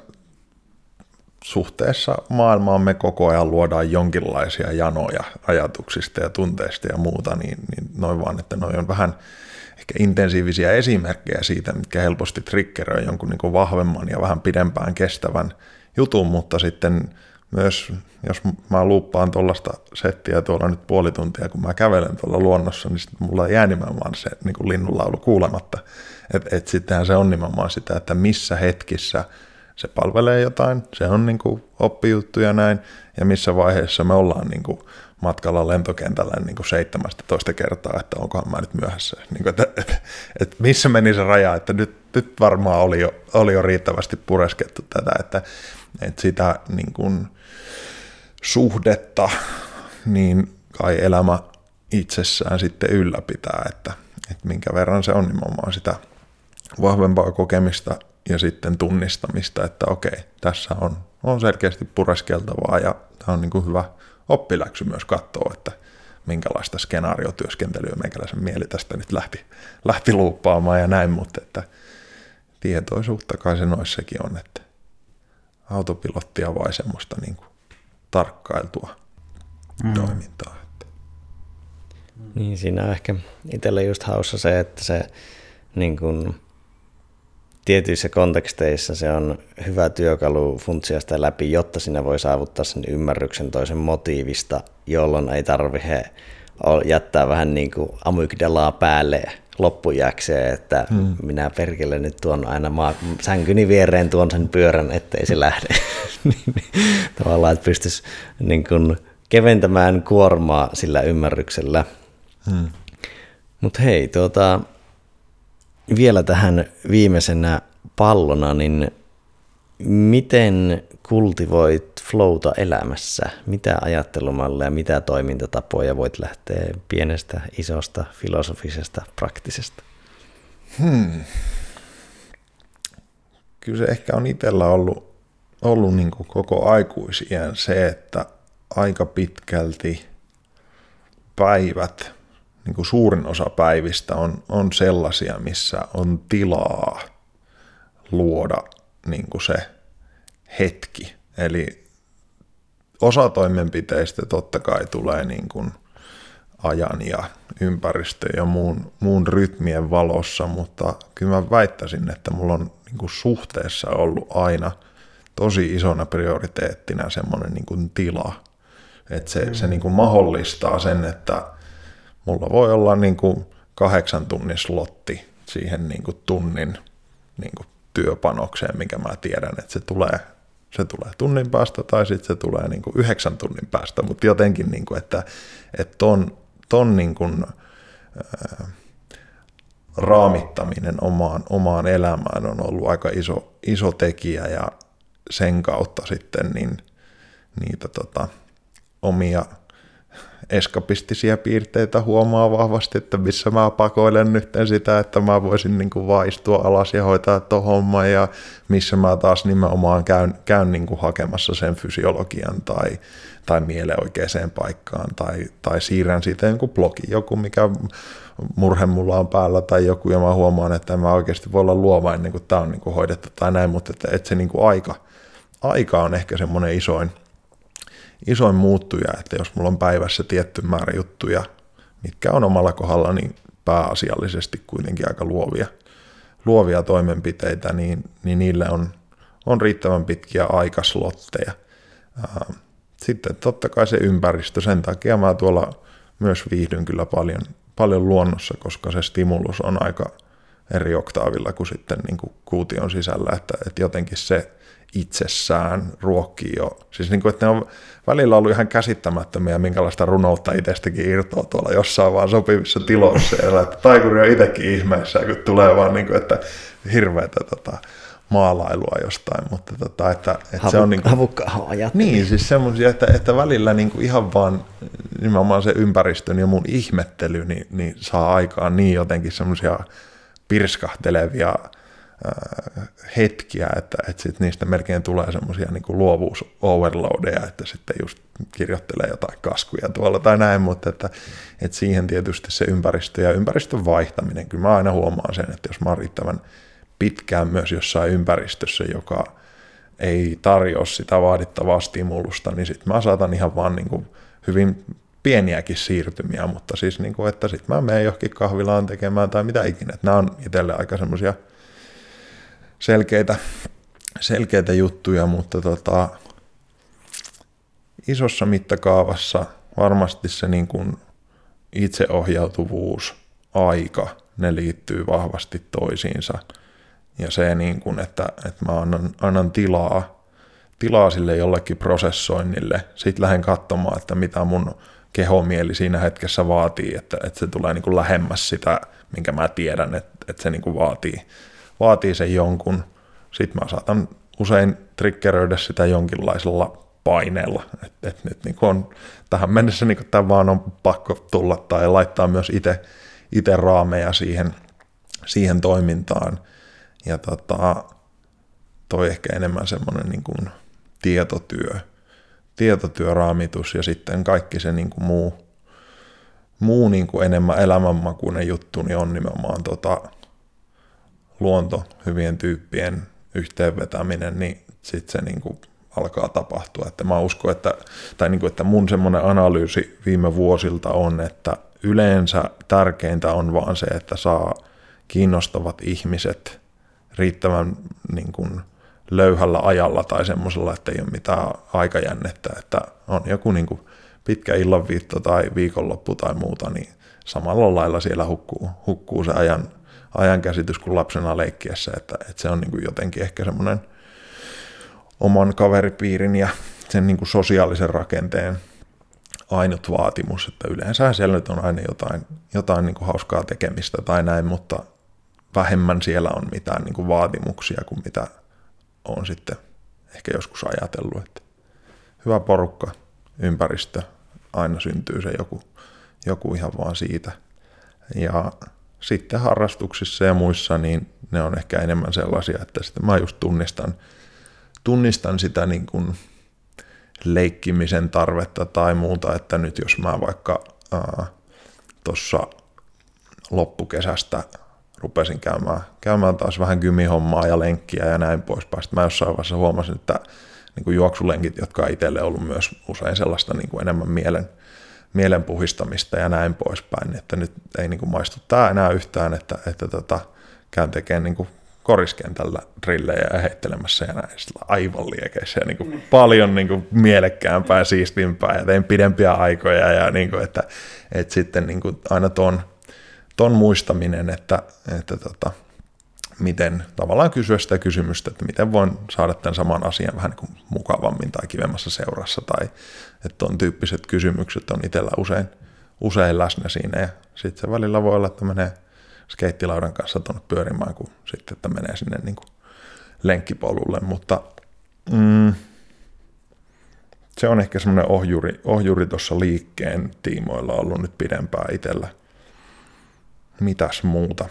suhteessa maailmaan me koko ajan luodaan jonkinlaisia janoja ajatuksista ja tunteista ja muuta, niin noin vaan, että noi on vähän ehkä intensiivisiä esimerkkejä siitä, mitkä helposti triggeröi jonkun niin kuin vahvemman ja vähän pidempään kestävän jutun, mutta sitten myös, jos mä luuppaan tuollaista settiä tuolla nyt puoli tuntia, kun mä kävelen tuolla luonnossa, niin sitten mulla jää nimenomaan se niin kuin linnunlaulu kuulematta. Et sittenhän se on nimenomaan sitä, että missä hetkissä se palvelee jotain, se on niin kuin oppijuttuja näin, ja missä vaiheessa me ollaan niin kuin matkalla lentokentällä niin kuin 17 kertaa, että onkohan mä nyt myöhässä. Niin kuin, että missä meni se raja, että nyt varmaan oli jo riittävästi pureskettu tätä, että sitä niin kuin suhdetta niin kai elämä itsessään sitten ylläpitää, että minkä verran se on nimenomaan sitä vahvempaa kokemista ja sitten tunnistamista, että okei, tässä on selkeästi pureskeltavaa ja tämä on niin kuin hyvä oppiläksy myös katsoa, että minkälaista skenaariotyöskentelyä meikäläisen mieli tästä nyt lähti luuppaamaan ja näin, mutta että tietoisuutta kai se noissakin on, että autopilottia vai semmoista niin kuin tarkkailtua toimintaa. Niin siinä on ehkä itselle just haussa se, että se niin kuin tietyissä konteksteissa se on hyvä työkalu funtsia sitä läpi, jotta sinä voi saavuttaa sen ymmärryksen toisen motiivista, jolloin ei tarvitse jättää vähän niin kuin amygdalaa päälle loppujäkseen, että minä perkele nyt tuon aina sänkyni viereen tuon sen pyörän, ettei se lähde. Tavallaan, että pystyisi niin kuin keventämään kuormaa sillä ymmärryksellä. Mutta hei, vielä tähän viimeisenä pallona, niin miten kultivoit flowta elämässä? Mitä ajattelumalleja, mitä toimintatapoja voit lähteä pienestä, isosta, filosofisesta, praktisesta? Kyllä se ehkä on itsellä ollut niin kuin koko aikuisiän se, että aika pitkälti päivät niin kuin suurin osa päivistä on sellaisia, missä on tilaa luoda niin kuin se hetki. Eli osa toimenpiteistä totta kai tulee niin kuin ajan ja ympäristön ja muun rytmien valossa, mutta kyllä mä väittäisin, että mulla on niin kuin suhteessa ollut aina tosi isona prioriteettina semmoinen niin kuin tila. Että se niin kuin mahdollistaa sen, että mulla voi olla niin kuin 8 tunnin slotti siihen niin kuin tunnin niin kuin työpanokseen, mikä mä tiedän, että se tulee tunnin päästä tai sitten se tulee niin kuin 9 tunnin päästä, mutta jotenkin, niin kuin, että ton niin kuin, raamittaminen omaan elämään on ollut aika iso tekijä ja sen kautta sitten niitä omia eskapistisia piirteitä huomaa vahvasti, että missä mä pakoilen nyt sitä, että mä voisin niin kuin vaistua alas ja hoitaa tuon homman ja missä mä taas nimenomaan käyn niin kuin hakemassa sen fysiologian tai mielen oikeaan paikkaan tai siirrän siitä joku blogi, joku mikä murhe mulla on päällä tai joku ja mä huomaan, että mä oikeasti voi olla luova ennen kuin tää on niin kuin hoidettu tai näin, mutta että se niin kuin aika on ehkä semmoinen isoin muuttuja, että jos mulla on päivässä tietty määrä juttuja, mitkä on omalla kohdalla niin pääasiallisesti kuitenkin aika luovia toimenpiteitä, niin niille on riittävän pitkiä aikaslotteja. Sitten totta kai se ympäristö, sen takia mä tuolla myös viihdyn kyllä paljon luonnossa, koska se stimulus on aika eri oktaavilla kuin sitten niin kuin kuution sisällä, että jotenkin se itsessään ruokkii jo. Siis niin kuin, että ne on välillä ollut ihan käsittämättömiä, minkälaista runoutta itsestäkin irtoaa tuolla jossain vaan sopivissa tiloissa. Että taikuri on itsekin ihmeessä, kun tulee vaan niin kuin, että hirveätä maalailua jostain. Mutta että se on niin kuin, niin, siis semmoisia, että välillä niin kuin ihan vaan nimenomaan se ympäristön ja mun ihmettely niin saa aikaan niin jotenkin semmoisia pirskahtelevia hetkiä, että sit niistä melkein tulee semmoisia niin kuin luovuus-overloadeja, että sitten just kirjoittelee jotain kaskuja tuolla tai näin, mutta että siihen tietysti se ympäristö ja ympäristön vaihtaminen, kyllä mä aina huomaan sen, että jos mä oon riittävän pitkään myös jossain ympäristössä, joka ei tarjoa sitä vaadittavaa stimulusta, niin sitten mä saatan ihan vaan niin kuin hyvin pieniäkin siirtymiä, mutta siis niin kuin, että sitten mä menen johonkin kahvilaan tekemään tai mitä ikinä, että nämä on itselle aika semmoisia selkeitä juttuja, mutta isossa mittakaavassa varmasti se niin kuin itseohjautuvuus, aika, ne liittyy vahvasti toisiinsa. Ja se, niin kuin, että mä annan tilaa sille jollekin prosessoinnille, sitten lähden katsomaan, että mitä mun kehomieli siinä hetkessä vaatii, että se tulee niin kuin lähemmäs sitä, minkä mä tiedän, että se niin kuin vaatii sen jonkun. Sitten mä saatan usein triggeröidä sitä jonkinlaisella paineella, että nyt niin on tähän mennessä niin tämä vaan on pakko tulla tai laittaa myös itse raameja siihen toimintaan. Ja toi ehkä enemmän semmoinen niin kuin tietotyöraamitus ja sitten kaikki se niin kuin muu niin kuin enemmän elämänmakuinen juttu niin on nimenomaan luonto, hyvien tyyppien yhteenvetäminen, niin sitten se niin kuin alkaa tapahtua. Että mä uskon, että mun semmoinen analyysi viime vuosilta on, että yleensä tärkeintä on vaan se, että saa kiinnostavat ihmiset riittävän niin kuin löyhällä ajalla tai semmoisella, että ei ole mitään aikajännettä, että on joku niin kuin pitkä illanviitto tai viikonloppu tai muuta, niin samalla lailla siellä hukkuu se ajankäsitys kuin lapsena leikkiessä, että se on niin kuin jotenkin ehkä semmoinen oman kaveripiirin ja sen niin kuin sosiaalisen rakenteen ainut vaatimus, että yleensä siellä nyt on aina jotain niin kuin hauskaa tekemistä tai näin, mutta vähemmän siellä on mitään niin kuin vaatimuksia kuin mitä on sitten ehkä joskus ajatellut, että hyvä porukka, ympäristö, aina syntyy se joku ihan vaan siitä. Ja sitten harrastuksissa ja muissa, niin ne on ehkä enemmän sellaisia, että sitten mä just tunnistan sitä niin kuin leikkimisen tarvetta tai muuta, että nyt jos mä vaikka tuossa loppukesästä rupesin käymään taas vähän gymihommaa ja lenkkiä ja näin poispäin. Sitten mä jossain vaiheessa huomasin, että niin kuin juoksulenkit, jotka on itselle ollut myös usein sellaista niin kuin enemmän mielen puhistamista ja näin poispäin, että nyt ei niin kuin maistu tää enää yhtään, että käyn tekemään niin kuin koriskentällä drillejä ja heittelemässä ja näin aivan liekeissä ja niin kuin paljon niin kuin mielekkäämpää ja siistimpää ja tein pidempiä aikoja ja niin kuin, että sitten niin kuin aina ton muistaminen, että miten tavallaan kysyä sitä kysymystä, että miten voin saada tämän saman asian vähän niin kuin mukavammin tai kivemmassa seurassa tai että ton tyyppiset kysymykset on itsellä usein läsnä siinä ja sitten se välillä voi olla, että menee skeittilaudan kanssa tuonne pyörimään, kun sitten, että menee sinne niin kuin lenkkipolulle, mutta se on ehkä semmoinen ohjuri tuossa liikkeen tiimoilla ollut nyt pidempään itsellä. Mitäs muuta?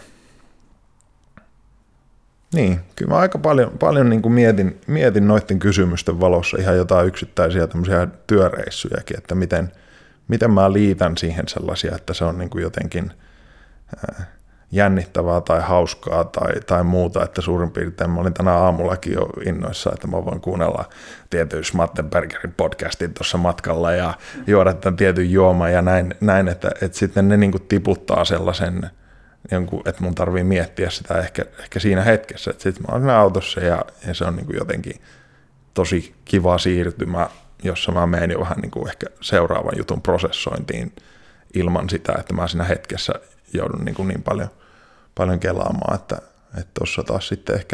Niin, kyllä mä aika paljon niin kuin mietin noiden kysymysten valossa ihan jotain yksittäisiä tämmöisiä työreissujakin, että miten mä liitän siihen sellaisia, että se on niin kuin jotenkin jännittävää tai hauskaa tai muuta, että suurin piirtein mä olin tänä aamullakin jo innoissa, että mä voin kuunnella tietyn Schmattenbergerin podcastin tuossa matkalla ja juoda tämän tietyn juoman ja näin että sitten ne niin kuin tiputtaa sellaisen jonkun, että mun tarvii miettiä sitä ehkä siinä hetkessä, että sitten mä oon siinä autossa ja se on niin kuin jotenkin tosi kiva siirtymä, jossa mä menen jo vähän niin kuin ehkä seuraavan jutun prosessointiin ilman sitä, että mä siinä hetkessä joudun niin paljon kelaamaan, että tuossa taas sitten ehkä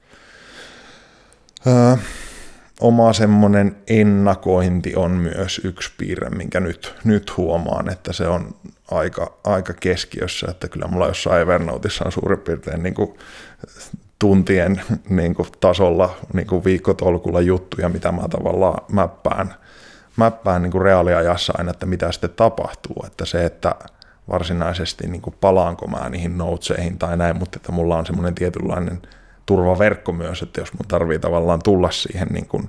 oma semmoinen ennakointi on myös yksi piirre, minkä nyt huomaan, että se on aika keskiössä, että kyllä mulla jossain Evernoteissa on suurin piirtein niin kuin tuntien niin kuin tasolla niin kuin viikkotolkulla juttuja, mitä mä tavallaan mäppään niin kuin reaaliajassa aina, että mitä sitten tapahtuu, että se, että varsinaisesti niin kuin palaanko mä niihin noteseihin tai näin, mutta että mulla on semmoinen tietynlainen turvaverkko myös, että jos mun tarvii tavallaan tulla siihen niin kuin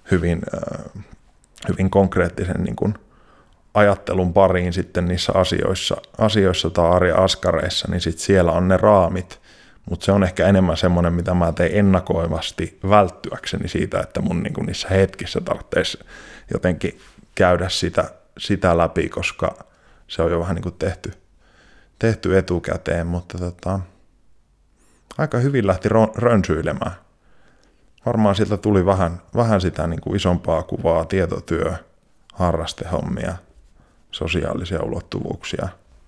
hyvin konkreettisen niin kuin ajattelun pariin sitten niissä asioissa tai arjen askareissa, niin sitten siellä on ne raamit, mutta se on ehkä enemmän semmoinen, mitä mä teen ennakoivasti välttyäkseni siitä, että mun niin kuin niissä hetkissä tarvitsisi jotenkin käydä sitä läpi, koska se on jo vähän niin kuin tehty etukäteen, mutta aika hyvin lähti rönsyilemään. Varmaan sieltä tuli vähän sitä niin kuin isompaa kuvaa, tietotyö, harrastehommia, sosiaalisia ulottuvuuksia.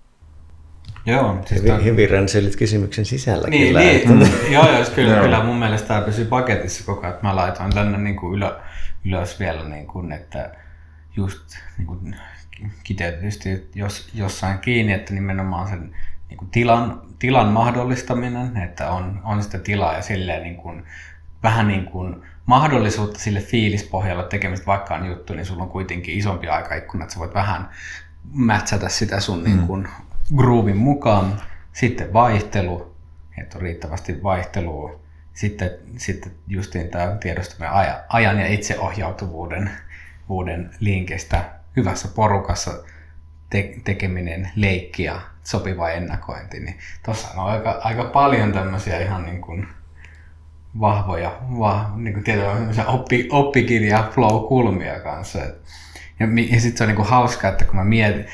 Joo, siis hyvin rönsyilit kysymyksen sisällä niin, kyllä. Niin, joo, kyllä mun mielestä tämä pysyy paketissa koko ajan, että mä laitoin tänne niin kuin ylös vielä, niin kuin, että just niin kuin kiteytetysti jossain kiinni, että nimenomaan sen niin kuin tilan mahdollistaminen, että on sitä tilaa ja silleen niin kuin, vähän niin kuin mahdollisuutta sille fiilispohjalla tekemistä, vaikka on juttu, niin sulla on kuitenkin isompi aikaikkuna, että sä voit vähän mätsätä sitä sun niin kuin groovin mukaan. Sitten vaihtelu, että on riittävästi vaihtelua. Sitten justiin tämä tiedostamme ajan ja itseohjautuvuuden linkistä, hyvässä porukassa tekeminen, leikki ja sopiva ennakointi. Niin tuossa on aika paljon tämmöisiä ihan niin kuin vahvoja niin kuin tietynlaisia oppikirja flow-kulmia kanssa. Ja sitten se on niinku hauskaa, että kun mä mietin,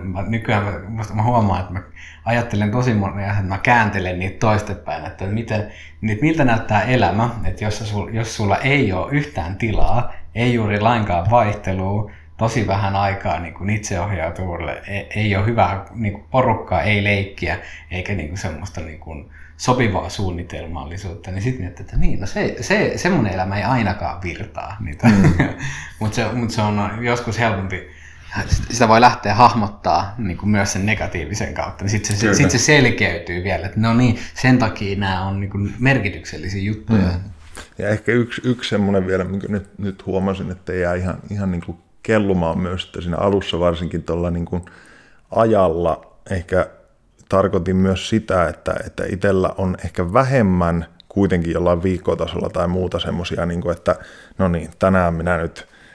mä huomaan, että mä ajattelen tosi monia, että mä kääntelen niitä toistepäin, että miltä näyttää elämä, että jos sulla ei ole yhtään tilaa, ei juuri lainkaan vaihtelua, tosi vähän aikaa niin kuin itseohjautuvuudelle, ei ole hyvää niin kuin porukkaa, ei leikkiä, eikä niin kuin semmoista niin kuin sopivaa suunnitelmallisuutta, niin sitten miettii, että niin, no semmoinen elämä ei ainakaan virtaa. Mutta se on joskus helpompi, sitä voi lähteä hahmottaa niin kuin myös sen negatiivisen kautta, niin sitten se selkeytyy vielä, että no niin, sen takia nämä on niin kuin merkityksellisiä juttuja. Ja ehkä yksi semmoinen vielä, minkä nyt huomasin, että ei jää ihan niin kuin kellumaan myös, että siinä alussa varsinkin tuolla niin kuin ajalla ehkä tarkoitin myös sitä, että itsellä on ehkä vähemmän kuitenkin jollain viikkotasolla tai muuta semmoisia, niin että no niin, tänään minä nyt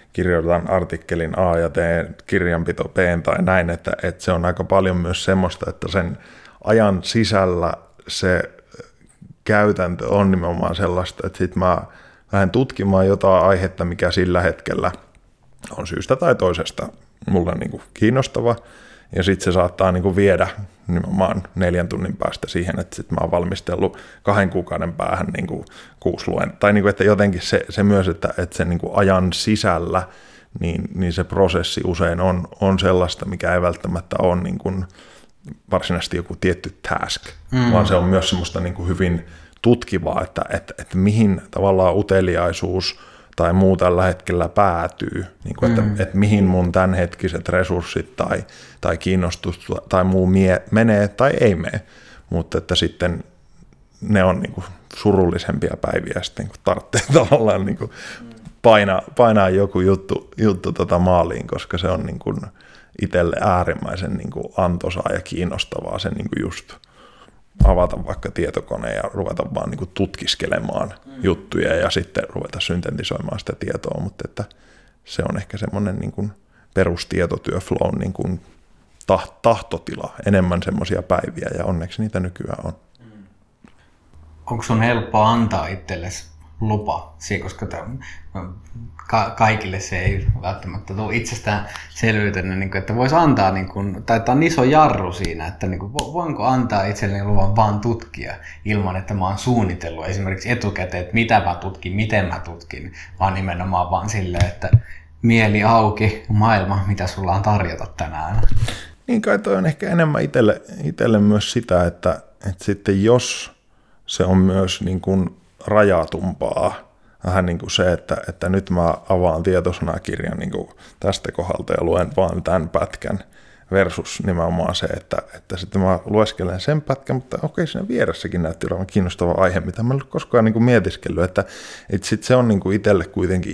kirjoitan artikkelin A ja teen kirjanpito B tai näin, että se on aika paljon myös semmoista, että sen ajan sisällä se käytäntö on nimenomaan sellaista, että sitten mä lähden tutkimaan jotain aihetta, mikä sillä hetkellä on syystä tai toisesta mulle niin kuin kiinnostava, ja sitten se saattaa niin kuin viedä nimenomaan 4 tunnin päästä siihen, että sitten mä oon valmistellut 2 kuukauden päähän niin kuin 6 tai niin kuin, että jotenkin se myös, että se niin kuin ajan sisällä, niin se prosessi usein on sellaista, mikä ei välttämättä ole niin kuin varsinaisesti joku tietty task, vaan se on myös semmoista niin kuin hyvin tutkivaa, että mihin tavallaan uteliaisuus tai muu tällä hetkellä päätyy, niin kuin, että mihin mun tämänhetkiset resurssit tai kiinnostus tai muu menee tai ei mene, mutta että sitten ne on niin kuin surullisempia päiviä sitten, kun tarvitsee tavallaan niin kuin painaa joku juttu maaliin, koska se on niin kuin itselle äärimmäisen niin kuin antoisaa ja kiinnostavaa sen niin kuin just avata vaikka tietokone ja ruveta vaan niin kuin tutkiskelemaan juttuja ja sitten ruveta syntetisoimaan sitä tietoa, mutta että se on ehkä semmoinen niin kuin perustietotyöflown niin kuin tahtotila, enemmän semmoisia päiviä ja onneksi niitä nykyään on. Onko sun helppo antaa itsellesi lupa siihen, koska kaikille se ei välttämättä tule itsestäänselvyytenä, niin että voisi antaa, tai tämä on iso jarru siinä, että voinko antaa itselleni luvan vaan tutkia ilman, että mä oon suunnitellut esimerkiksi etukäteen, että mitä mä tutkin, miten mä tutkin, vaan nimenomaan vaan silleen, että mieli auki, maailma, mitä sulla on tarjota tänään. Niin kai toi on ehkä enemmän itselle myös sitä, että sitten jos se on myös niin kuin rajatumpaa, vähän niin kuin se, että nyt mä avaan tietosanakirjan niin kuin tästä kohdalta ja luen vaan tämän pätkän versus nimenomaan se, että sitten mä lueskelen sen pätkän, mutta okei, siinä vieressäkin näytti olevan kiinnostava aihe, mitä mä en ole koskaan niin kuin mietiskellyt, että sitten se on niin kuin itselle kuitenkin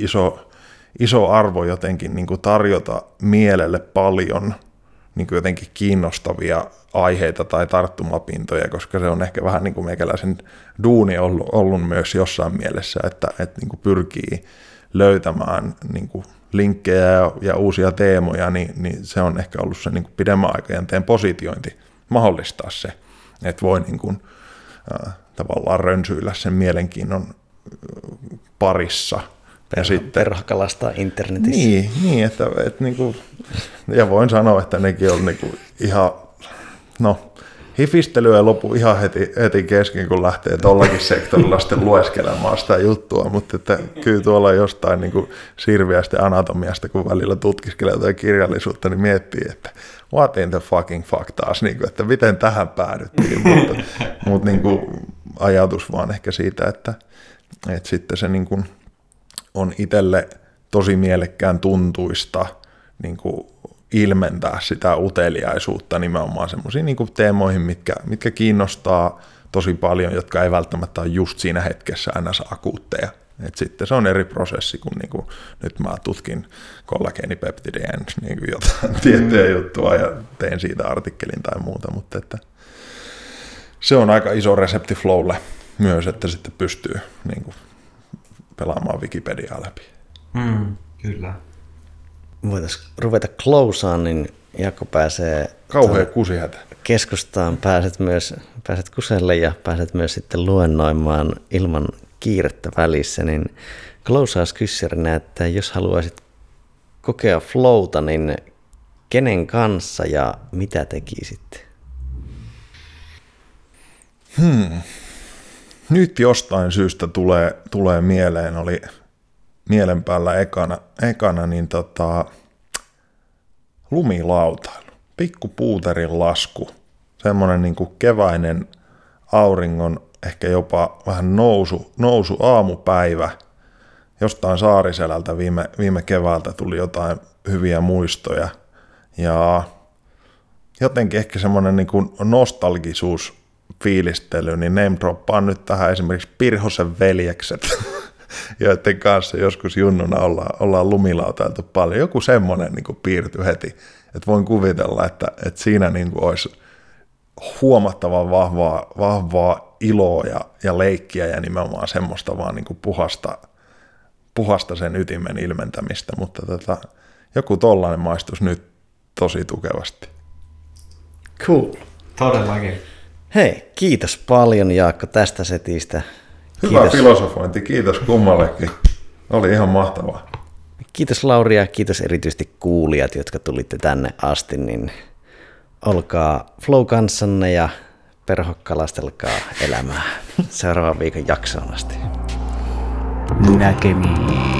iso arvo jotenkin niin kuin tarjota mielelle paljon niin kuin jotenkin kiinnostavia aiheita tai tarttumapintoja, koska se on ehkä vähän niin kuin meikäläisen duuni ollut myös jossain mielessä, että niin kuin pyrkii löytämään niin kuin linkkejä ja uusia teemoja, niin se on ehkä ollut se niin kuin pidemmän aikajänteen positiointi mahdollistaa se, että voi niin kuin, tavallaan rönsyillä sen mielenkiinnon parissa. Ja sitten perhakalastaa internetissä. Niin että niinku, ja voin sanoa, että nekin on niinku ihan, hifistely ei lopu ihan heti kesken, kun lähtee tollakin sektorilla sitten lueskelemaan sitä juttua, mutta että kyllä tuolla jostain niinku sirviästä anatomiasta, kun välillä tutkiskelee jotain kirjallisuutta, niin miettii, että what in the fucking fuck taas, niinku, että miten tähän päädyttiin, mutta niinku, ajatus vaan ehkä siitä, että sitten se niinku on itselle tosi mielekkään tuntuista niin kuin ilmentää sitä uteliaisuutta nimenomaan semmoisiin niin kuin teemoihin, mitkä kiinnostaa tosi paljon, jotka ei välttämättä ole just siinä hetkessä ns. Akuutteja. Et sitten se on eri prosessi, kun niin kuin nyt mä tutkin kollageenipeptidien niin kuin jotain tiettyä juttua ja teen siitä artikkelin tai muuta, mutta että se on aika iso resepti flowlle myös, että sitten pystyy niin kuin pelaamaan Wikipediaa läpi. Kyllä. Voitaisiin ruveta closaan, niin Jaakko pääsee kauhean kusihätä keskustaan, pääset kuselle ja pääset myös sitten luennoimaan ilman kiirettä välissä, niin closaas kyssärinä, että jos haluaisit kokea flowta, niin kenen kanssa ja mitä tekisit? Nyt jostain syystä tulee mieleen, oli mielen päällä ekana niin lumilautailu, pikkupuuterin lasku, semmoinen niin kuin keväinen auringon, ehkä jopa vähän nousu aamupäivä, jostain Saariselältä viime keväältä tuli jotain hyviä muistoja ja jotenkin ehkä semmoinen niin kuin nostalgisuus fiilistely, niin name droppaan nyt tähän esimerkiksi Pirhosen veljekset, joiden kanssa joskus junnuna ollaan lumilautailtu paljon. Joku semmoinen niin kuin piirtyi heti, että voin kuvitella, että siinä niin kuin olisi huomattavan vahvaa iloa ja leikkiä ja nimenomaan semmoista vaan niin kuin puhasta sen ytimen ilmentämistä, mutta joku tollainen maistuisi nyt tosi tukevasti. Cool. Todellakin. Hei, kiitos paljon Jaakko tästä setistä. Hyvä filosofointi, kiitos kummallekin. Oli ihan mahtavaa. Kiitos Lauri ja kiitos erityisesti kuulijat, jotka tulitte tänne asti, niin olkaa flow kanssanne ja perhokkalastelkaa elämää seuraavan viikon jaksoon asti. Näkemiin.